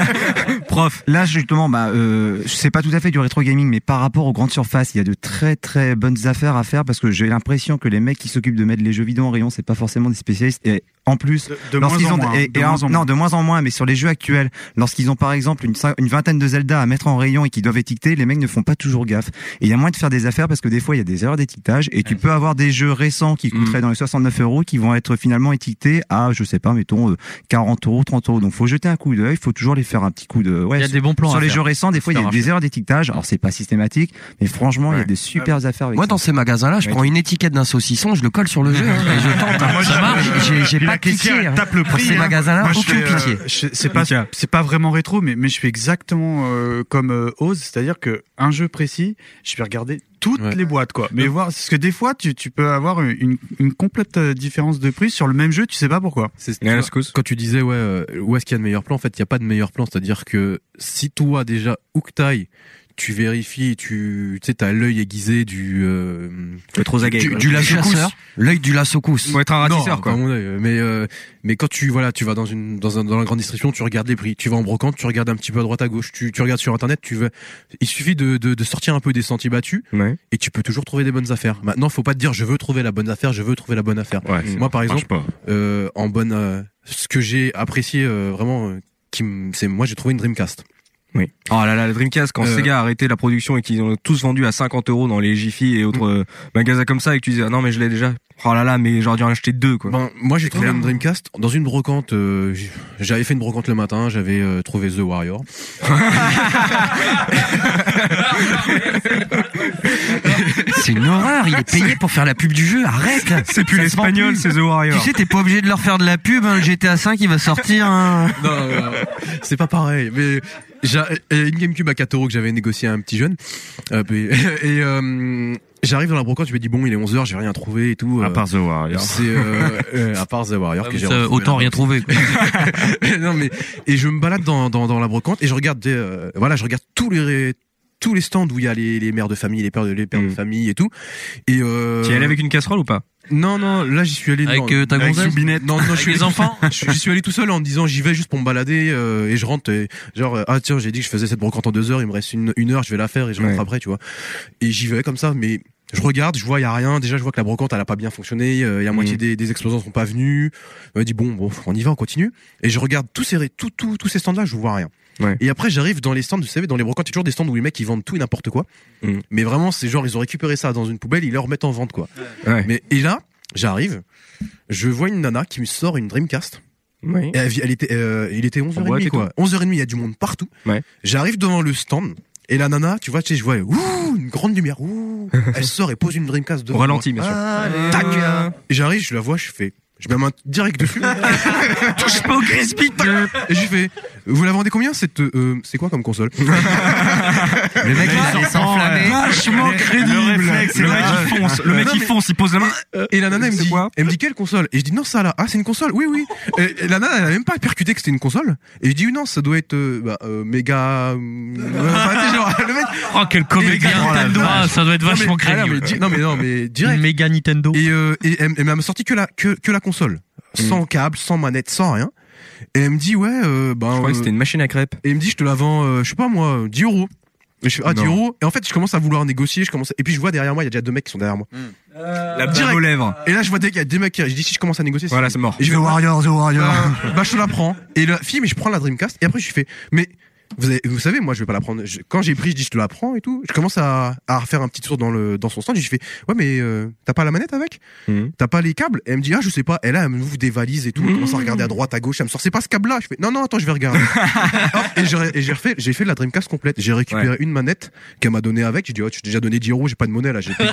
Prof. Là, justement, bah, euh, c'est pas tout à fait du rétro gaming, mais par rapport aux grandes surfaces, il y a de très très bonnes affaires à faire parce que j'ai l'impression que les mecs qui s'occupent de mettre les jeux vidéo en rayon, c'est pas forcément des spécialistes. Et en plus, De, de moins lorsqu'ils en ont moins. et- de et moins en- en non moins. de moins en moins, mais sur les jeux actuels, lorsqu'ils ont par exemple une, cin- une vingtaine de Zelda à mettre en rayon et qui doivent étiqueter, les mecs ne font pas toujours gaffe. Et il y a moyen de faire des affaires parce que des fois il y a des erreurs d'étiquetage et tu peux avoir des jeux récents qui coûteraient dans les soixante-neuf euros qui vont être finalement étiquetés à je sais pas mettons euh, quarante euros, trente euros. Donc faut jeter un coup d'œil, faut toujours les faire un petit coup de ouais. Il y a sur- des bons plans sur à les faire. jeux récents, des fois il y a Supermarché. des erreurs d'étiquetage. Alors c'est pas systématique, mais franchement il y a Ouais. des super affaires avec Moi, ça. dans ces magasins-là, je Ouais. prends une étiquette d'un saucisson, je le colle sur le jeu, hein, et je tente. hein. Ça marche. J'ai, j'ai Puis pas la de pitié. caissière, elle hein. tape le Pour prix, ces hein. magasins-là, Moi, je aucune fais, euh, pitié. je- c'est pas Mika. c'est pas vraiment rétro, mais mais je fais exactement euh, comme euh, Oz, c'est-à-dire que un jeu précis, je vais regarder toutes Ouais. les boîtes quoi. Mais voir parce que des fois tu tu peux avoir une une complète euh, différence de prix sur le même jeu, tu sais pas pourquoi. C'est- Ouais, la secousse. Quand tu disais ouais, euh, où est-ce qu'il y a de meilleurs plans, en fait, il y a pas de meilleur plan. C'est-à-dire que si toi déjà où que t'ailles, tu vérifies, tu tu sais, t'as l'œil aiguisé du euh, Trop zagué. Du, quoi. du lasso-cous. L'œil du lasso-cous. Faut être un non, ratisseur, pas quoi. mon œil, euh, mais euh, mais quand tu voilà, tu vas dans une dans un dans la grande distribution, tu regardes les prix, tu vas en brocante, tu regardes un petit peu à droite à gauche, tu tu regardes sur internet, tu veux, il suffit de de, de sortir un peu des sentiers battus Ouais. et tu peux toujours trouver des bonnes affaires. Maintenant, faut pas te dire je veux trouver la bonne affaire, je veux trouver la bonne affaire. Ouais, Moi, par ça marche exemple, pas. euh, en bonne, euh, ce que j'ai apprécié euh, vraiment, euh, qui m- c'est moi j'ai trouvé une Dreamcast. Oui. Oh là là, le Dreamcast, quand Euh, Sega a arrêté la production et qu'ils ont tous vendu à cinquante euros dans les Jiffy et autres euh, magasins comme ça et que tu disais, ah non, mais je l'ai déjà. Oh là là, mais j'aurais dû en acheter deux, quoi. Ben, moi j'ai trouvé clair. une Dreamcast dans une brocante. euh, j'- j'avais fait une brocante le matin, j'avais euh, trouvé The Warrior. c'est une horreur. Il est payé pour faire la pub du jeu. Arrête. C'est plus l'espagnol, c'est The Warrior. Tu sais, t'es pas obligé de leur faire de la pub. Hein. Le G T A cinq, il va sortir. Hein. Non, non, c'est pas pareil. Mais j'ai une GameCube à quatre euros que j'avais négocié à un petit jeune. Euh, et euh, j'arrive dans la brocante, je me dis bon, il est onze heures, j'ai rien trouvé et tout. À part The Warrior. C'est euh, euh, à part The Warrior Ah, que j'ai ça, retrouvé, autant là. rien trouver. Quoi. Non mais et je me balade dans dans, dans la brocante et je regarde des, euh, voilà, je regarde tous les tous les stands où il y a les, les mères de famille, les pères de les pères Mm. de famille et tout. Et euh, Tu y allais avec une casserole ou pas? Non non, là j'y suis allé Avec, non, euh, ta avec gonzesse Soubinette. Non non, je Avec suis les allé- enfants je- J'y suis allé tout seul en me disant j'y vais juste pour me balader euh, et je rentre et, genre euh, ah tiens, j'ai dit que je faisais cette brocante en deux heures, il me reste une une heure, je vais la faire et je rentre Ouais. après, tu vois. Et j'y vais comme ça, mais je regarde, je vois, il y a rien. Déjà, je vois que la brocante, elle a pas bien fonctionné. Il euh, y a moitié Mm. des, des exposants sont pas venus. Je me dis bon, bon, on y va, on continue. Et je regarde tous ces, tout, tout, tous ces stands-là, je vois rien. Ouais. Et après, j'arrive dans les stands, vous savez, dans les brocantes, il y a toujours des stands où les mecs ils vendent tout et n'importe quoi. Mm. Mais vraiment, c'est genre ils ont récupéré ça dans une poubelle, ils le remettent en vente, quoi. Ouais. Mais et là, j'arrive, je vois une nana qui me sort une Dreamcast. Oui. Et elle, elle était, euh, il était onze heures boîte et trente quoi. onze heures trente, il y a du monde partout. Ouais. J'arrive devant le stand. Et la nana, tu vois, tu sais, je vois, ouh, une grande lumière, ouh. Elle sort et pose une Dreamcast devant Au ralenti, moi. bien sûr. Allez, tac. Et j'arrive, je la vois, je fais, je mets ma main direct dessus. Touche pas au crispy. Et je fais, vous la vendez combien cette, euh, c'est quoi comme console? Le mec, il allait s'enflammer. Vachement crédible. Le réflexe, le mec il fonce, le mec il fonce, il pose la main. Et la nana, elle me C'est dit, quoi elle me dit quelle console? Et je dis non, ça là. Ah, c'est une console. Oui, oui. Et, et la nana, elle a même pas percuté que c'était une console. Et je dis non, ça doit être euh, bah, euh, méga. euh, enfin, tu sais, genre, le mec. Oh, quel comédien. Nintendo. Ah, ça doit être Non, mais- vachement ah, non, crédible. mais di- non, mais non, mais direct. Méga Nintendo. Et, euh, et elle, elle m'a sorti que la que, que la console, sans câble, sans manette, sans rien. Et elle me dit ouais, euh, ben. Je croyais que euh, c'était une machine à crêpes. Et il me dit je te la vends, euh, je sais pas moi, dix euros. Et je fais ah dix Non. euros. Et en fait je commence à vouloir négocier, je commence à- et puis je vois derrière moi il y a déjà deux mecs qui sont derrière moi. La direct. blague aux lèvres. Et là je vois dès qu'il y a des mecs, qui- je dis si je commence à négocier. Voilà, c'est mort. Et je vais The Warrior, The Warrior. bah, bah je te la prends. Et la fille mais je prends la Dreamcast et après je lui fais mais vous, avez, vous savez, moi je vais pas la prendre. Je- quand j'ai pris, je dis je te la prends et tout. Je commence à, à faire un petit tour dans le dans son stand. Je lui fais ouais mais euh, t'as pas la manette avec? Mhm. T'as pas les câbles? Et elle me dit ah je sais pas. Et là elle m'ouvre des valises et tout. Elle Mhm. commence à regarder à droite à gauche. Elle me sort c'est pas ce câble là. Je fais non non attends je vais regarder. Hop, et j'ai et j'ai refait j'ai fait la Dreamcast complète. J'ai récupéré Ouais. une manette qu'elle m'a donnée avec. J'ai dit oh tu t'es déjà donné dix euros. J'ai pas de monnaie là. J'ai payé.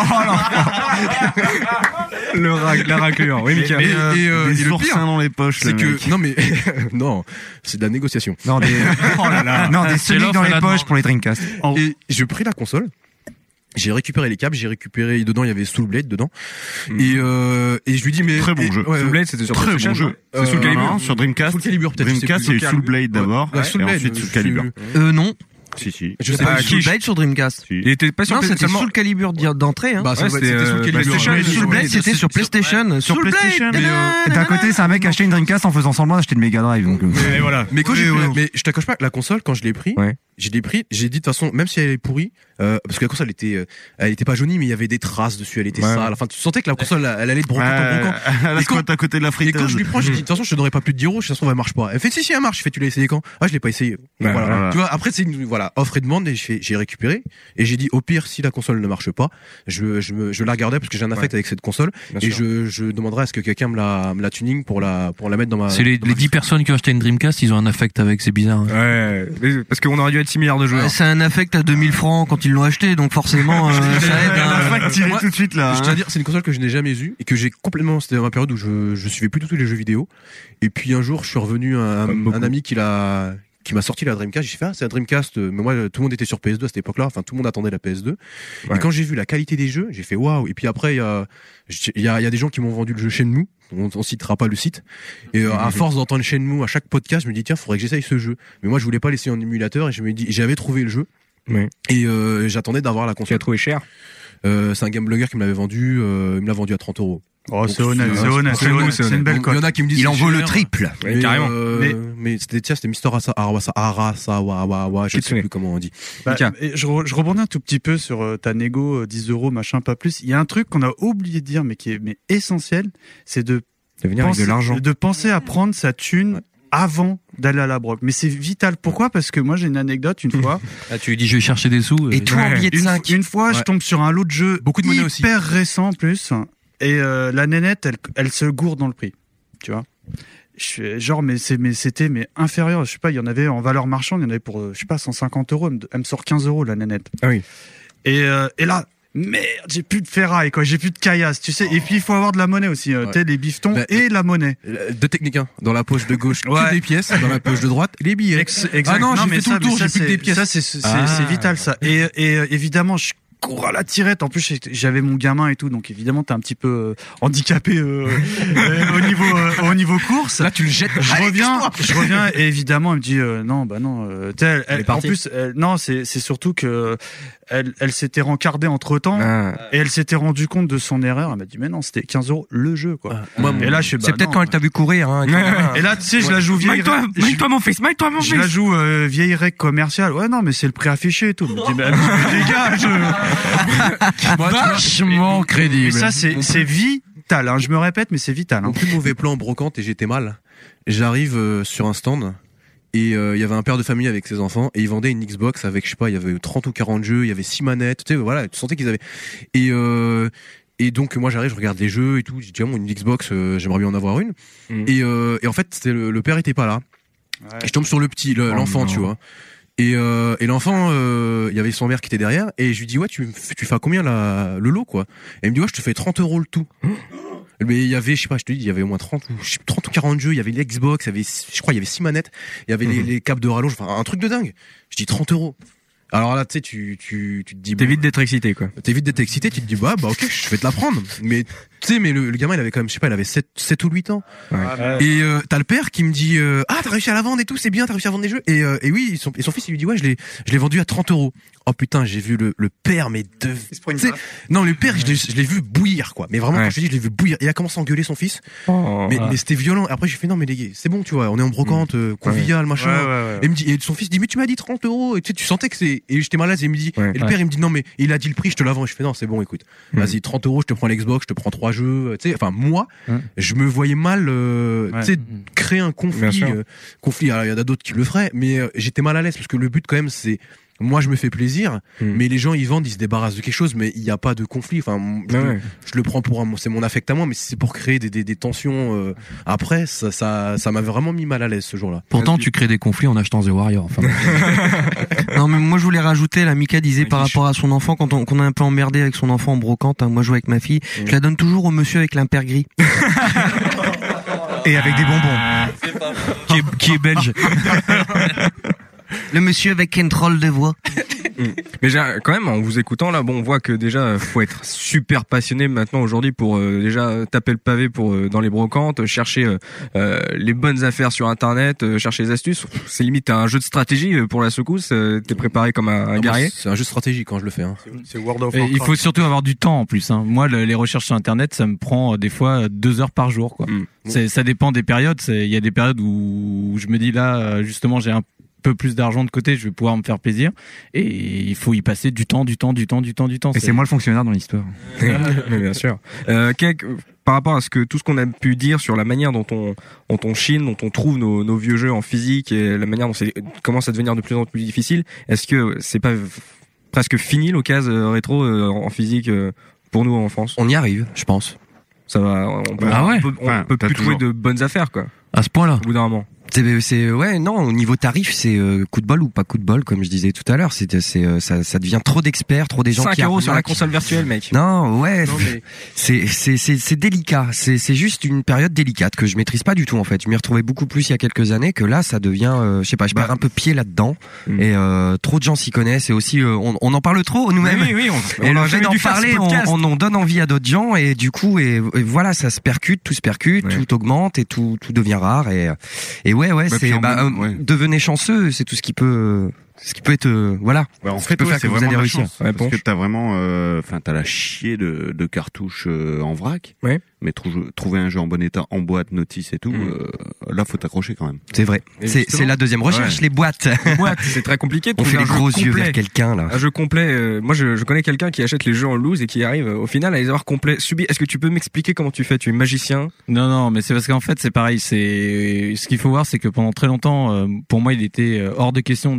Le rac, la raclure. Oui, Mika. Et, et, euh, Des et le oursins pire, dans les poches. c'est le que mec. non mais non c'est de la négociation. Non, des, Oh là là. non, des C'est soniques l'offre dans et les la poches demande. pour les Dreamcast. Et j'ai pris la console. J'ai récupéré les câbles, j'ai récupéré dedans il y avait Soul Blade dedans et euh, et je lui dis mais Très bon et- jeu. ouais, Soul Blade, c'était sur Très PlayStation, bon jeu. non C'est Soul Euh, Calibur. Non, sur Dreamcast. Soul Calibur peut-être. je sais Dreamcast, plus. c'est Soul Blade d'abord, Ouais, et Soul Blade, ensuite je Soul sais Calibur. plus. Euh, non. Si, si. Je sais Ah, pas. qui- Soul Blade sur Dreamcast. Si. Il était pas sur Non, c'était seulement. Soul Calibur di- d'entrée. Hein. Bah, ça Ouais, doit être- c'était, c'était Soul euh, Calibur. PlayStation. Ouais, Soul Blade, c'était sur PlayStation. Sur Soul Blade. PlayStation. Mais, euh, Et d'un côté, c'est un mec qui a acheté une Dreamcast en faisant semblant d'acheter une Mega Drive. Donc, euh, Et voilà. Mais quand Oui, j'ai oui, pris- oui. mais je t'accroche pas, la console quand je l'ai pris, Ouais. je l'ai pris, j'ai dit de toute façon même si elle est pourrie euh, parce que la console elle était euh, elle était pas jaunie mais il y avait des traces dessus, elle était Ouais. sale. Enfin tu sentais que la console elle allait de brocante en brocante. La Et quand- squat à côté de la Et quand friteuse. je lui prends, je dis de toute façon, je te donnerai pas plus de dix euros, de toute façon, elle marche pas. Elle fait si si elle marche. Je fais tu l'as essayé quand? Ah, je l'ai pas essayé. Ouais, voilà. voilà. Tu vois, après c'est une voilà, offre et demande et je fais j'ai récupéré et j'ai dit au pire si la console ne marche pas, je je me je la regardais parce que j'ai un affect avec cette console Bien et sûr. je je demanderai à ce que quelqu'un me la me la tuning pour la pour la mettre dans ma C'est les, dans les ma- dix personnes qui ont acheté une Dreamcast, ils ont un affect avec, c'est bizarre. Ouais. Mais- Parce qu'on aurait dû être six milliards de joueurs. C'est un affect à deux mille francs quand ils l'ont acheté, donc forcément, euh, ça aide. hein. La tiré Moi, tout de suite là. Je tiens à dire, c'est une console que je n'ai jamais eue et que j'ai complètement. C'était dans ma période où je, je suivais plus du tout les jeux vidéo. Et puis un jour, je suis revenu à Comme un, beaucoup. un ami qui l'a, qui m'a sorti la Dreamcast. J'ai fait ah c'est la Dreamcast. Mais moi, tout le monde était sur P S deux à cette époque-là. Enfin, tout le monde attendait la P S deux. Ouais. Et quand j'ai vu la qualité des jeux, j'ai fait waouh. Et puis après, il y a, il y a, il y a des gens qui m'ont vendu le jeu Shenmue. On, on citera pas le site. Et euh, à force d'entendre Shenmue à chaque podcast, je me dis tiens, faudrait que j'essaye ce jeu. Mais moi, je voulais pas l'essayer en émulateur et je me dis, j'avais trouvé le jeu. Ouais. Et euh, j'attendais d'avoir la Tu console. as trouvé cher. Euh, c'est un game blogger qui me l'avait vendu. Euh, il me l'a vendu à trente euros. Oh, c'est Donc, honnête, c'est- c'est honnête, c'est c'est honnête, honnête, c'est c'est une belle Donc, il y cote. en a qui me disent Il en c'est vaut le cher. triple. Ouais, Mais, carrément. euh, Mais- mais c'était tiens, c'était Mister Asa, Arasa, Arasa, wa, wa, wa, je sais Kitsune. plus comment on dit. Bah, Mika. et je, re- je rebondis un tout petit peu sur euh, ta négo, euh, dix euros, machin, pas plus. Il y a un truc qu'on a oublié de dire, mais qui est mais essentiel, c'est de De venir avec penser, de l'argent. de penser à prendre sa thune avant d'aller à la broc. Mais c'est vital. Pourquoi? Parce que moi, j'ai une anecdote une fois. Ah, tu lui dis je vais chercher des sous. Et tout en Ouais. billet de Une, cinq. une fois, je Ouais. tombe sur un lot de jeu Beaucoup de monnaie hyper aussi. récent en plus, et euh, la nénette, elle, elle se gourde dans le prix, tu vois. Je fais, genre, mais c'est, mais c'était, mais inférieur. Je sais pas, il y en avait en valeur marchande, il y en avait pour, euh, je sais pas, cent cinquante euros. Elle me, elle me sort quinze euros la nénette. Ah oui. Et, euh, et là, merde, j'ai plus de ferraille, quoi, j'ai plus de caillasse, tu sais. Et puis il faut avoir de la monnaie aussi, euh, Ouais. t'as les bifetons Bah, et la monnaie. Deux techniques, hein. Dans la poche de gauche, Ouais. que des pièces. Dans la poche de droite, les billets. Ex- exact. Ah non, j'ai mais fait tout ça, le tour, mais ça, j'ai plus que c'est- des pièces. Ça, c'est, c'est, Ah. c'est vital, ça. Et, et euh, évidemment, je cours à la tirette. En plus, j'ai- j'avais mon gamin et tout, donc évidemment, t'es un petit peu euh, handicapé euh, euh, au niveau euh, au niveau course. Là, tu le jettes. Je Allez, reviens, casse-toi. je reviens et évidemment, elle me dit euh, non, bah non. Euh, tu sais, elle- Elle est elle- en partie. plus, elle- non, c'est c'est surtout que elle, elle s'était rencardée entre temps Ah. et elle s'était rendue compte de son erreur. Elle m'a dit mais non, c'était quinze euros le jeu, quoi. Moi, Et là, je sais C'est peut-être quand elle t'a vu courir. Hein, avec ton gamin. Et là, tu sais, je la joue vieille. Maille-toi, je- maille-toi mon fils, maille-toi mon je la fils. joue euh, vieille règle commerciale. Ouais, non, mais c'est le prix affiché et tout. Je me dis, bah, les gars, je... Vachement Et crédible. ça, c'est, c'est vital, hein. Je me répète, mais c'est vital, Mon hein. plus mauvais plan en brocante et j'étais mal. J'arrive euh, sur un stand et euh, il y avait un père de famille avec ses enfants et ils vendaient une Xbox avec, je sais pas, il y avait trente ou quarante jeux, il y avait six manettes, tu sais, voilà, tu sentais qu'ils avaient. Et euh, et donc moi j'arrive, je regarde les jeux et tout, je dis tiens, moi une Xbox, euh, j'aimerais bien en avoir une. Mm. Et, euh, et en fait, c'était le, le père était pas là. Et je tombe sur le petit, le- Oh l'enfant, non. tu vois. Et, euh, et l'enfant, euh, il y avait son mère qui était derrière, et je lui dis ouais, tu, me fais- tu fais à combien la, le lot, quoi? Et il me dit ouais, je te fais trente euros le tout. Mais il y avait, je sais pas, je te dis, il y avait au moins trente ou, je sais, trente ou quarante jeux, il y avait l'Xbox, il y avait, je crois, il y avait six manettes, il y avait les, les câbles de rallonge, enfin, un truc de dingue. Je dis trente euros. Alors là, tu sais, tu, tu, tu te dis, T'évites d'être excité, quoi. t'évites d'être excité, tu te dis, bah, bah, ok, je vais te la prendre. Mais, tu sais, mais le, le gamin, il avait quand même, je sais pas, il avait sept, sept ou huit ans. Et, euh, t'as le père qui me dit, euh, ah, t'as réussi à la vendre et tout, c'est bien, t'as réussi à vendre des jeux. Et, euh, et oui, son, et son fils, il lui dit, ouais, je l'ai, je l'ai vendu à trente euros. Oh putain, j'ai vu le, le père, mais de, tu sais, non, le père, je l'ai, je l'ai vu bouillir, quoi. Mais vraiment, Ouais. quand je te dis, je l'ai vu bouillir. Il a commencé à engueuler son fils. Oh. Mais, mais c'était violent. Après, j'ai fait, non, mais les gars, c'est bon, tu vois, on est en brocante, euh, convivial, machin. Ouais, ouais, ouais. Et, il me dit, et son fils dit, mais tu m'as dit trente euros. Et tu sais, tu sentais que c'est, et j'étais mal à l'aise, et il me dit, Ouais. et le père, il me dit, non, mais il a dit le prix, je te la vends. Et je fais, non, c'est bon, écoute. Mm. Vas-y, trente euros, je te prends l'Xbox, je te prends trois jeux. Tu sais, enfin, moi, Mm. je me voyais mal, euh, Ouais. tu sais, créer un Bien conflit, sûr. euh, conflit. Alors, il y en a d'autres qui le feraient, mais euh, j'étais mal à l'aise parce que le but, quand même, c'est, moi, je me fais plaisir, Mm. mais les gens, ils vendent, ils se débarrassent de quelque chose, mais il n'y a pas de conflit. Enfin, je, Ouais, le- ouais. je le prends pour un, c'est mon affect à moi, mais si c'est pour créer des, des, des tensions, euh, après, ça, ça, ça m'avait vraiment mis mal à l'aise ce jour-là. Pourtant, tu crées des conflits en achetant The Warrior. Enfin, Non mais moi je voulais rajouter, la Mika disait par rapport à son enfant, quand on, qu'on est un peu emmerdé avec son enfant en brocante, hein, moi je joue avec ma fille, je la donne toujours au monsieur avec l'impair gris. Et avec des bonbons. qui est, qui est belge. Le monsieur avec une troll de voix. Mais j'ai- quand même, en vous écoutant là, bon, on voit que déjà euh, faut être super passionné maintenant aujourd'hui pour euh, déjà taper le pavé pour euh, dans les brocantes, chercher euh, euh, les bonnes affaires sur internet, euh, chercher les astuces. C'est limite un jeu de stratégie euh, pour la secousse. euh, T'es préparé comme un, un Ah, moi, guerrier. C'est un jeu stratégique quand je le fais. Hein. C'est World of Et Warcraft. il faut surtout avoir du temps en plus. Hein. Moi, le- les recherches sur Internet, ça me prend euh, des fois euh, deux heures par jour. Quoi. Mm. C'est, ça dépend des périodes. C'est- Il y a des périodes où je me dis là, euh, justement, j'ai un peu plus d'argent de côté, je vais pouvoir me faire plaisir. Et il faut y passer du temps, du temps, du temps, du temps, du temps. Et c'est moi le fonctionnaire dans l'histoire. Mais bien sûr. Euh, Kek, par rapport à ce que tout ce qu'on a pu dire sur la manière dont on dont on chine, dont on trouve nos, nos vieux jeux en physique et la manière dont c'est commence à devenir de plus en plus difficile, est-ce que c'est pas presque fini l'occasion euh, rétro euh, en physique euh, pour nous en France? On y arrive, je pense. Ça va, on peut, Ah ouais. on peut, on Enfin, peut t'as plus trouver toujours- de bonnes affaires quoi. À ce point-là. Au bout d'un moment. C'est, c'est ouais non au niveau tarif c'est euh, coup de bol ou pas coup de bol comme je disais tout à l'heure c'est c'est euh, ça ça devient trop d'experts trop des gens cinq qui euros sur la arnaquent. console virtuelle, mec. Non ouais Non, mais- c'est c'est c'est c'est délicat c'est c'est juste une période délicate que je maîtrise pas du tout en fait je m'y retrouvais beaucoup plus il y a quelques années que là ça devient euh, je sais pas je Bah. perds un peu pied là-dedans Mm. et euh, trop de gens s'y connaissent et aussi euh, on, on en parle trop nous-mêmes Oui, oui, on, et on le a fait jamais d'en dû faire ce parler, on, podcast. on en donne envie à d'autres gens et du coup et, et voilà ça se percute, tout se percute, Ouais. tout augmente et tout tout devient rare et et ouais ouais Bah, c'est puis en bah, même- euh, ouais. devenez chanceux, c'est tout ce qui peut ce qui peut être euh, voilà. Bah, en Ce qui fait, peut ouais, faire c'est que vous vraiment allez la réussir. chance, Ouais, parce bon. que t'as vraiment, euh, enfin, t'as la chier de, de cartouches euh, en vrac. Ouais. Mais trou- trouver un jeu en bon état, en boîte, notice et tout, Mm. euh, là, faut t'accrocher quand même. C'est vrai. Et C'est justement- c'est la deuxième recherche, Ouais. les boîtes. Ouais, c'est très compliqué. de On trouver fait un les jeu gros yeux complet. vers quelqu'un là. Un jeu complet. euh, moi, je, je connais quelqu'un qui achète les jeux en loose et qui arrive euh, au final à les avoir complets. Subi. Est-ce que tu peux m'expliquer comment tu fais? Tu es magicien. Non, non, mais c'est parce qu'en fait, c'est pareil. C'est ce qu'il faut voir, c'est que pendant très longtemps, euh, pour moi, il était euh, hors de question d'acheter du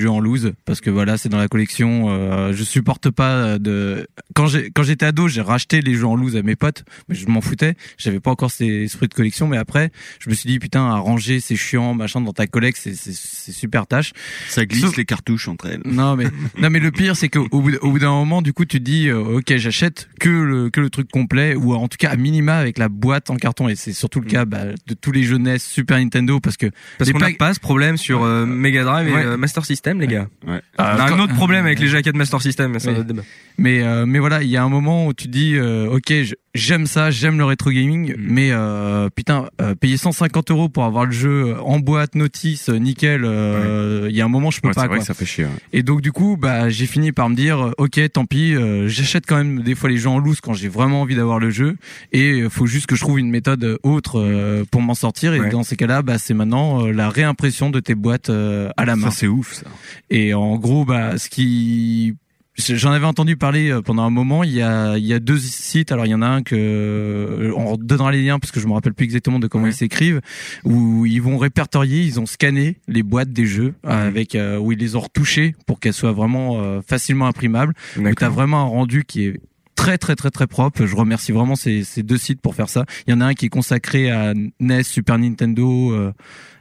jeux en loose parce que voilà, c'est dans la collection. Euh, je supporte pas de quand j'ai quand j'étais ado, j'ai racheté les jeux en loose à mes potes, mais je m'en foutais. J'avais pas encore ces esprits de collection, mais après, je me suis dit putain, à ranger, c'est chiant, machin dans ta collecte, c'est c'est, c'est super tâche. Ça glisse Sauf... les cartouches entre elles. Non mais non mais le pire c'est qu'au bout au bout d'un moment, du coup, tu te dis euh, ok, j'achète que le que le truc complet ou en tout cas à minima avec la boîte en carton et c'est surtout le cas bah, de tous les jeux N E S, Super Nintendo parce que parce qu'on n'a packs... pas ce problème sur euh, Mega Drive et ouais. euh, Master System, les gars. Ouais. On a quand... un autre problème avec les jaquettes Master System, mais c'est un autre débat. Mais euh, mais voilà, il y a un moment où tu te dis euh, ok, j'aime ça, j'aime le rétro gaming, mm. mais euh, putain, euh, payer cent cinquante euros pour avoir le jeu en boîte, notice, nickel, il euh, ouais. y a un moment je peux ouais, pas. C'est quoi. vrai que ça fait chier. Ouais. Et donc du coup, bah j'ai fini par me dire ok, tant pis, euh, j'achète quand même des fois les jeux en loose quand j'ai vraiment envie d'avoir le jeu, et il faut juste que je trouve une méthode autre euh, pour m'en sortir. Et ouais. dans ces cas-là, bah c'est maintenant euh, la réimpression de tes boîtes euh, à la main. Ça c'est ouf ça. Et en gros, bah ce qui J'en avais entendu parler pendant un moment. Il y a, il y a deux sites. Alors il y en a un que on donnera les liens parce que je me rappelle plus exactement de comment ouais. ils s'écrivent. Où ils vont répertorier, ils ont scanné les boîtes des jeux mmh. avec euh, où ils les ont retouchées pour qu'elles soient vraiment euh, facilement imprimables. Où t'as vraiment un rendu qui est très très très très propre. Je remercie vraiment ces, ces deux sites pour faire ça. Il y en a un qui est consacré à N E S, Super Nintendo. Euh,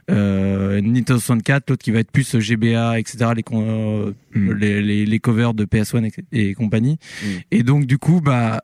Euh, Nintendo soixante-quatre, l'autre qui va être plus G B A, et cetera. Les, euh, mm. les, les les covers de P S un et, et compagnie. Mm. Et donc du coup, bah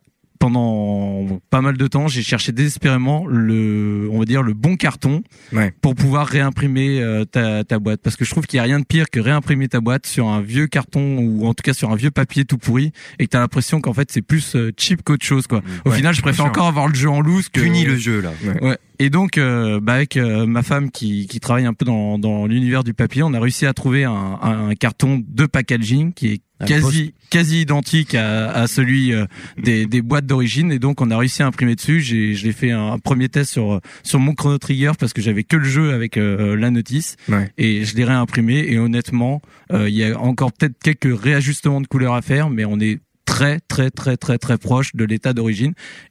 pendant pas mal de temps, j'ai cherché désespérément le, on va dire le bon carton ouais. pour pouvoir réimprimer euh, ta ta boîte, parce que je trouve qu'il y a rien de pire que réimprimer ta boîte sur un vieux carton ou en tout cas sur un vieux papier tout pourri et que t'as l'impression qu'en fait c'est plus euh, cheap qu'autre chose quoi. Au ouais, final, je préfère encore avoir le jeu en loose que punit le jeu là. Ouais. ouais. Et donc, euh, bah avec euh, ma femme qui, qui travaille un peu dans, dans l'univers du papier, on a réussi à trouver un, un carton de packaging qui est quasi quasi identique à, à celui euh, des, des boîtes d'origine. Et donc, on a réussi à imprimer dessus. J'ai, j'ai fait un premier test sur sur mon Chrono Trigger parce que j'avais que le jeu avec euh, la notice. Ouais. Et je l'ai réimprimé. Et honnêtement, euh, il y a encore peut-être quelques réajustements de couleurs à faire, mais on est très très très très très proche de l'état d'origine.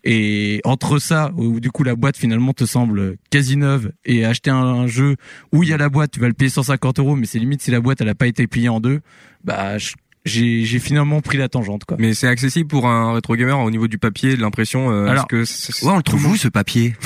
Et entre ça où du coup la boîte finalement te semble quasi neuve et acheter un, un jeu où il y a la boîte, tu vas le payer cent cinquante euros, mais c'est limite si la boîte elle a pas été pliée en deux, bah je, j'ai j'ai finalement pris la tangente quoi. Mais c'est accessible pour un rétro gamer au niveau du papier, de l'impression. Euh, Alors que c'est... ouais, on le trouve où ce papier?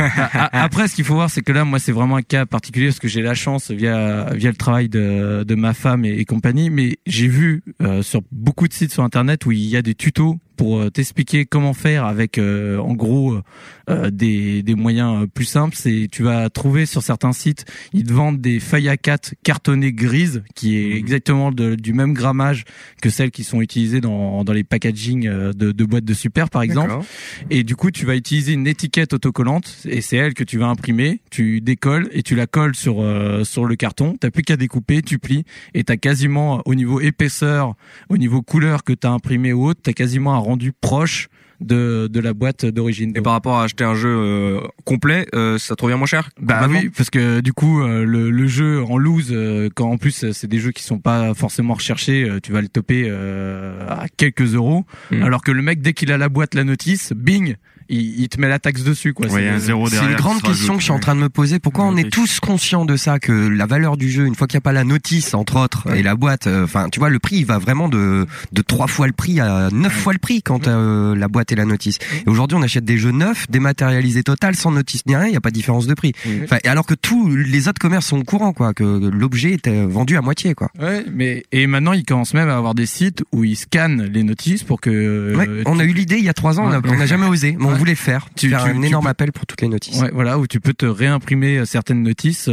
Après, ce qu'il faut voir, c'est que là, moi, c'est vraiment un cas particulier parce que j'ai la chance via via le travail de de ma femme et, et compagnie. Mais j'ai vu euh, sur beaucoup de sites sur internet où il y a des tutos pour t'expliquer comment faire avec euh, en gros euh, des des moyens plus simples. C'est tu vas trouver sur certains sites, ils te vendent des feuilles A quatre cartonnées grises qui est exactement de, du même grammage que celles qui sont utilisées dans dans les packaging de, de boîtes de Super par exemple. D'accord. Et du coup, tu vas utiliser une étiquette autocollante et c'est elle que tu vas imprimer. Tu décolles et tu la colles sur euh, sur le carton. T'as plus qu'à découper, tu plies et t'as quasiment au niveau épaisseur, au niveau couleur que t'as imprimé ou autre, t'as quasiment un rendu proche de de la boîte d'origine. Et par rapport à acheter un jeu euh, complet, euh, ça te revient moins cher? Bah oui, parce que du coup euh, le le jeu en loose, euh, quand en plus c'est des jeux qui sont pas forcément recherchés, euh, tu vas le toper euh, à quelques euros, mmh. alors que le mec dès qu'il a la boîte, la notice, bing, il, il te met la taxe dessus quoi. Ouais, c'est, un zéro c'est une grande question que je suis en train de me poser. Pourquoi ouais, on est tous conscients de ça, que la valeur du jeu, une fois qu'il n'y a pas la notice entre autres ouais. et la boîte, enfin euh, tu vois le prix il va vraiment de de trois fois le prix à neuf fois le prix quand euh, la boîte et la notice. Et aujourd'hui on achète des jeux neufs, dématérialisés total, sans notice ni rien, il n'y a pas de différence de prix. Enfin et alors que tous les autres commerces sont au courant quoi, que l'objet était vendu à moitié quoi. Ouais, mais et maintenant ils commencent même à avoir des sites où ils scannent les notices pour que. Ouais, euh, on tu... a eu l'idée il y a trois ans, ouais. on n'a jamais osé, mais on ouais. voulait le faire. Tu, faire tu, un tu énorme peux... appel pour toutes les notices. Ouais, voilà, où tu peux te réimprimer certaines notices.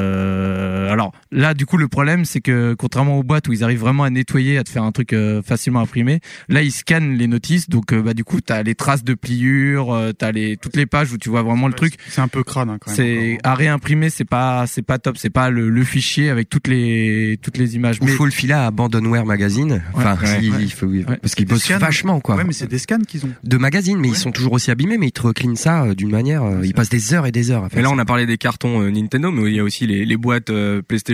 Euh... Alors là, du coup, le problème, c'est que contrairement aux boîtes où ils arrivent vraiment à nettoyer, à te faire un truc euh, facilement imprimé, là ils scannent les notices, donc euh, bah du coup t'as les traces de pliure, euh, t'as les toutes les pages où tu vois vraiment le ouais, truc. C'est un peu crade hein, quand même. C'est encore. À réimprimer, c'est pas c'est pas top, c'est pas le, le fichier avec toutes les toutes les images. Il mais... faut le filer à Abandonware Magazine. Enfin, ouais, si, ouais. il faut ouais. parce qu'ils bossent vachement quoi. Ouais, mais c'est des scans qu'ils ont. De magazines, mais ouais. ils sont toujours aussi abîmés, mais ils te reclinent ça d'une manière. Euh, ils passent des heures et des heures à faire. Mais là, ça. on a parlé des cartons euh, Nintendo, mais il y a aussi les, les boîtes euh, PlayStation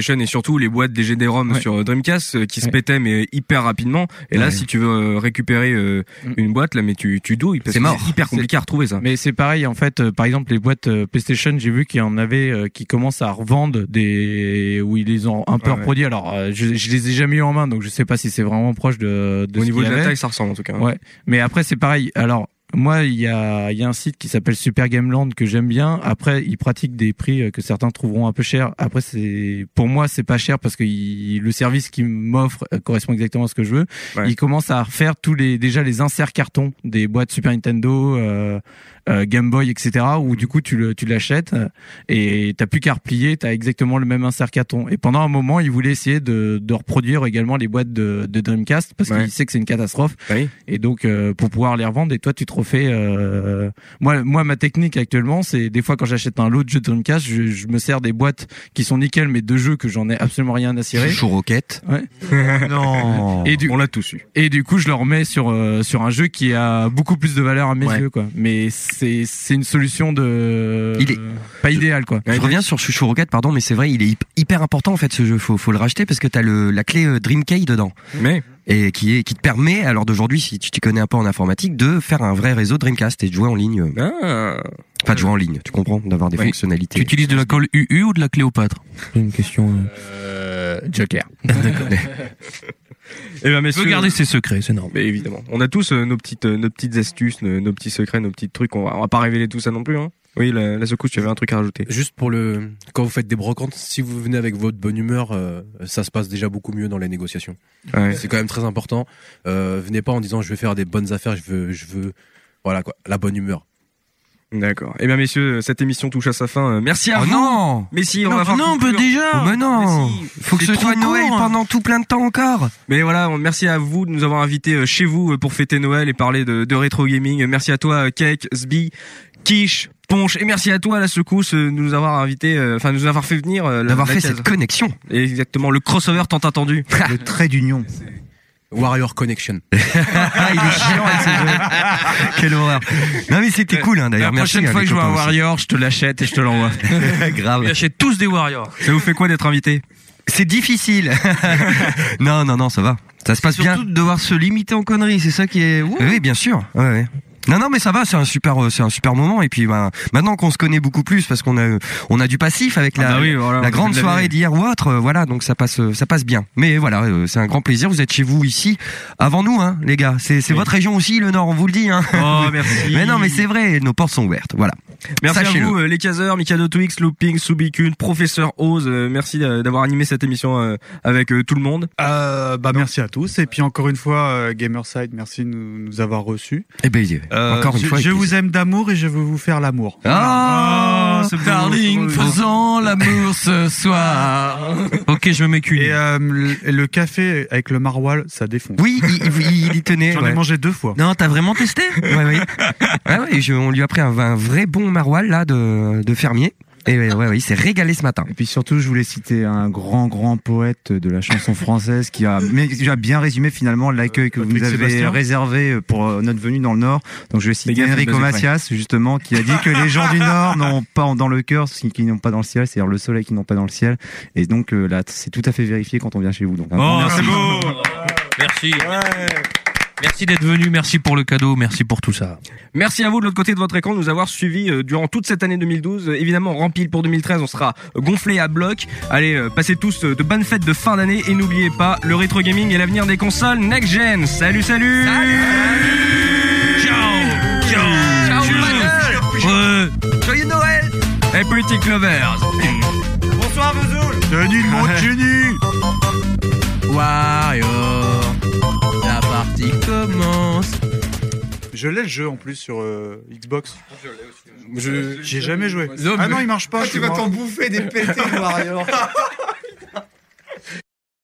PlayStation et surtout les boîtes des G D ROM Ouais. sur Dreamcast euh, qui se Ouais. pétaient mais hyper rapidement. Et là, Ouais. si tu veux euh, récupérer euh, Mm. une boîte là, mais tu tu douilles parce C'est que mort. c'est hyper compliqué à retrouver ça. Mais c'est pareil en fait. euh, par exemple, les boîtes euh, PlayStation, j'ai vu qu'il y en avait euh, qui commencent à revendre des où ils les ont un peu Ouais, ouais. reproduits. Alors, euh, je, je les ai jamais eu en main, donc je sais pas si c'est vraiment proche de, de Au ce niveau qu'il de y la avait. taille, ça ressemble en tout cas. Ouais. Mais après, c'est pareil. Alors, moi, il y a, il y a un site qui s'appelle Super Game Land que j'aime bien. Après, ils pratiquent des prix euh, que certains trouveront un peu chers. Après, c'est, pour moi, c'est pas cher parce que il- le service qu'ils m'offrent euh, correspond exactement à ce que je veux. Ouais. Ils commencent à refaire tous les, déjà les inserts cartons des boîtes Super Nintendo, euh, euh, Game Boy, et cetera. Où du coup, tu le, tu l'achètes euh, et t'as plus qu'à replier. T'as exactement le même insert carton. Et pendant un moment, ils voulaient essayer de, de reproduire également les boîtes de, de Dreamcast parce Ouais. qu'ils savent que c'est une catastrophe. Oui. Et donc euh, pour pouvoir les revendre, et toi tu te refais euh... moi moi ma technique actuellement, c'est des fois quand j'achète un lot de jeux de Dreamcast, je, je me sers des boîtes qui sont nickel mais de jeux que j'en ai absolument rien à cirer. Chouchou Rocket. Ouais. Non. Et du On l'a tous eu. et du coup, je le remets sur euh, sur un jeu qui a beaucoup plus de valeur à mes Ouais. yeux quoi. Mais c'est c'est une solution de Il est- pas idéale quoi. Je reviens sur Chouchou Rocket, pardon, mais c'est vrai, il est hyp- hyper important en fait ce jeu. Faut, faut le racheter parce que t'as le la clé euh, Dreamkey dedans Mais et qui est qui te permet, alors d'aujourd'hui, si tu t'y connais un peu en informatique, de faire un vrai réseau Dreamcast et de jouer en ligne. euh, ah, Enfin, de jouer en ligne, tu comprends, d'avoir des Oui. fonctionnalités. Tu utilises de la colle U U ou de la Cléopâtre? C'est une question. Euh, Joker. D'accord. eh ben Je messieurs, veux garder ses secrets, c'est normal. mais évidemment, on a tous euh, nos petites euh, nos petites astuces, nos, nos petits secrets, nos petits trucs. On va, on va pas révéler tout ça non plus. Hein. Oui, la, la secousse, tu avais un truc à rajouter. Juste pour le, quand vous faites des brocantes, si vous venez avec votre bonne humeur, euh, ça se passe déjà beaucoup mieux dans les négociations. Ouais. C'est quand même très important. Euh, venez pas en disant je vais faire des bonnes affaires, je veux, je veux, voilà quoi, la bonne humeur. D'accord. Eh bien messieurs, cette émission touche à sa fin. Euh, Merci à Oh vous. non Mais si, on Non, va faire non, conclure. bah déjà oh, mais non Mais si. Faut que C'est ce soit trop Noël court. pendant tout plein de temps encore. Mais voilà, on- merci à vous de nous avoir invités euh, chez vous euh, pour fêter Noël et parler de, de rétro gaming. Euh, Merci à toi, euh, Cake, Sbi, Quiche, Ponche, et merci à toi, la secousse, euh, de nous avoir invités, euh, enfin de nous avoir fait venir, euh, la- D'avoir la fait case. cette connexion. Exactement, le crossover tant attendu. Le trait d'union. Warrior Connection. Ah, il est chiant avec ces jeux. Quelle horreur. Non mais c'était cool hein, La d'ailleurs. Merci. prochaine à fois mes que je vois un copains aussi. Warrior, je te l'achète et je te l'envoie. Grave. Ils achètent tous des Warriors. Ça vous fait quoi d'être invité? C'est difficile. non non non, ça va. Ça se passe bien. Surtout de devoir se limiter en conneries, c'est ça qui est. Ouh. Oui, bien sûr. Ouais, ouais. Non, non, mais ça va, c'est un super, euh, c'est un super moment. Et puis, ben, maintenant qu'on se connaît beaucoup plus, parce qu'on a, on a du passif avec la, Ah bah oui, voilà, la on grande fait de la soirée vie. d'hier ou autre, euh, voilà, donc ça passe, euh, ça passe bien. Mais voilà, euh, c'est un grand plaisir. Vous êtes chez vous ici, avant nous, hein, les gars. C'est, c'est Oui. votre région aussi, le Nord, on vous le dit, hein. Oh, merci. Mais non, mais c'est vrai, nos portes sont ouvertes. Voilà. Merci Sachez-le. à vous, euh, les caseurs, Mikado Twix, Looping, Subikun, Professeur Oz. euh, merci euh, d'avoir animé cette émission euh, avec euh, tout le monde. Euh, bah merci à tous et puis encore une fois euh, Gamerside, merci de nous, nous avoir reçus. Eh ben, Euh, encore une je, fois. je avec vous aime d'amour et je veux vous faire l'amour. Ah, c'est beau. Darling, C'est beau. faisons l'amour ce soir. Ok, je me mets qu'une. Et euh, le, le café avec le maroilles, ça défonce. Oui, il, il, il y tenait. J'en ouais. ai mangé deux fois. Non, t'as vraiment testé? Ouais, ouais. Ah ouais, je- on lui a pris un, un vrai bon maroilles là de, de fermier. Et ouais, ouais, ouais, il s'est régalé ce matin. Et puis surtout, je voulais citer un grand, grand poète de la chanson française qui a, mais, qui a bien résumé finalement l'accueil que vous Patrick nous avez Sébastien. réservé pour euh, notre venue dans le Nord. Donc je vais citer gars, Enrico faites baiser Macias, justement, qui a dit que les gens du Nord n'ont pas en- dans le cœur ce qu'ils n'ont pas dans le ciel, c'est-à-dire le soleil qu'ils n'ont pas dans le ciel. Et donc euh, là, c'est tout à fait vérifié quand on vient chez vous. Donc, un grand Oh, merci. c'est beau. Merci. Merci d'être venu, merci pour le cadeau, merci pour tout ça. Merci à vous de l'autre côté de votre écran de nous avoir suivis euh, durant toute cette année deux mille douze. Euh, évidemment, rempli pour deux mille treize, on sera euh, gonflé à bloc. Allez, euh, passez tous euh, de bonnes fêtes de fin d'année et n'oubliez pas, le rétro gaming est l'avenir des consoles next-gen. Salut, salut, Ciao Ciao Ciao Ouais. Joyeux Noël. Et Pretty Clovers. Bonsoir, Vesoul. Tenue de mon tenue. Warrior, la partie commence. Je l'ai le jeu en plus sur euh, Xbox. Je, J'ai jamais joué. Non, Ah mais- non, il marche pas. Tu vas t'en bouffer des pétés, Mario.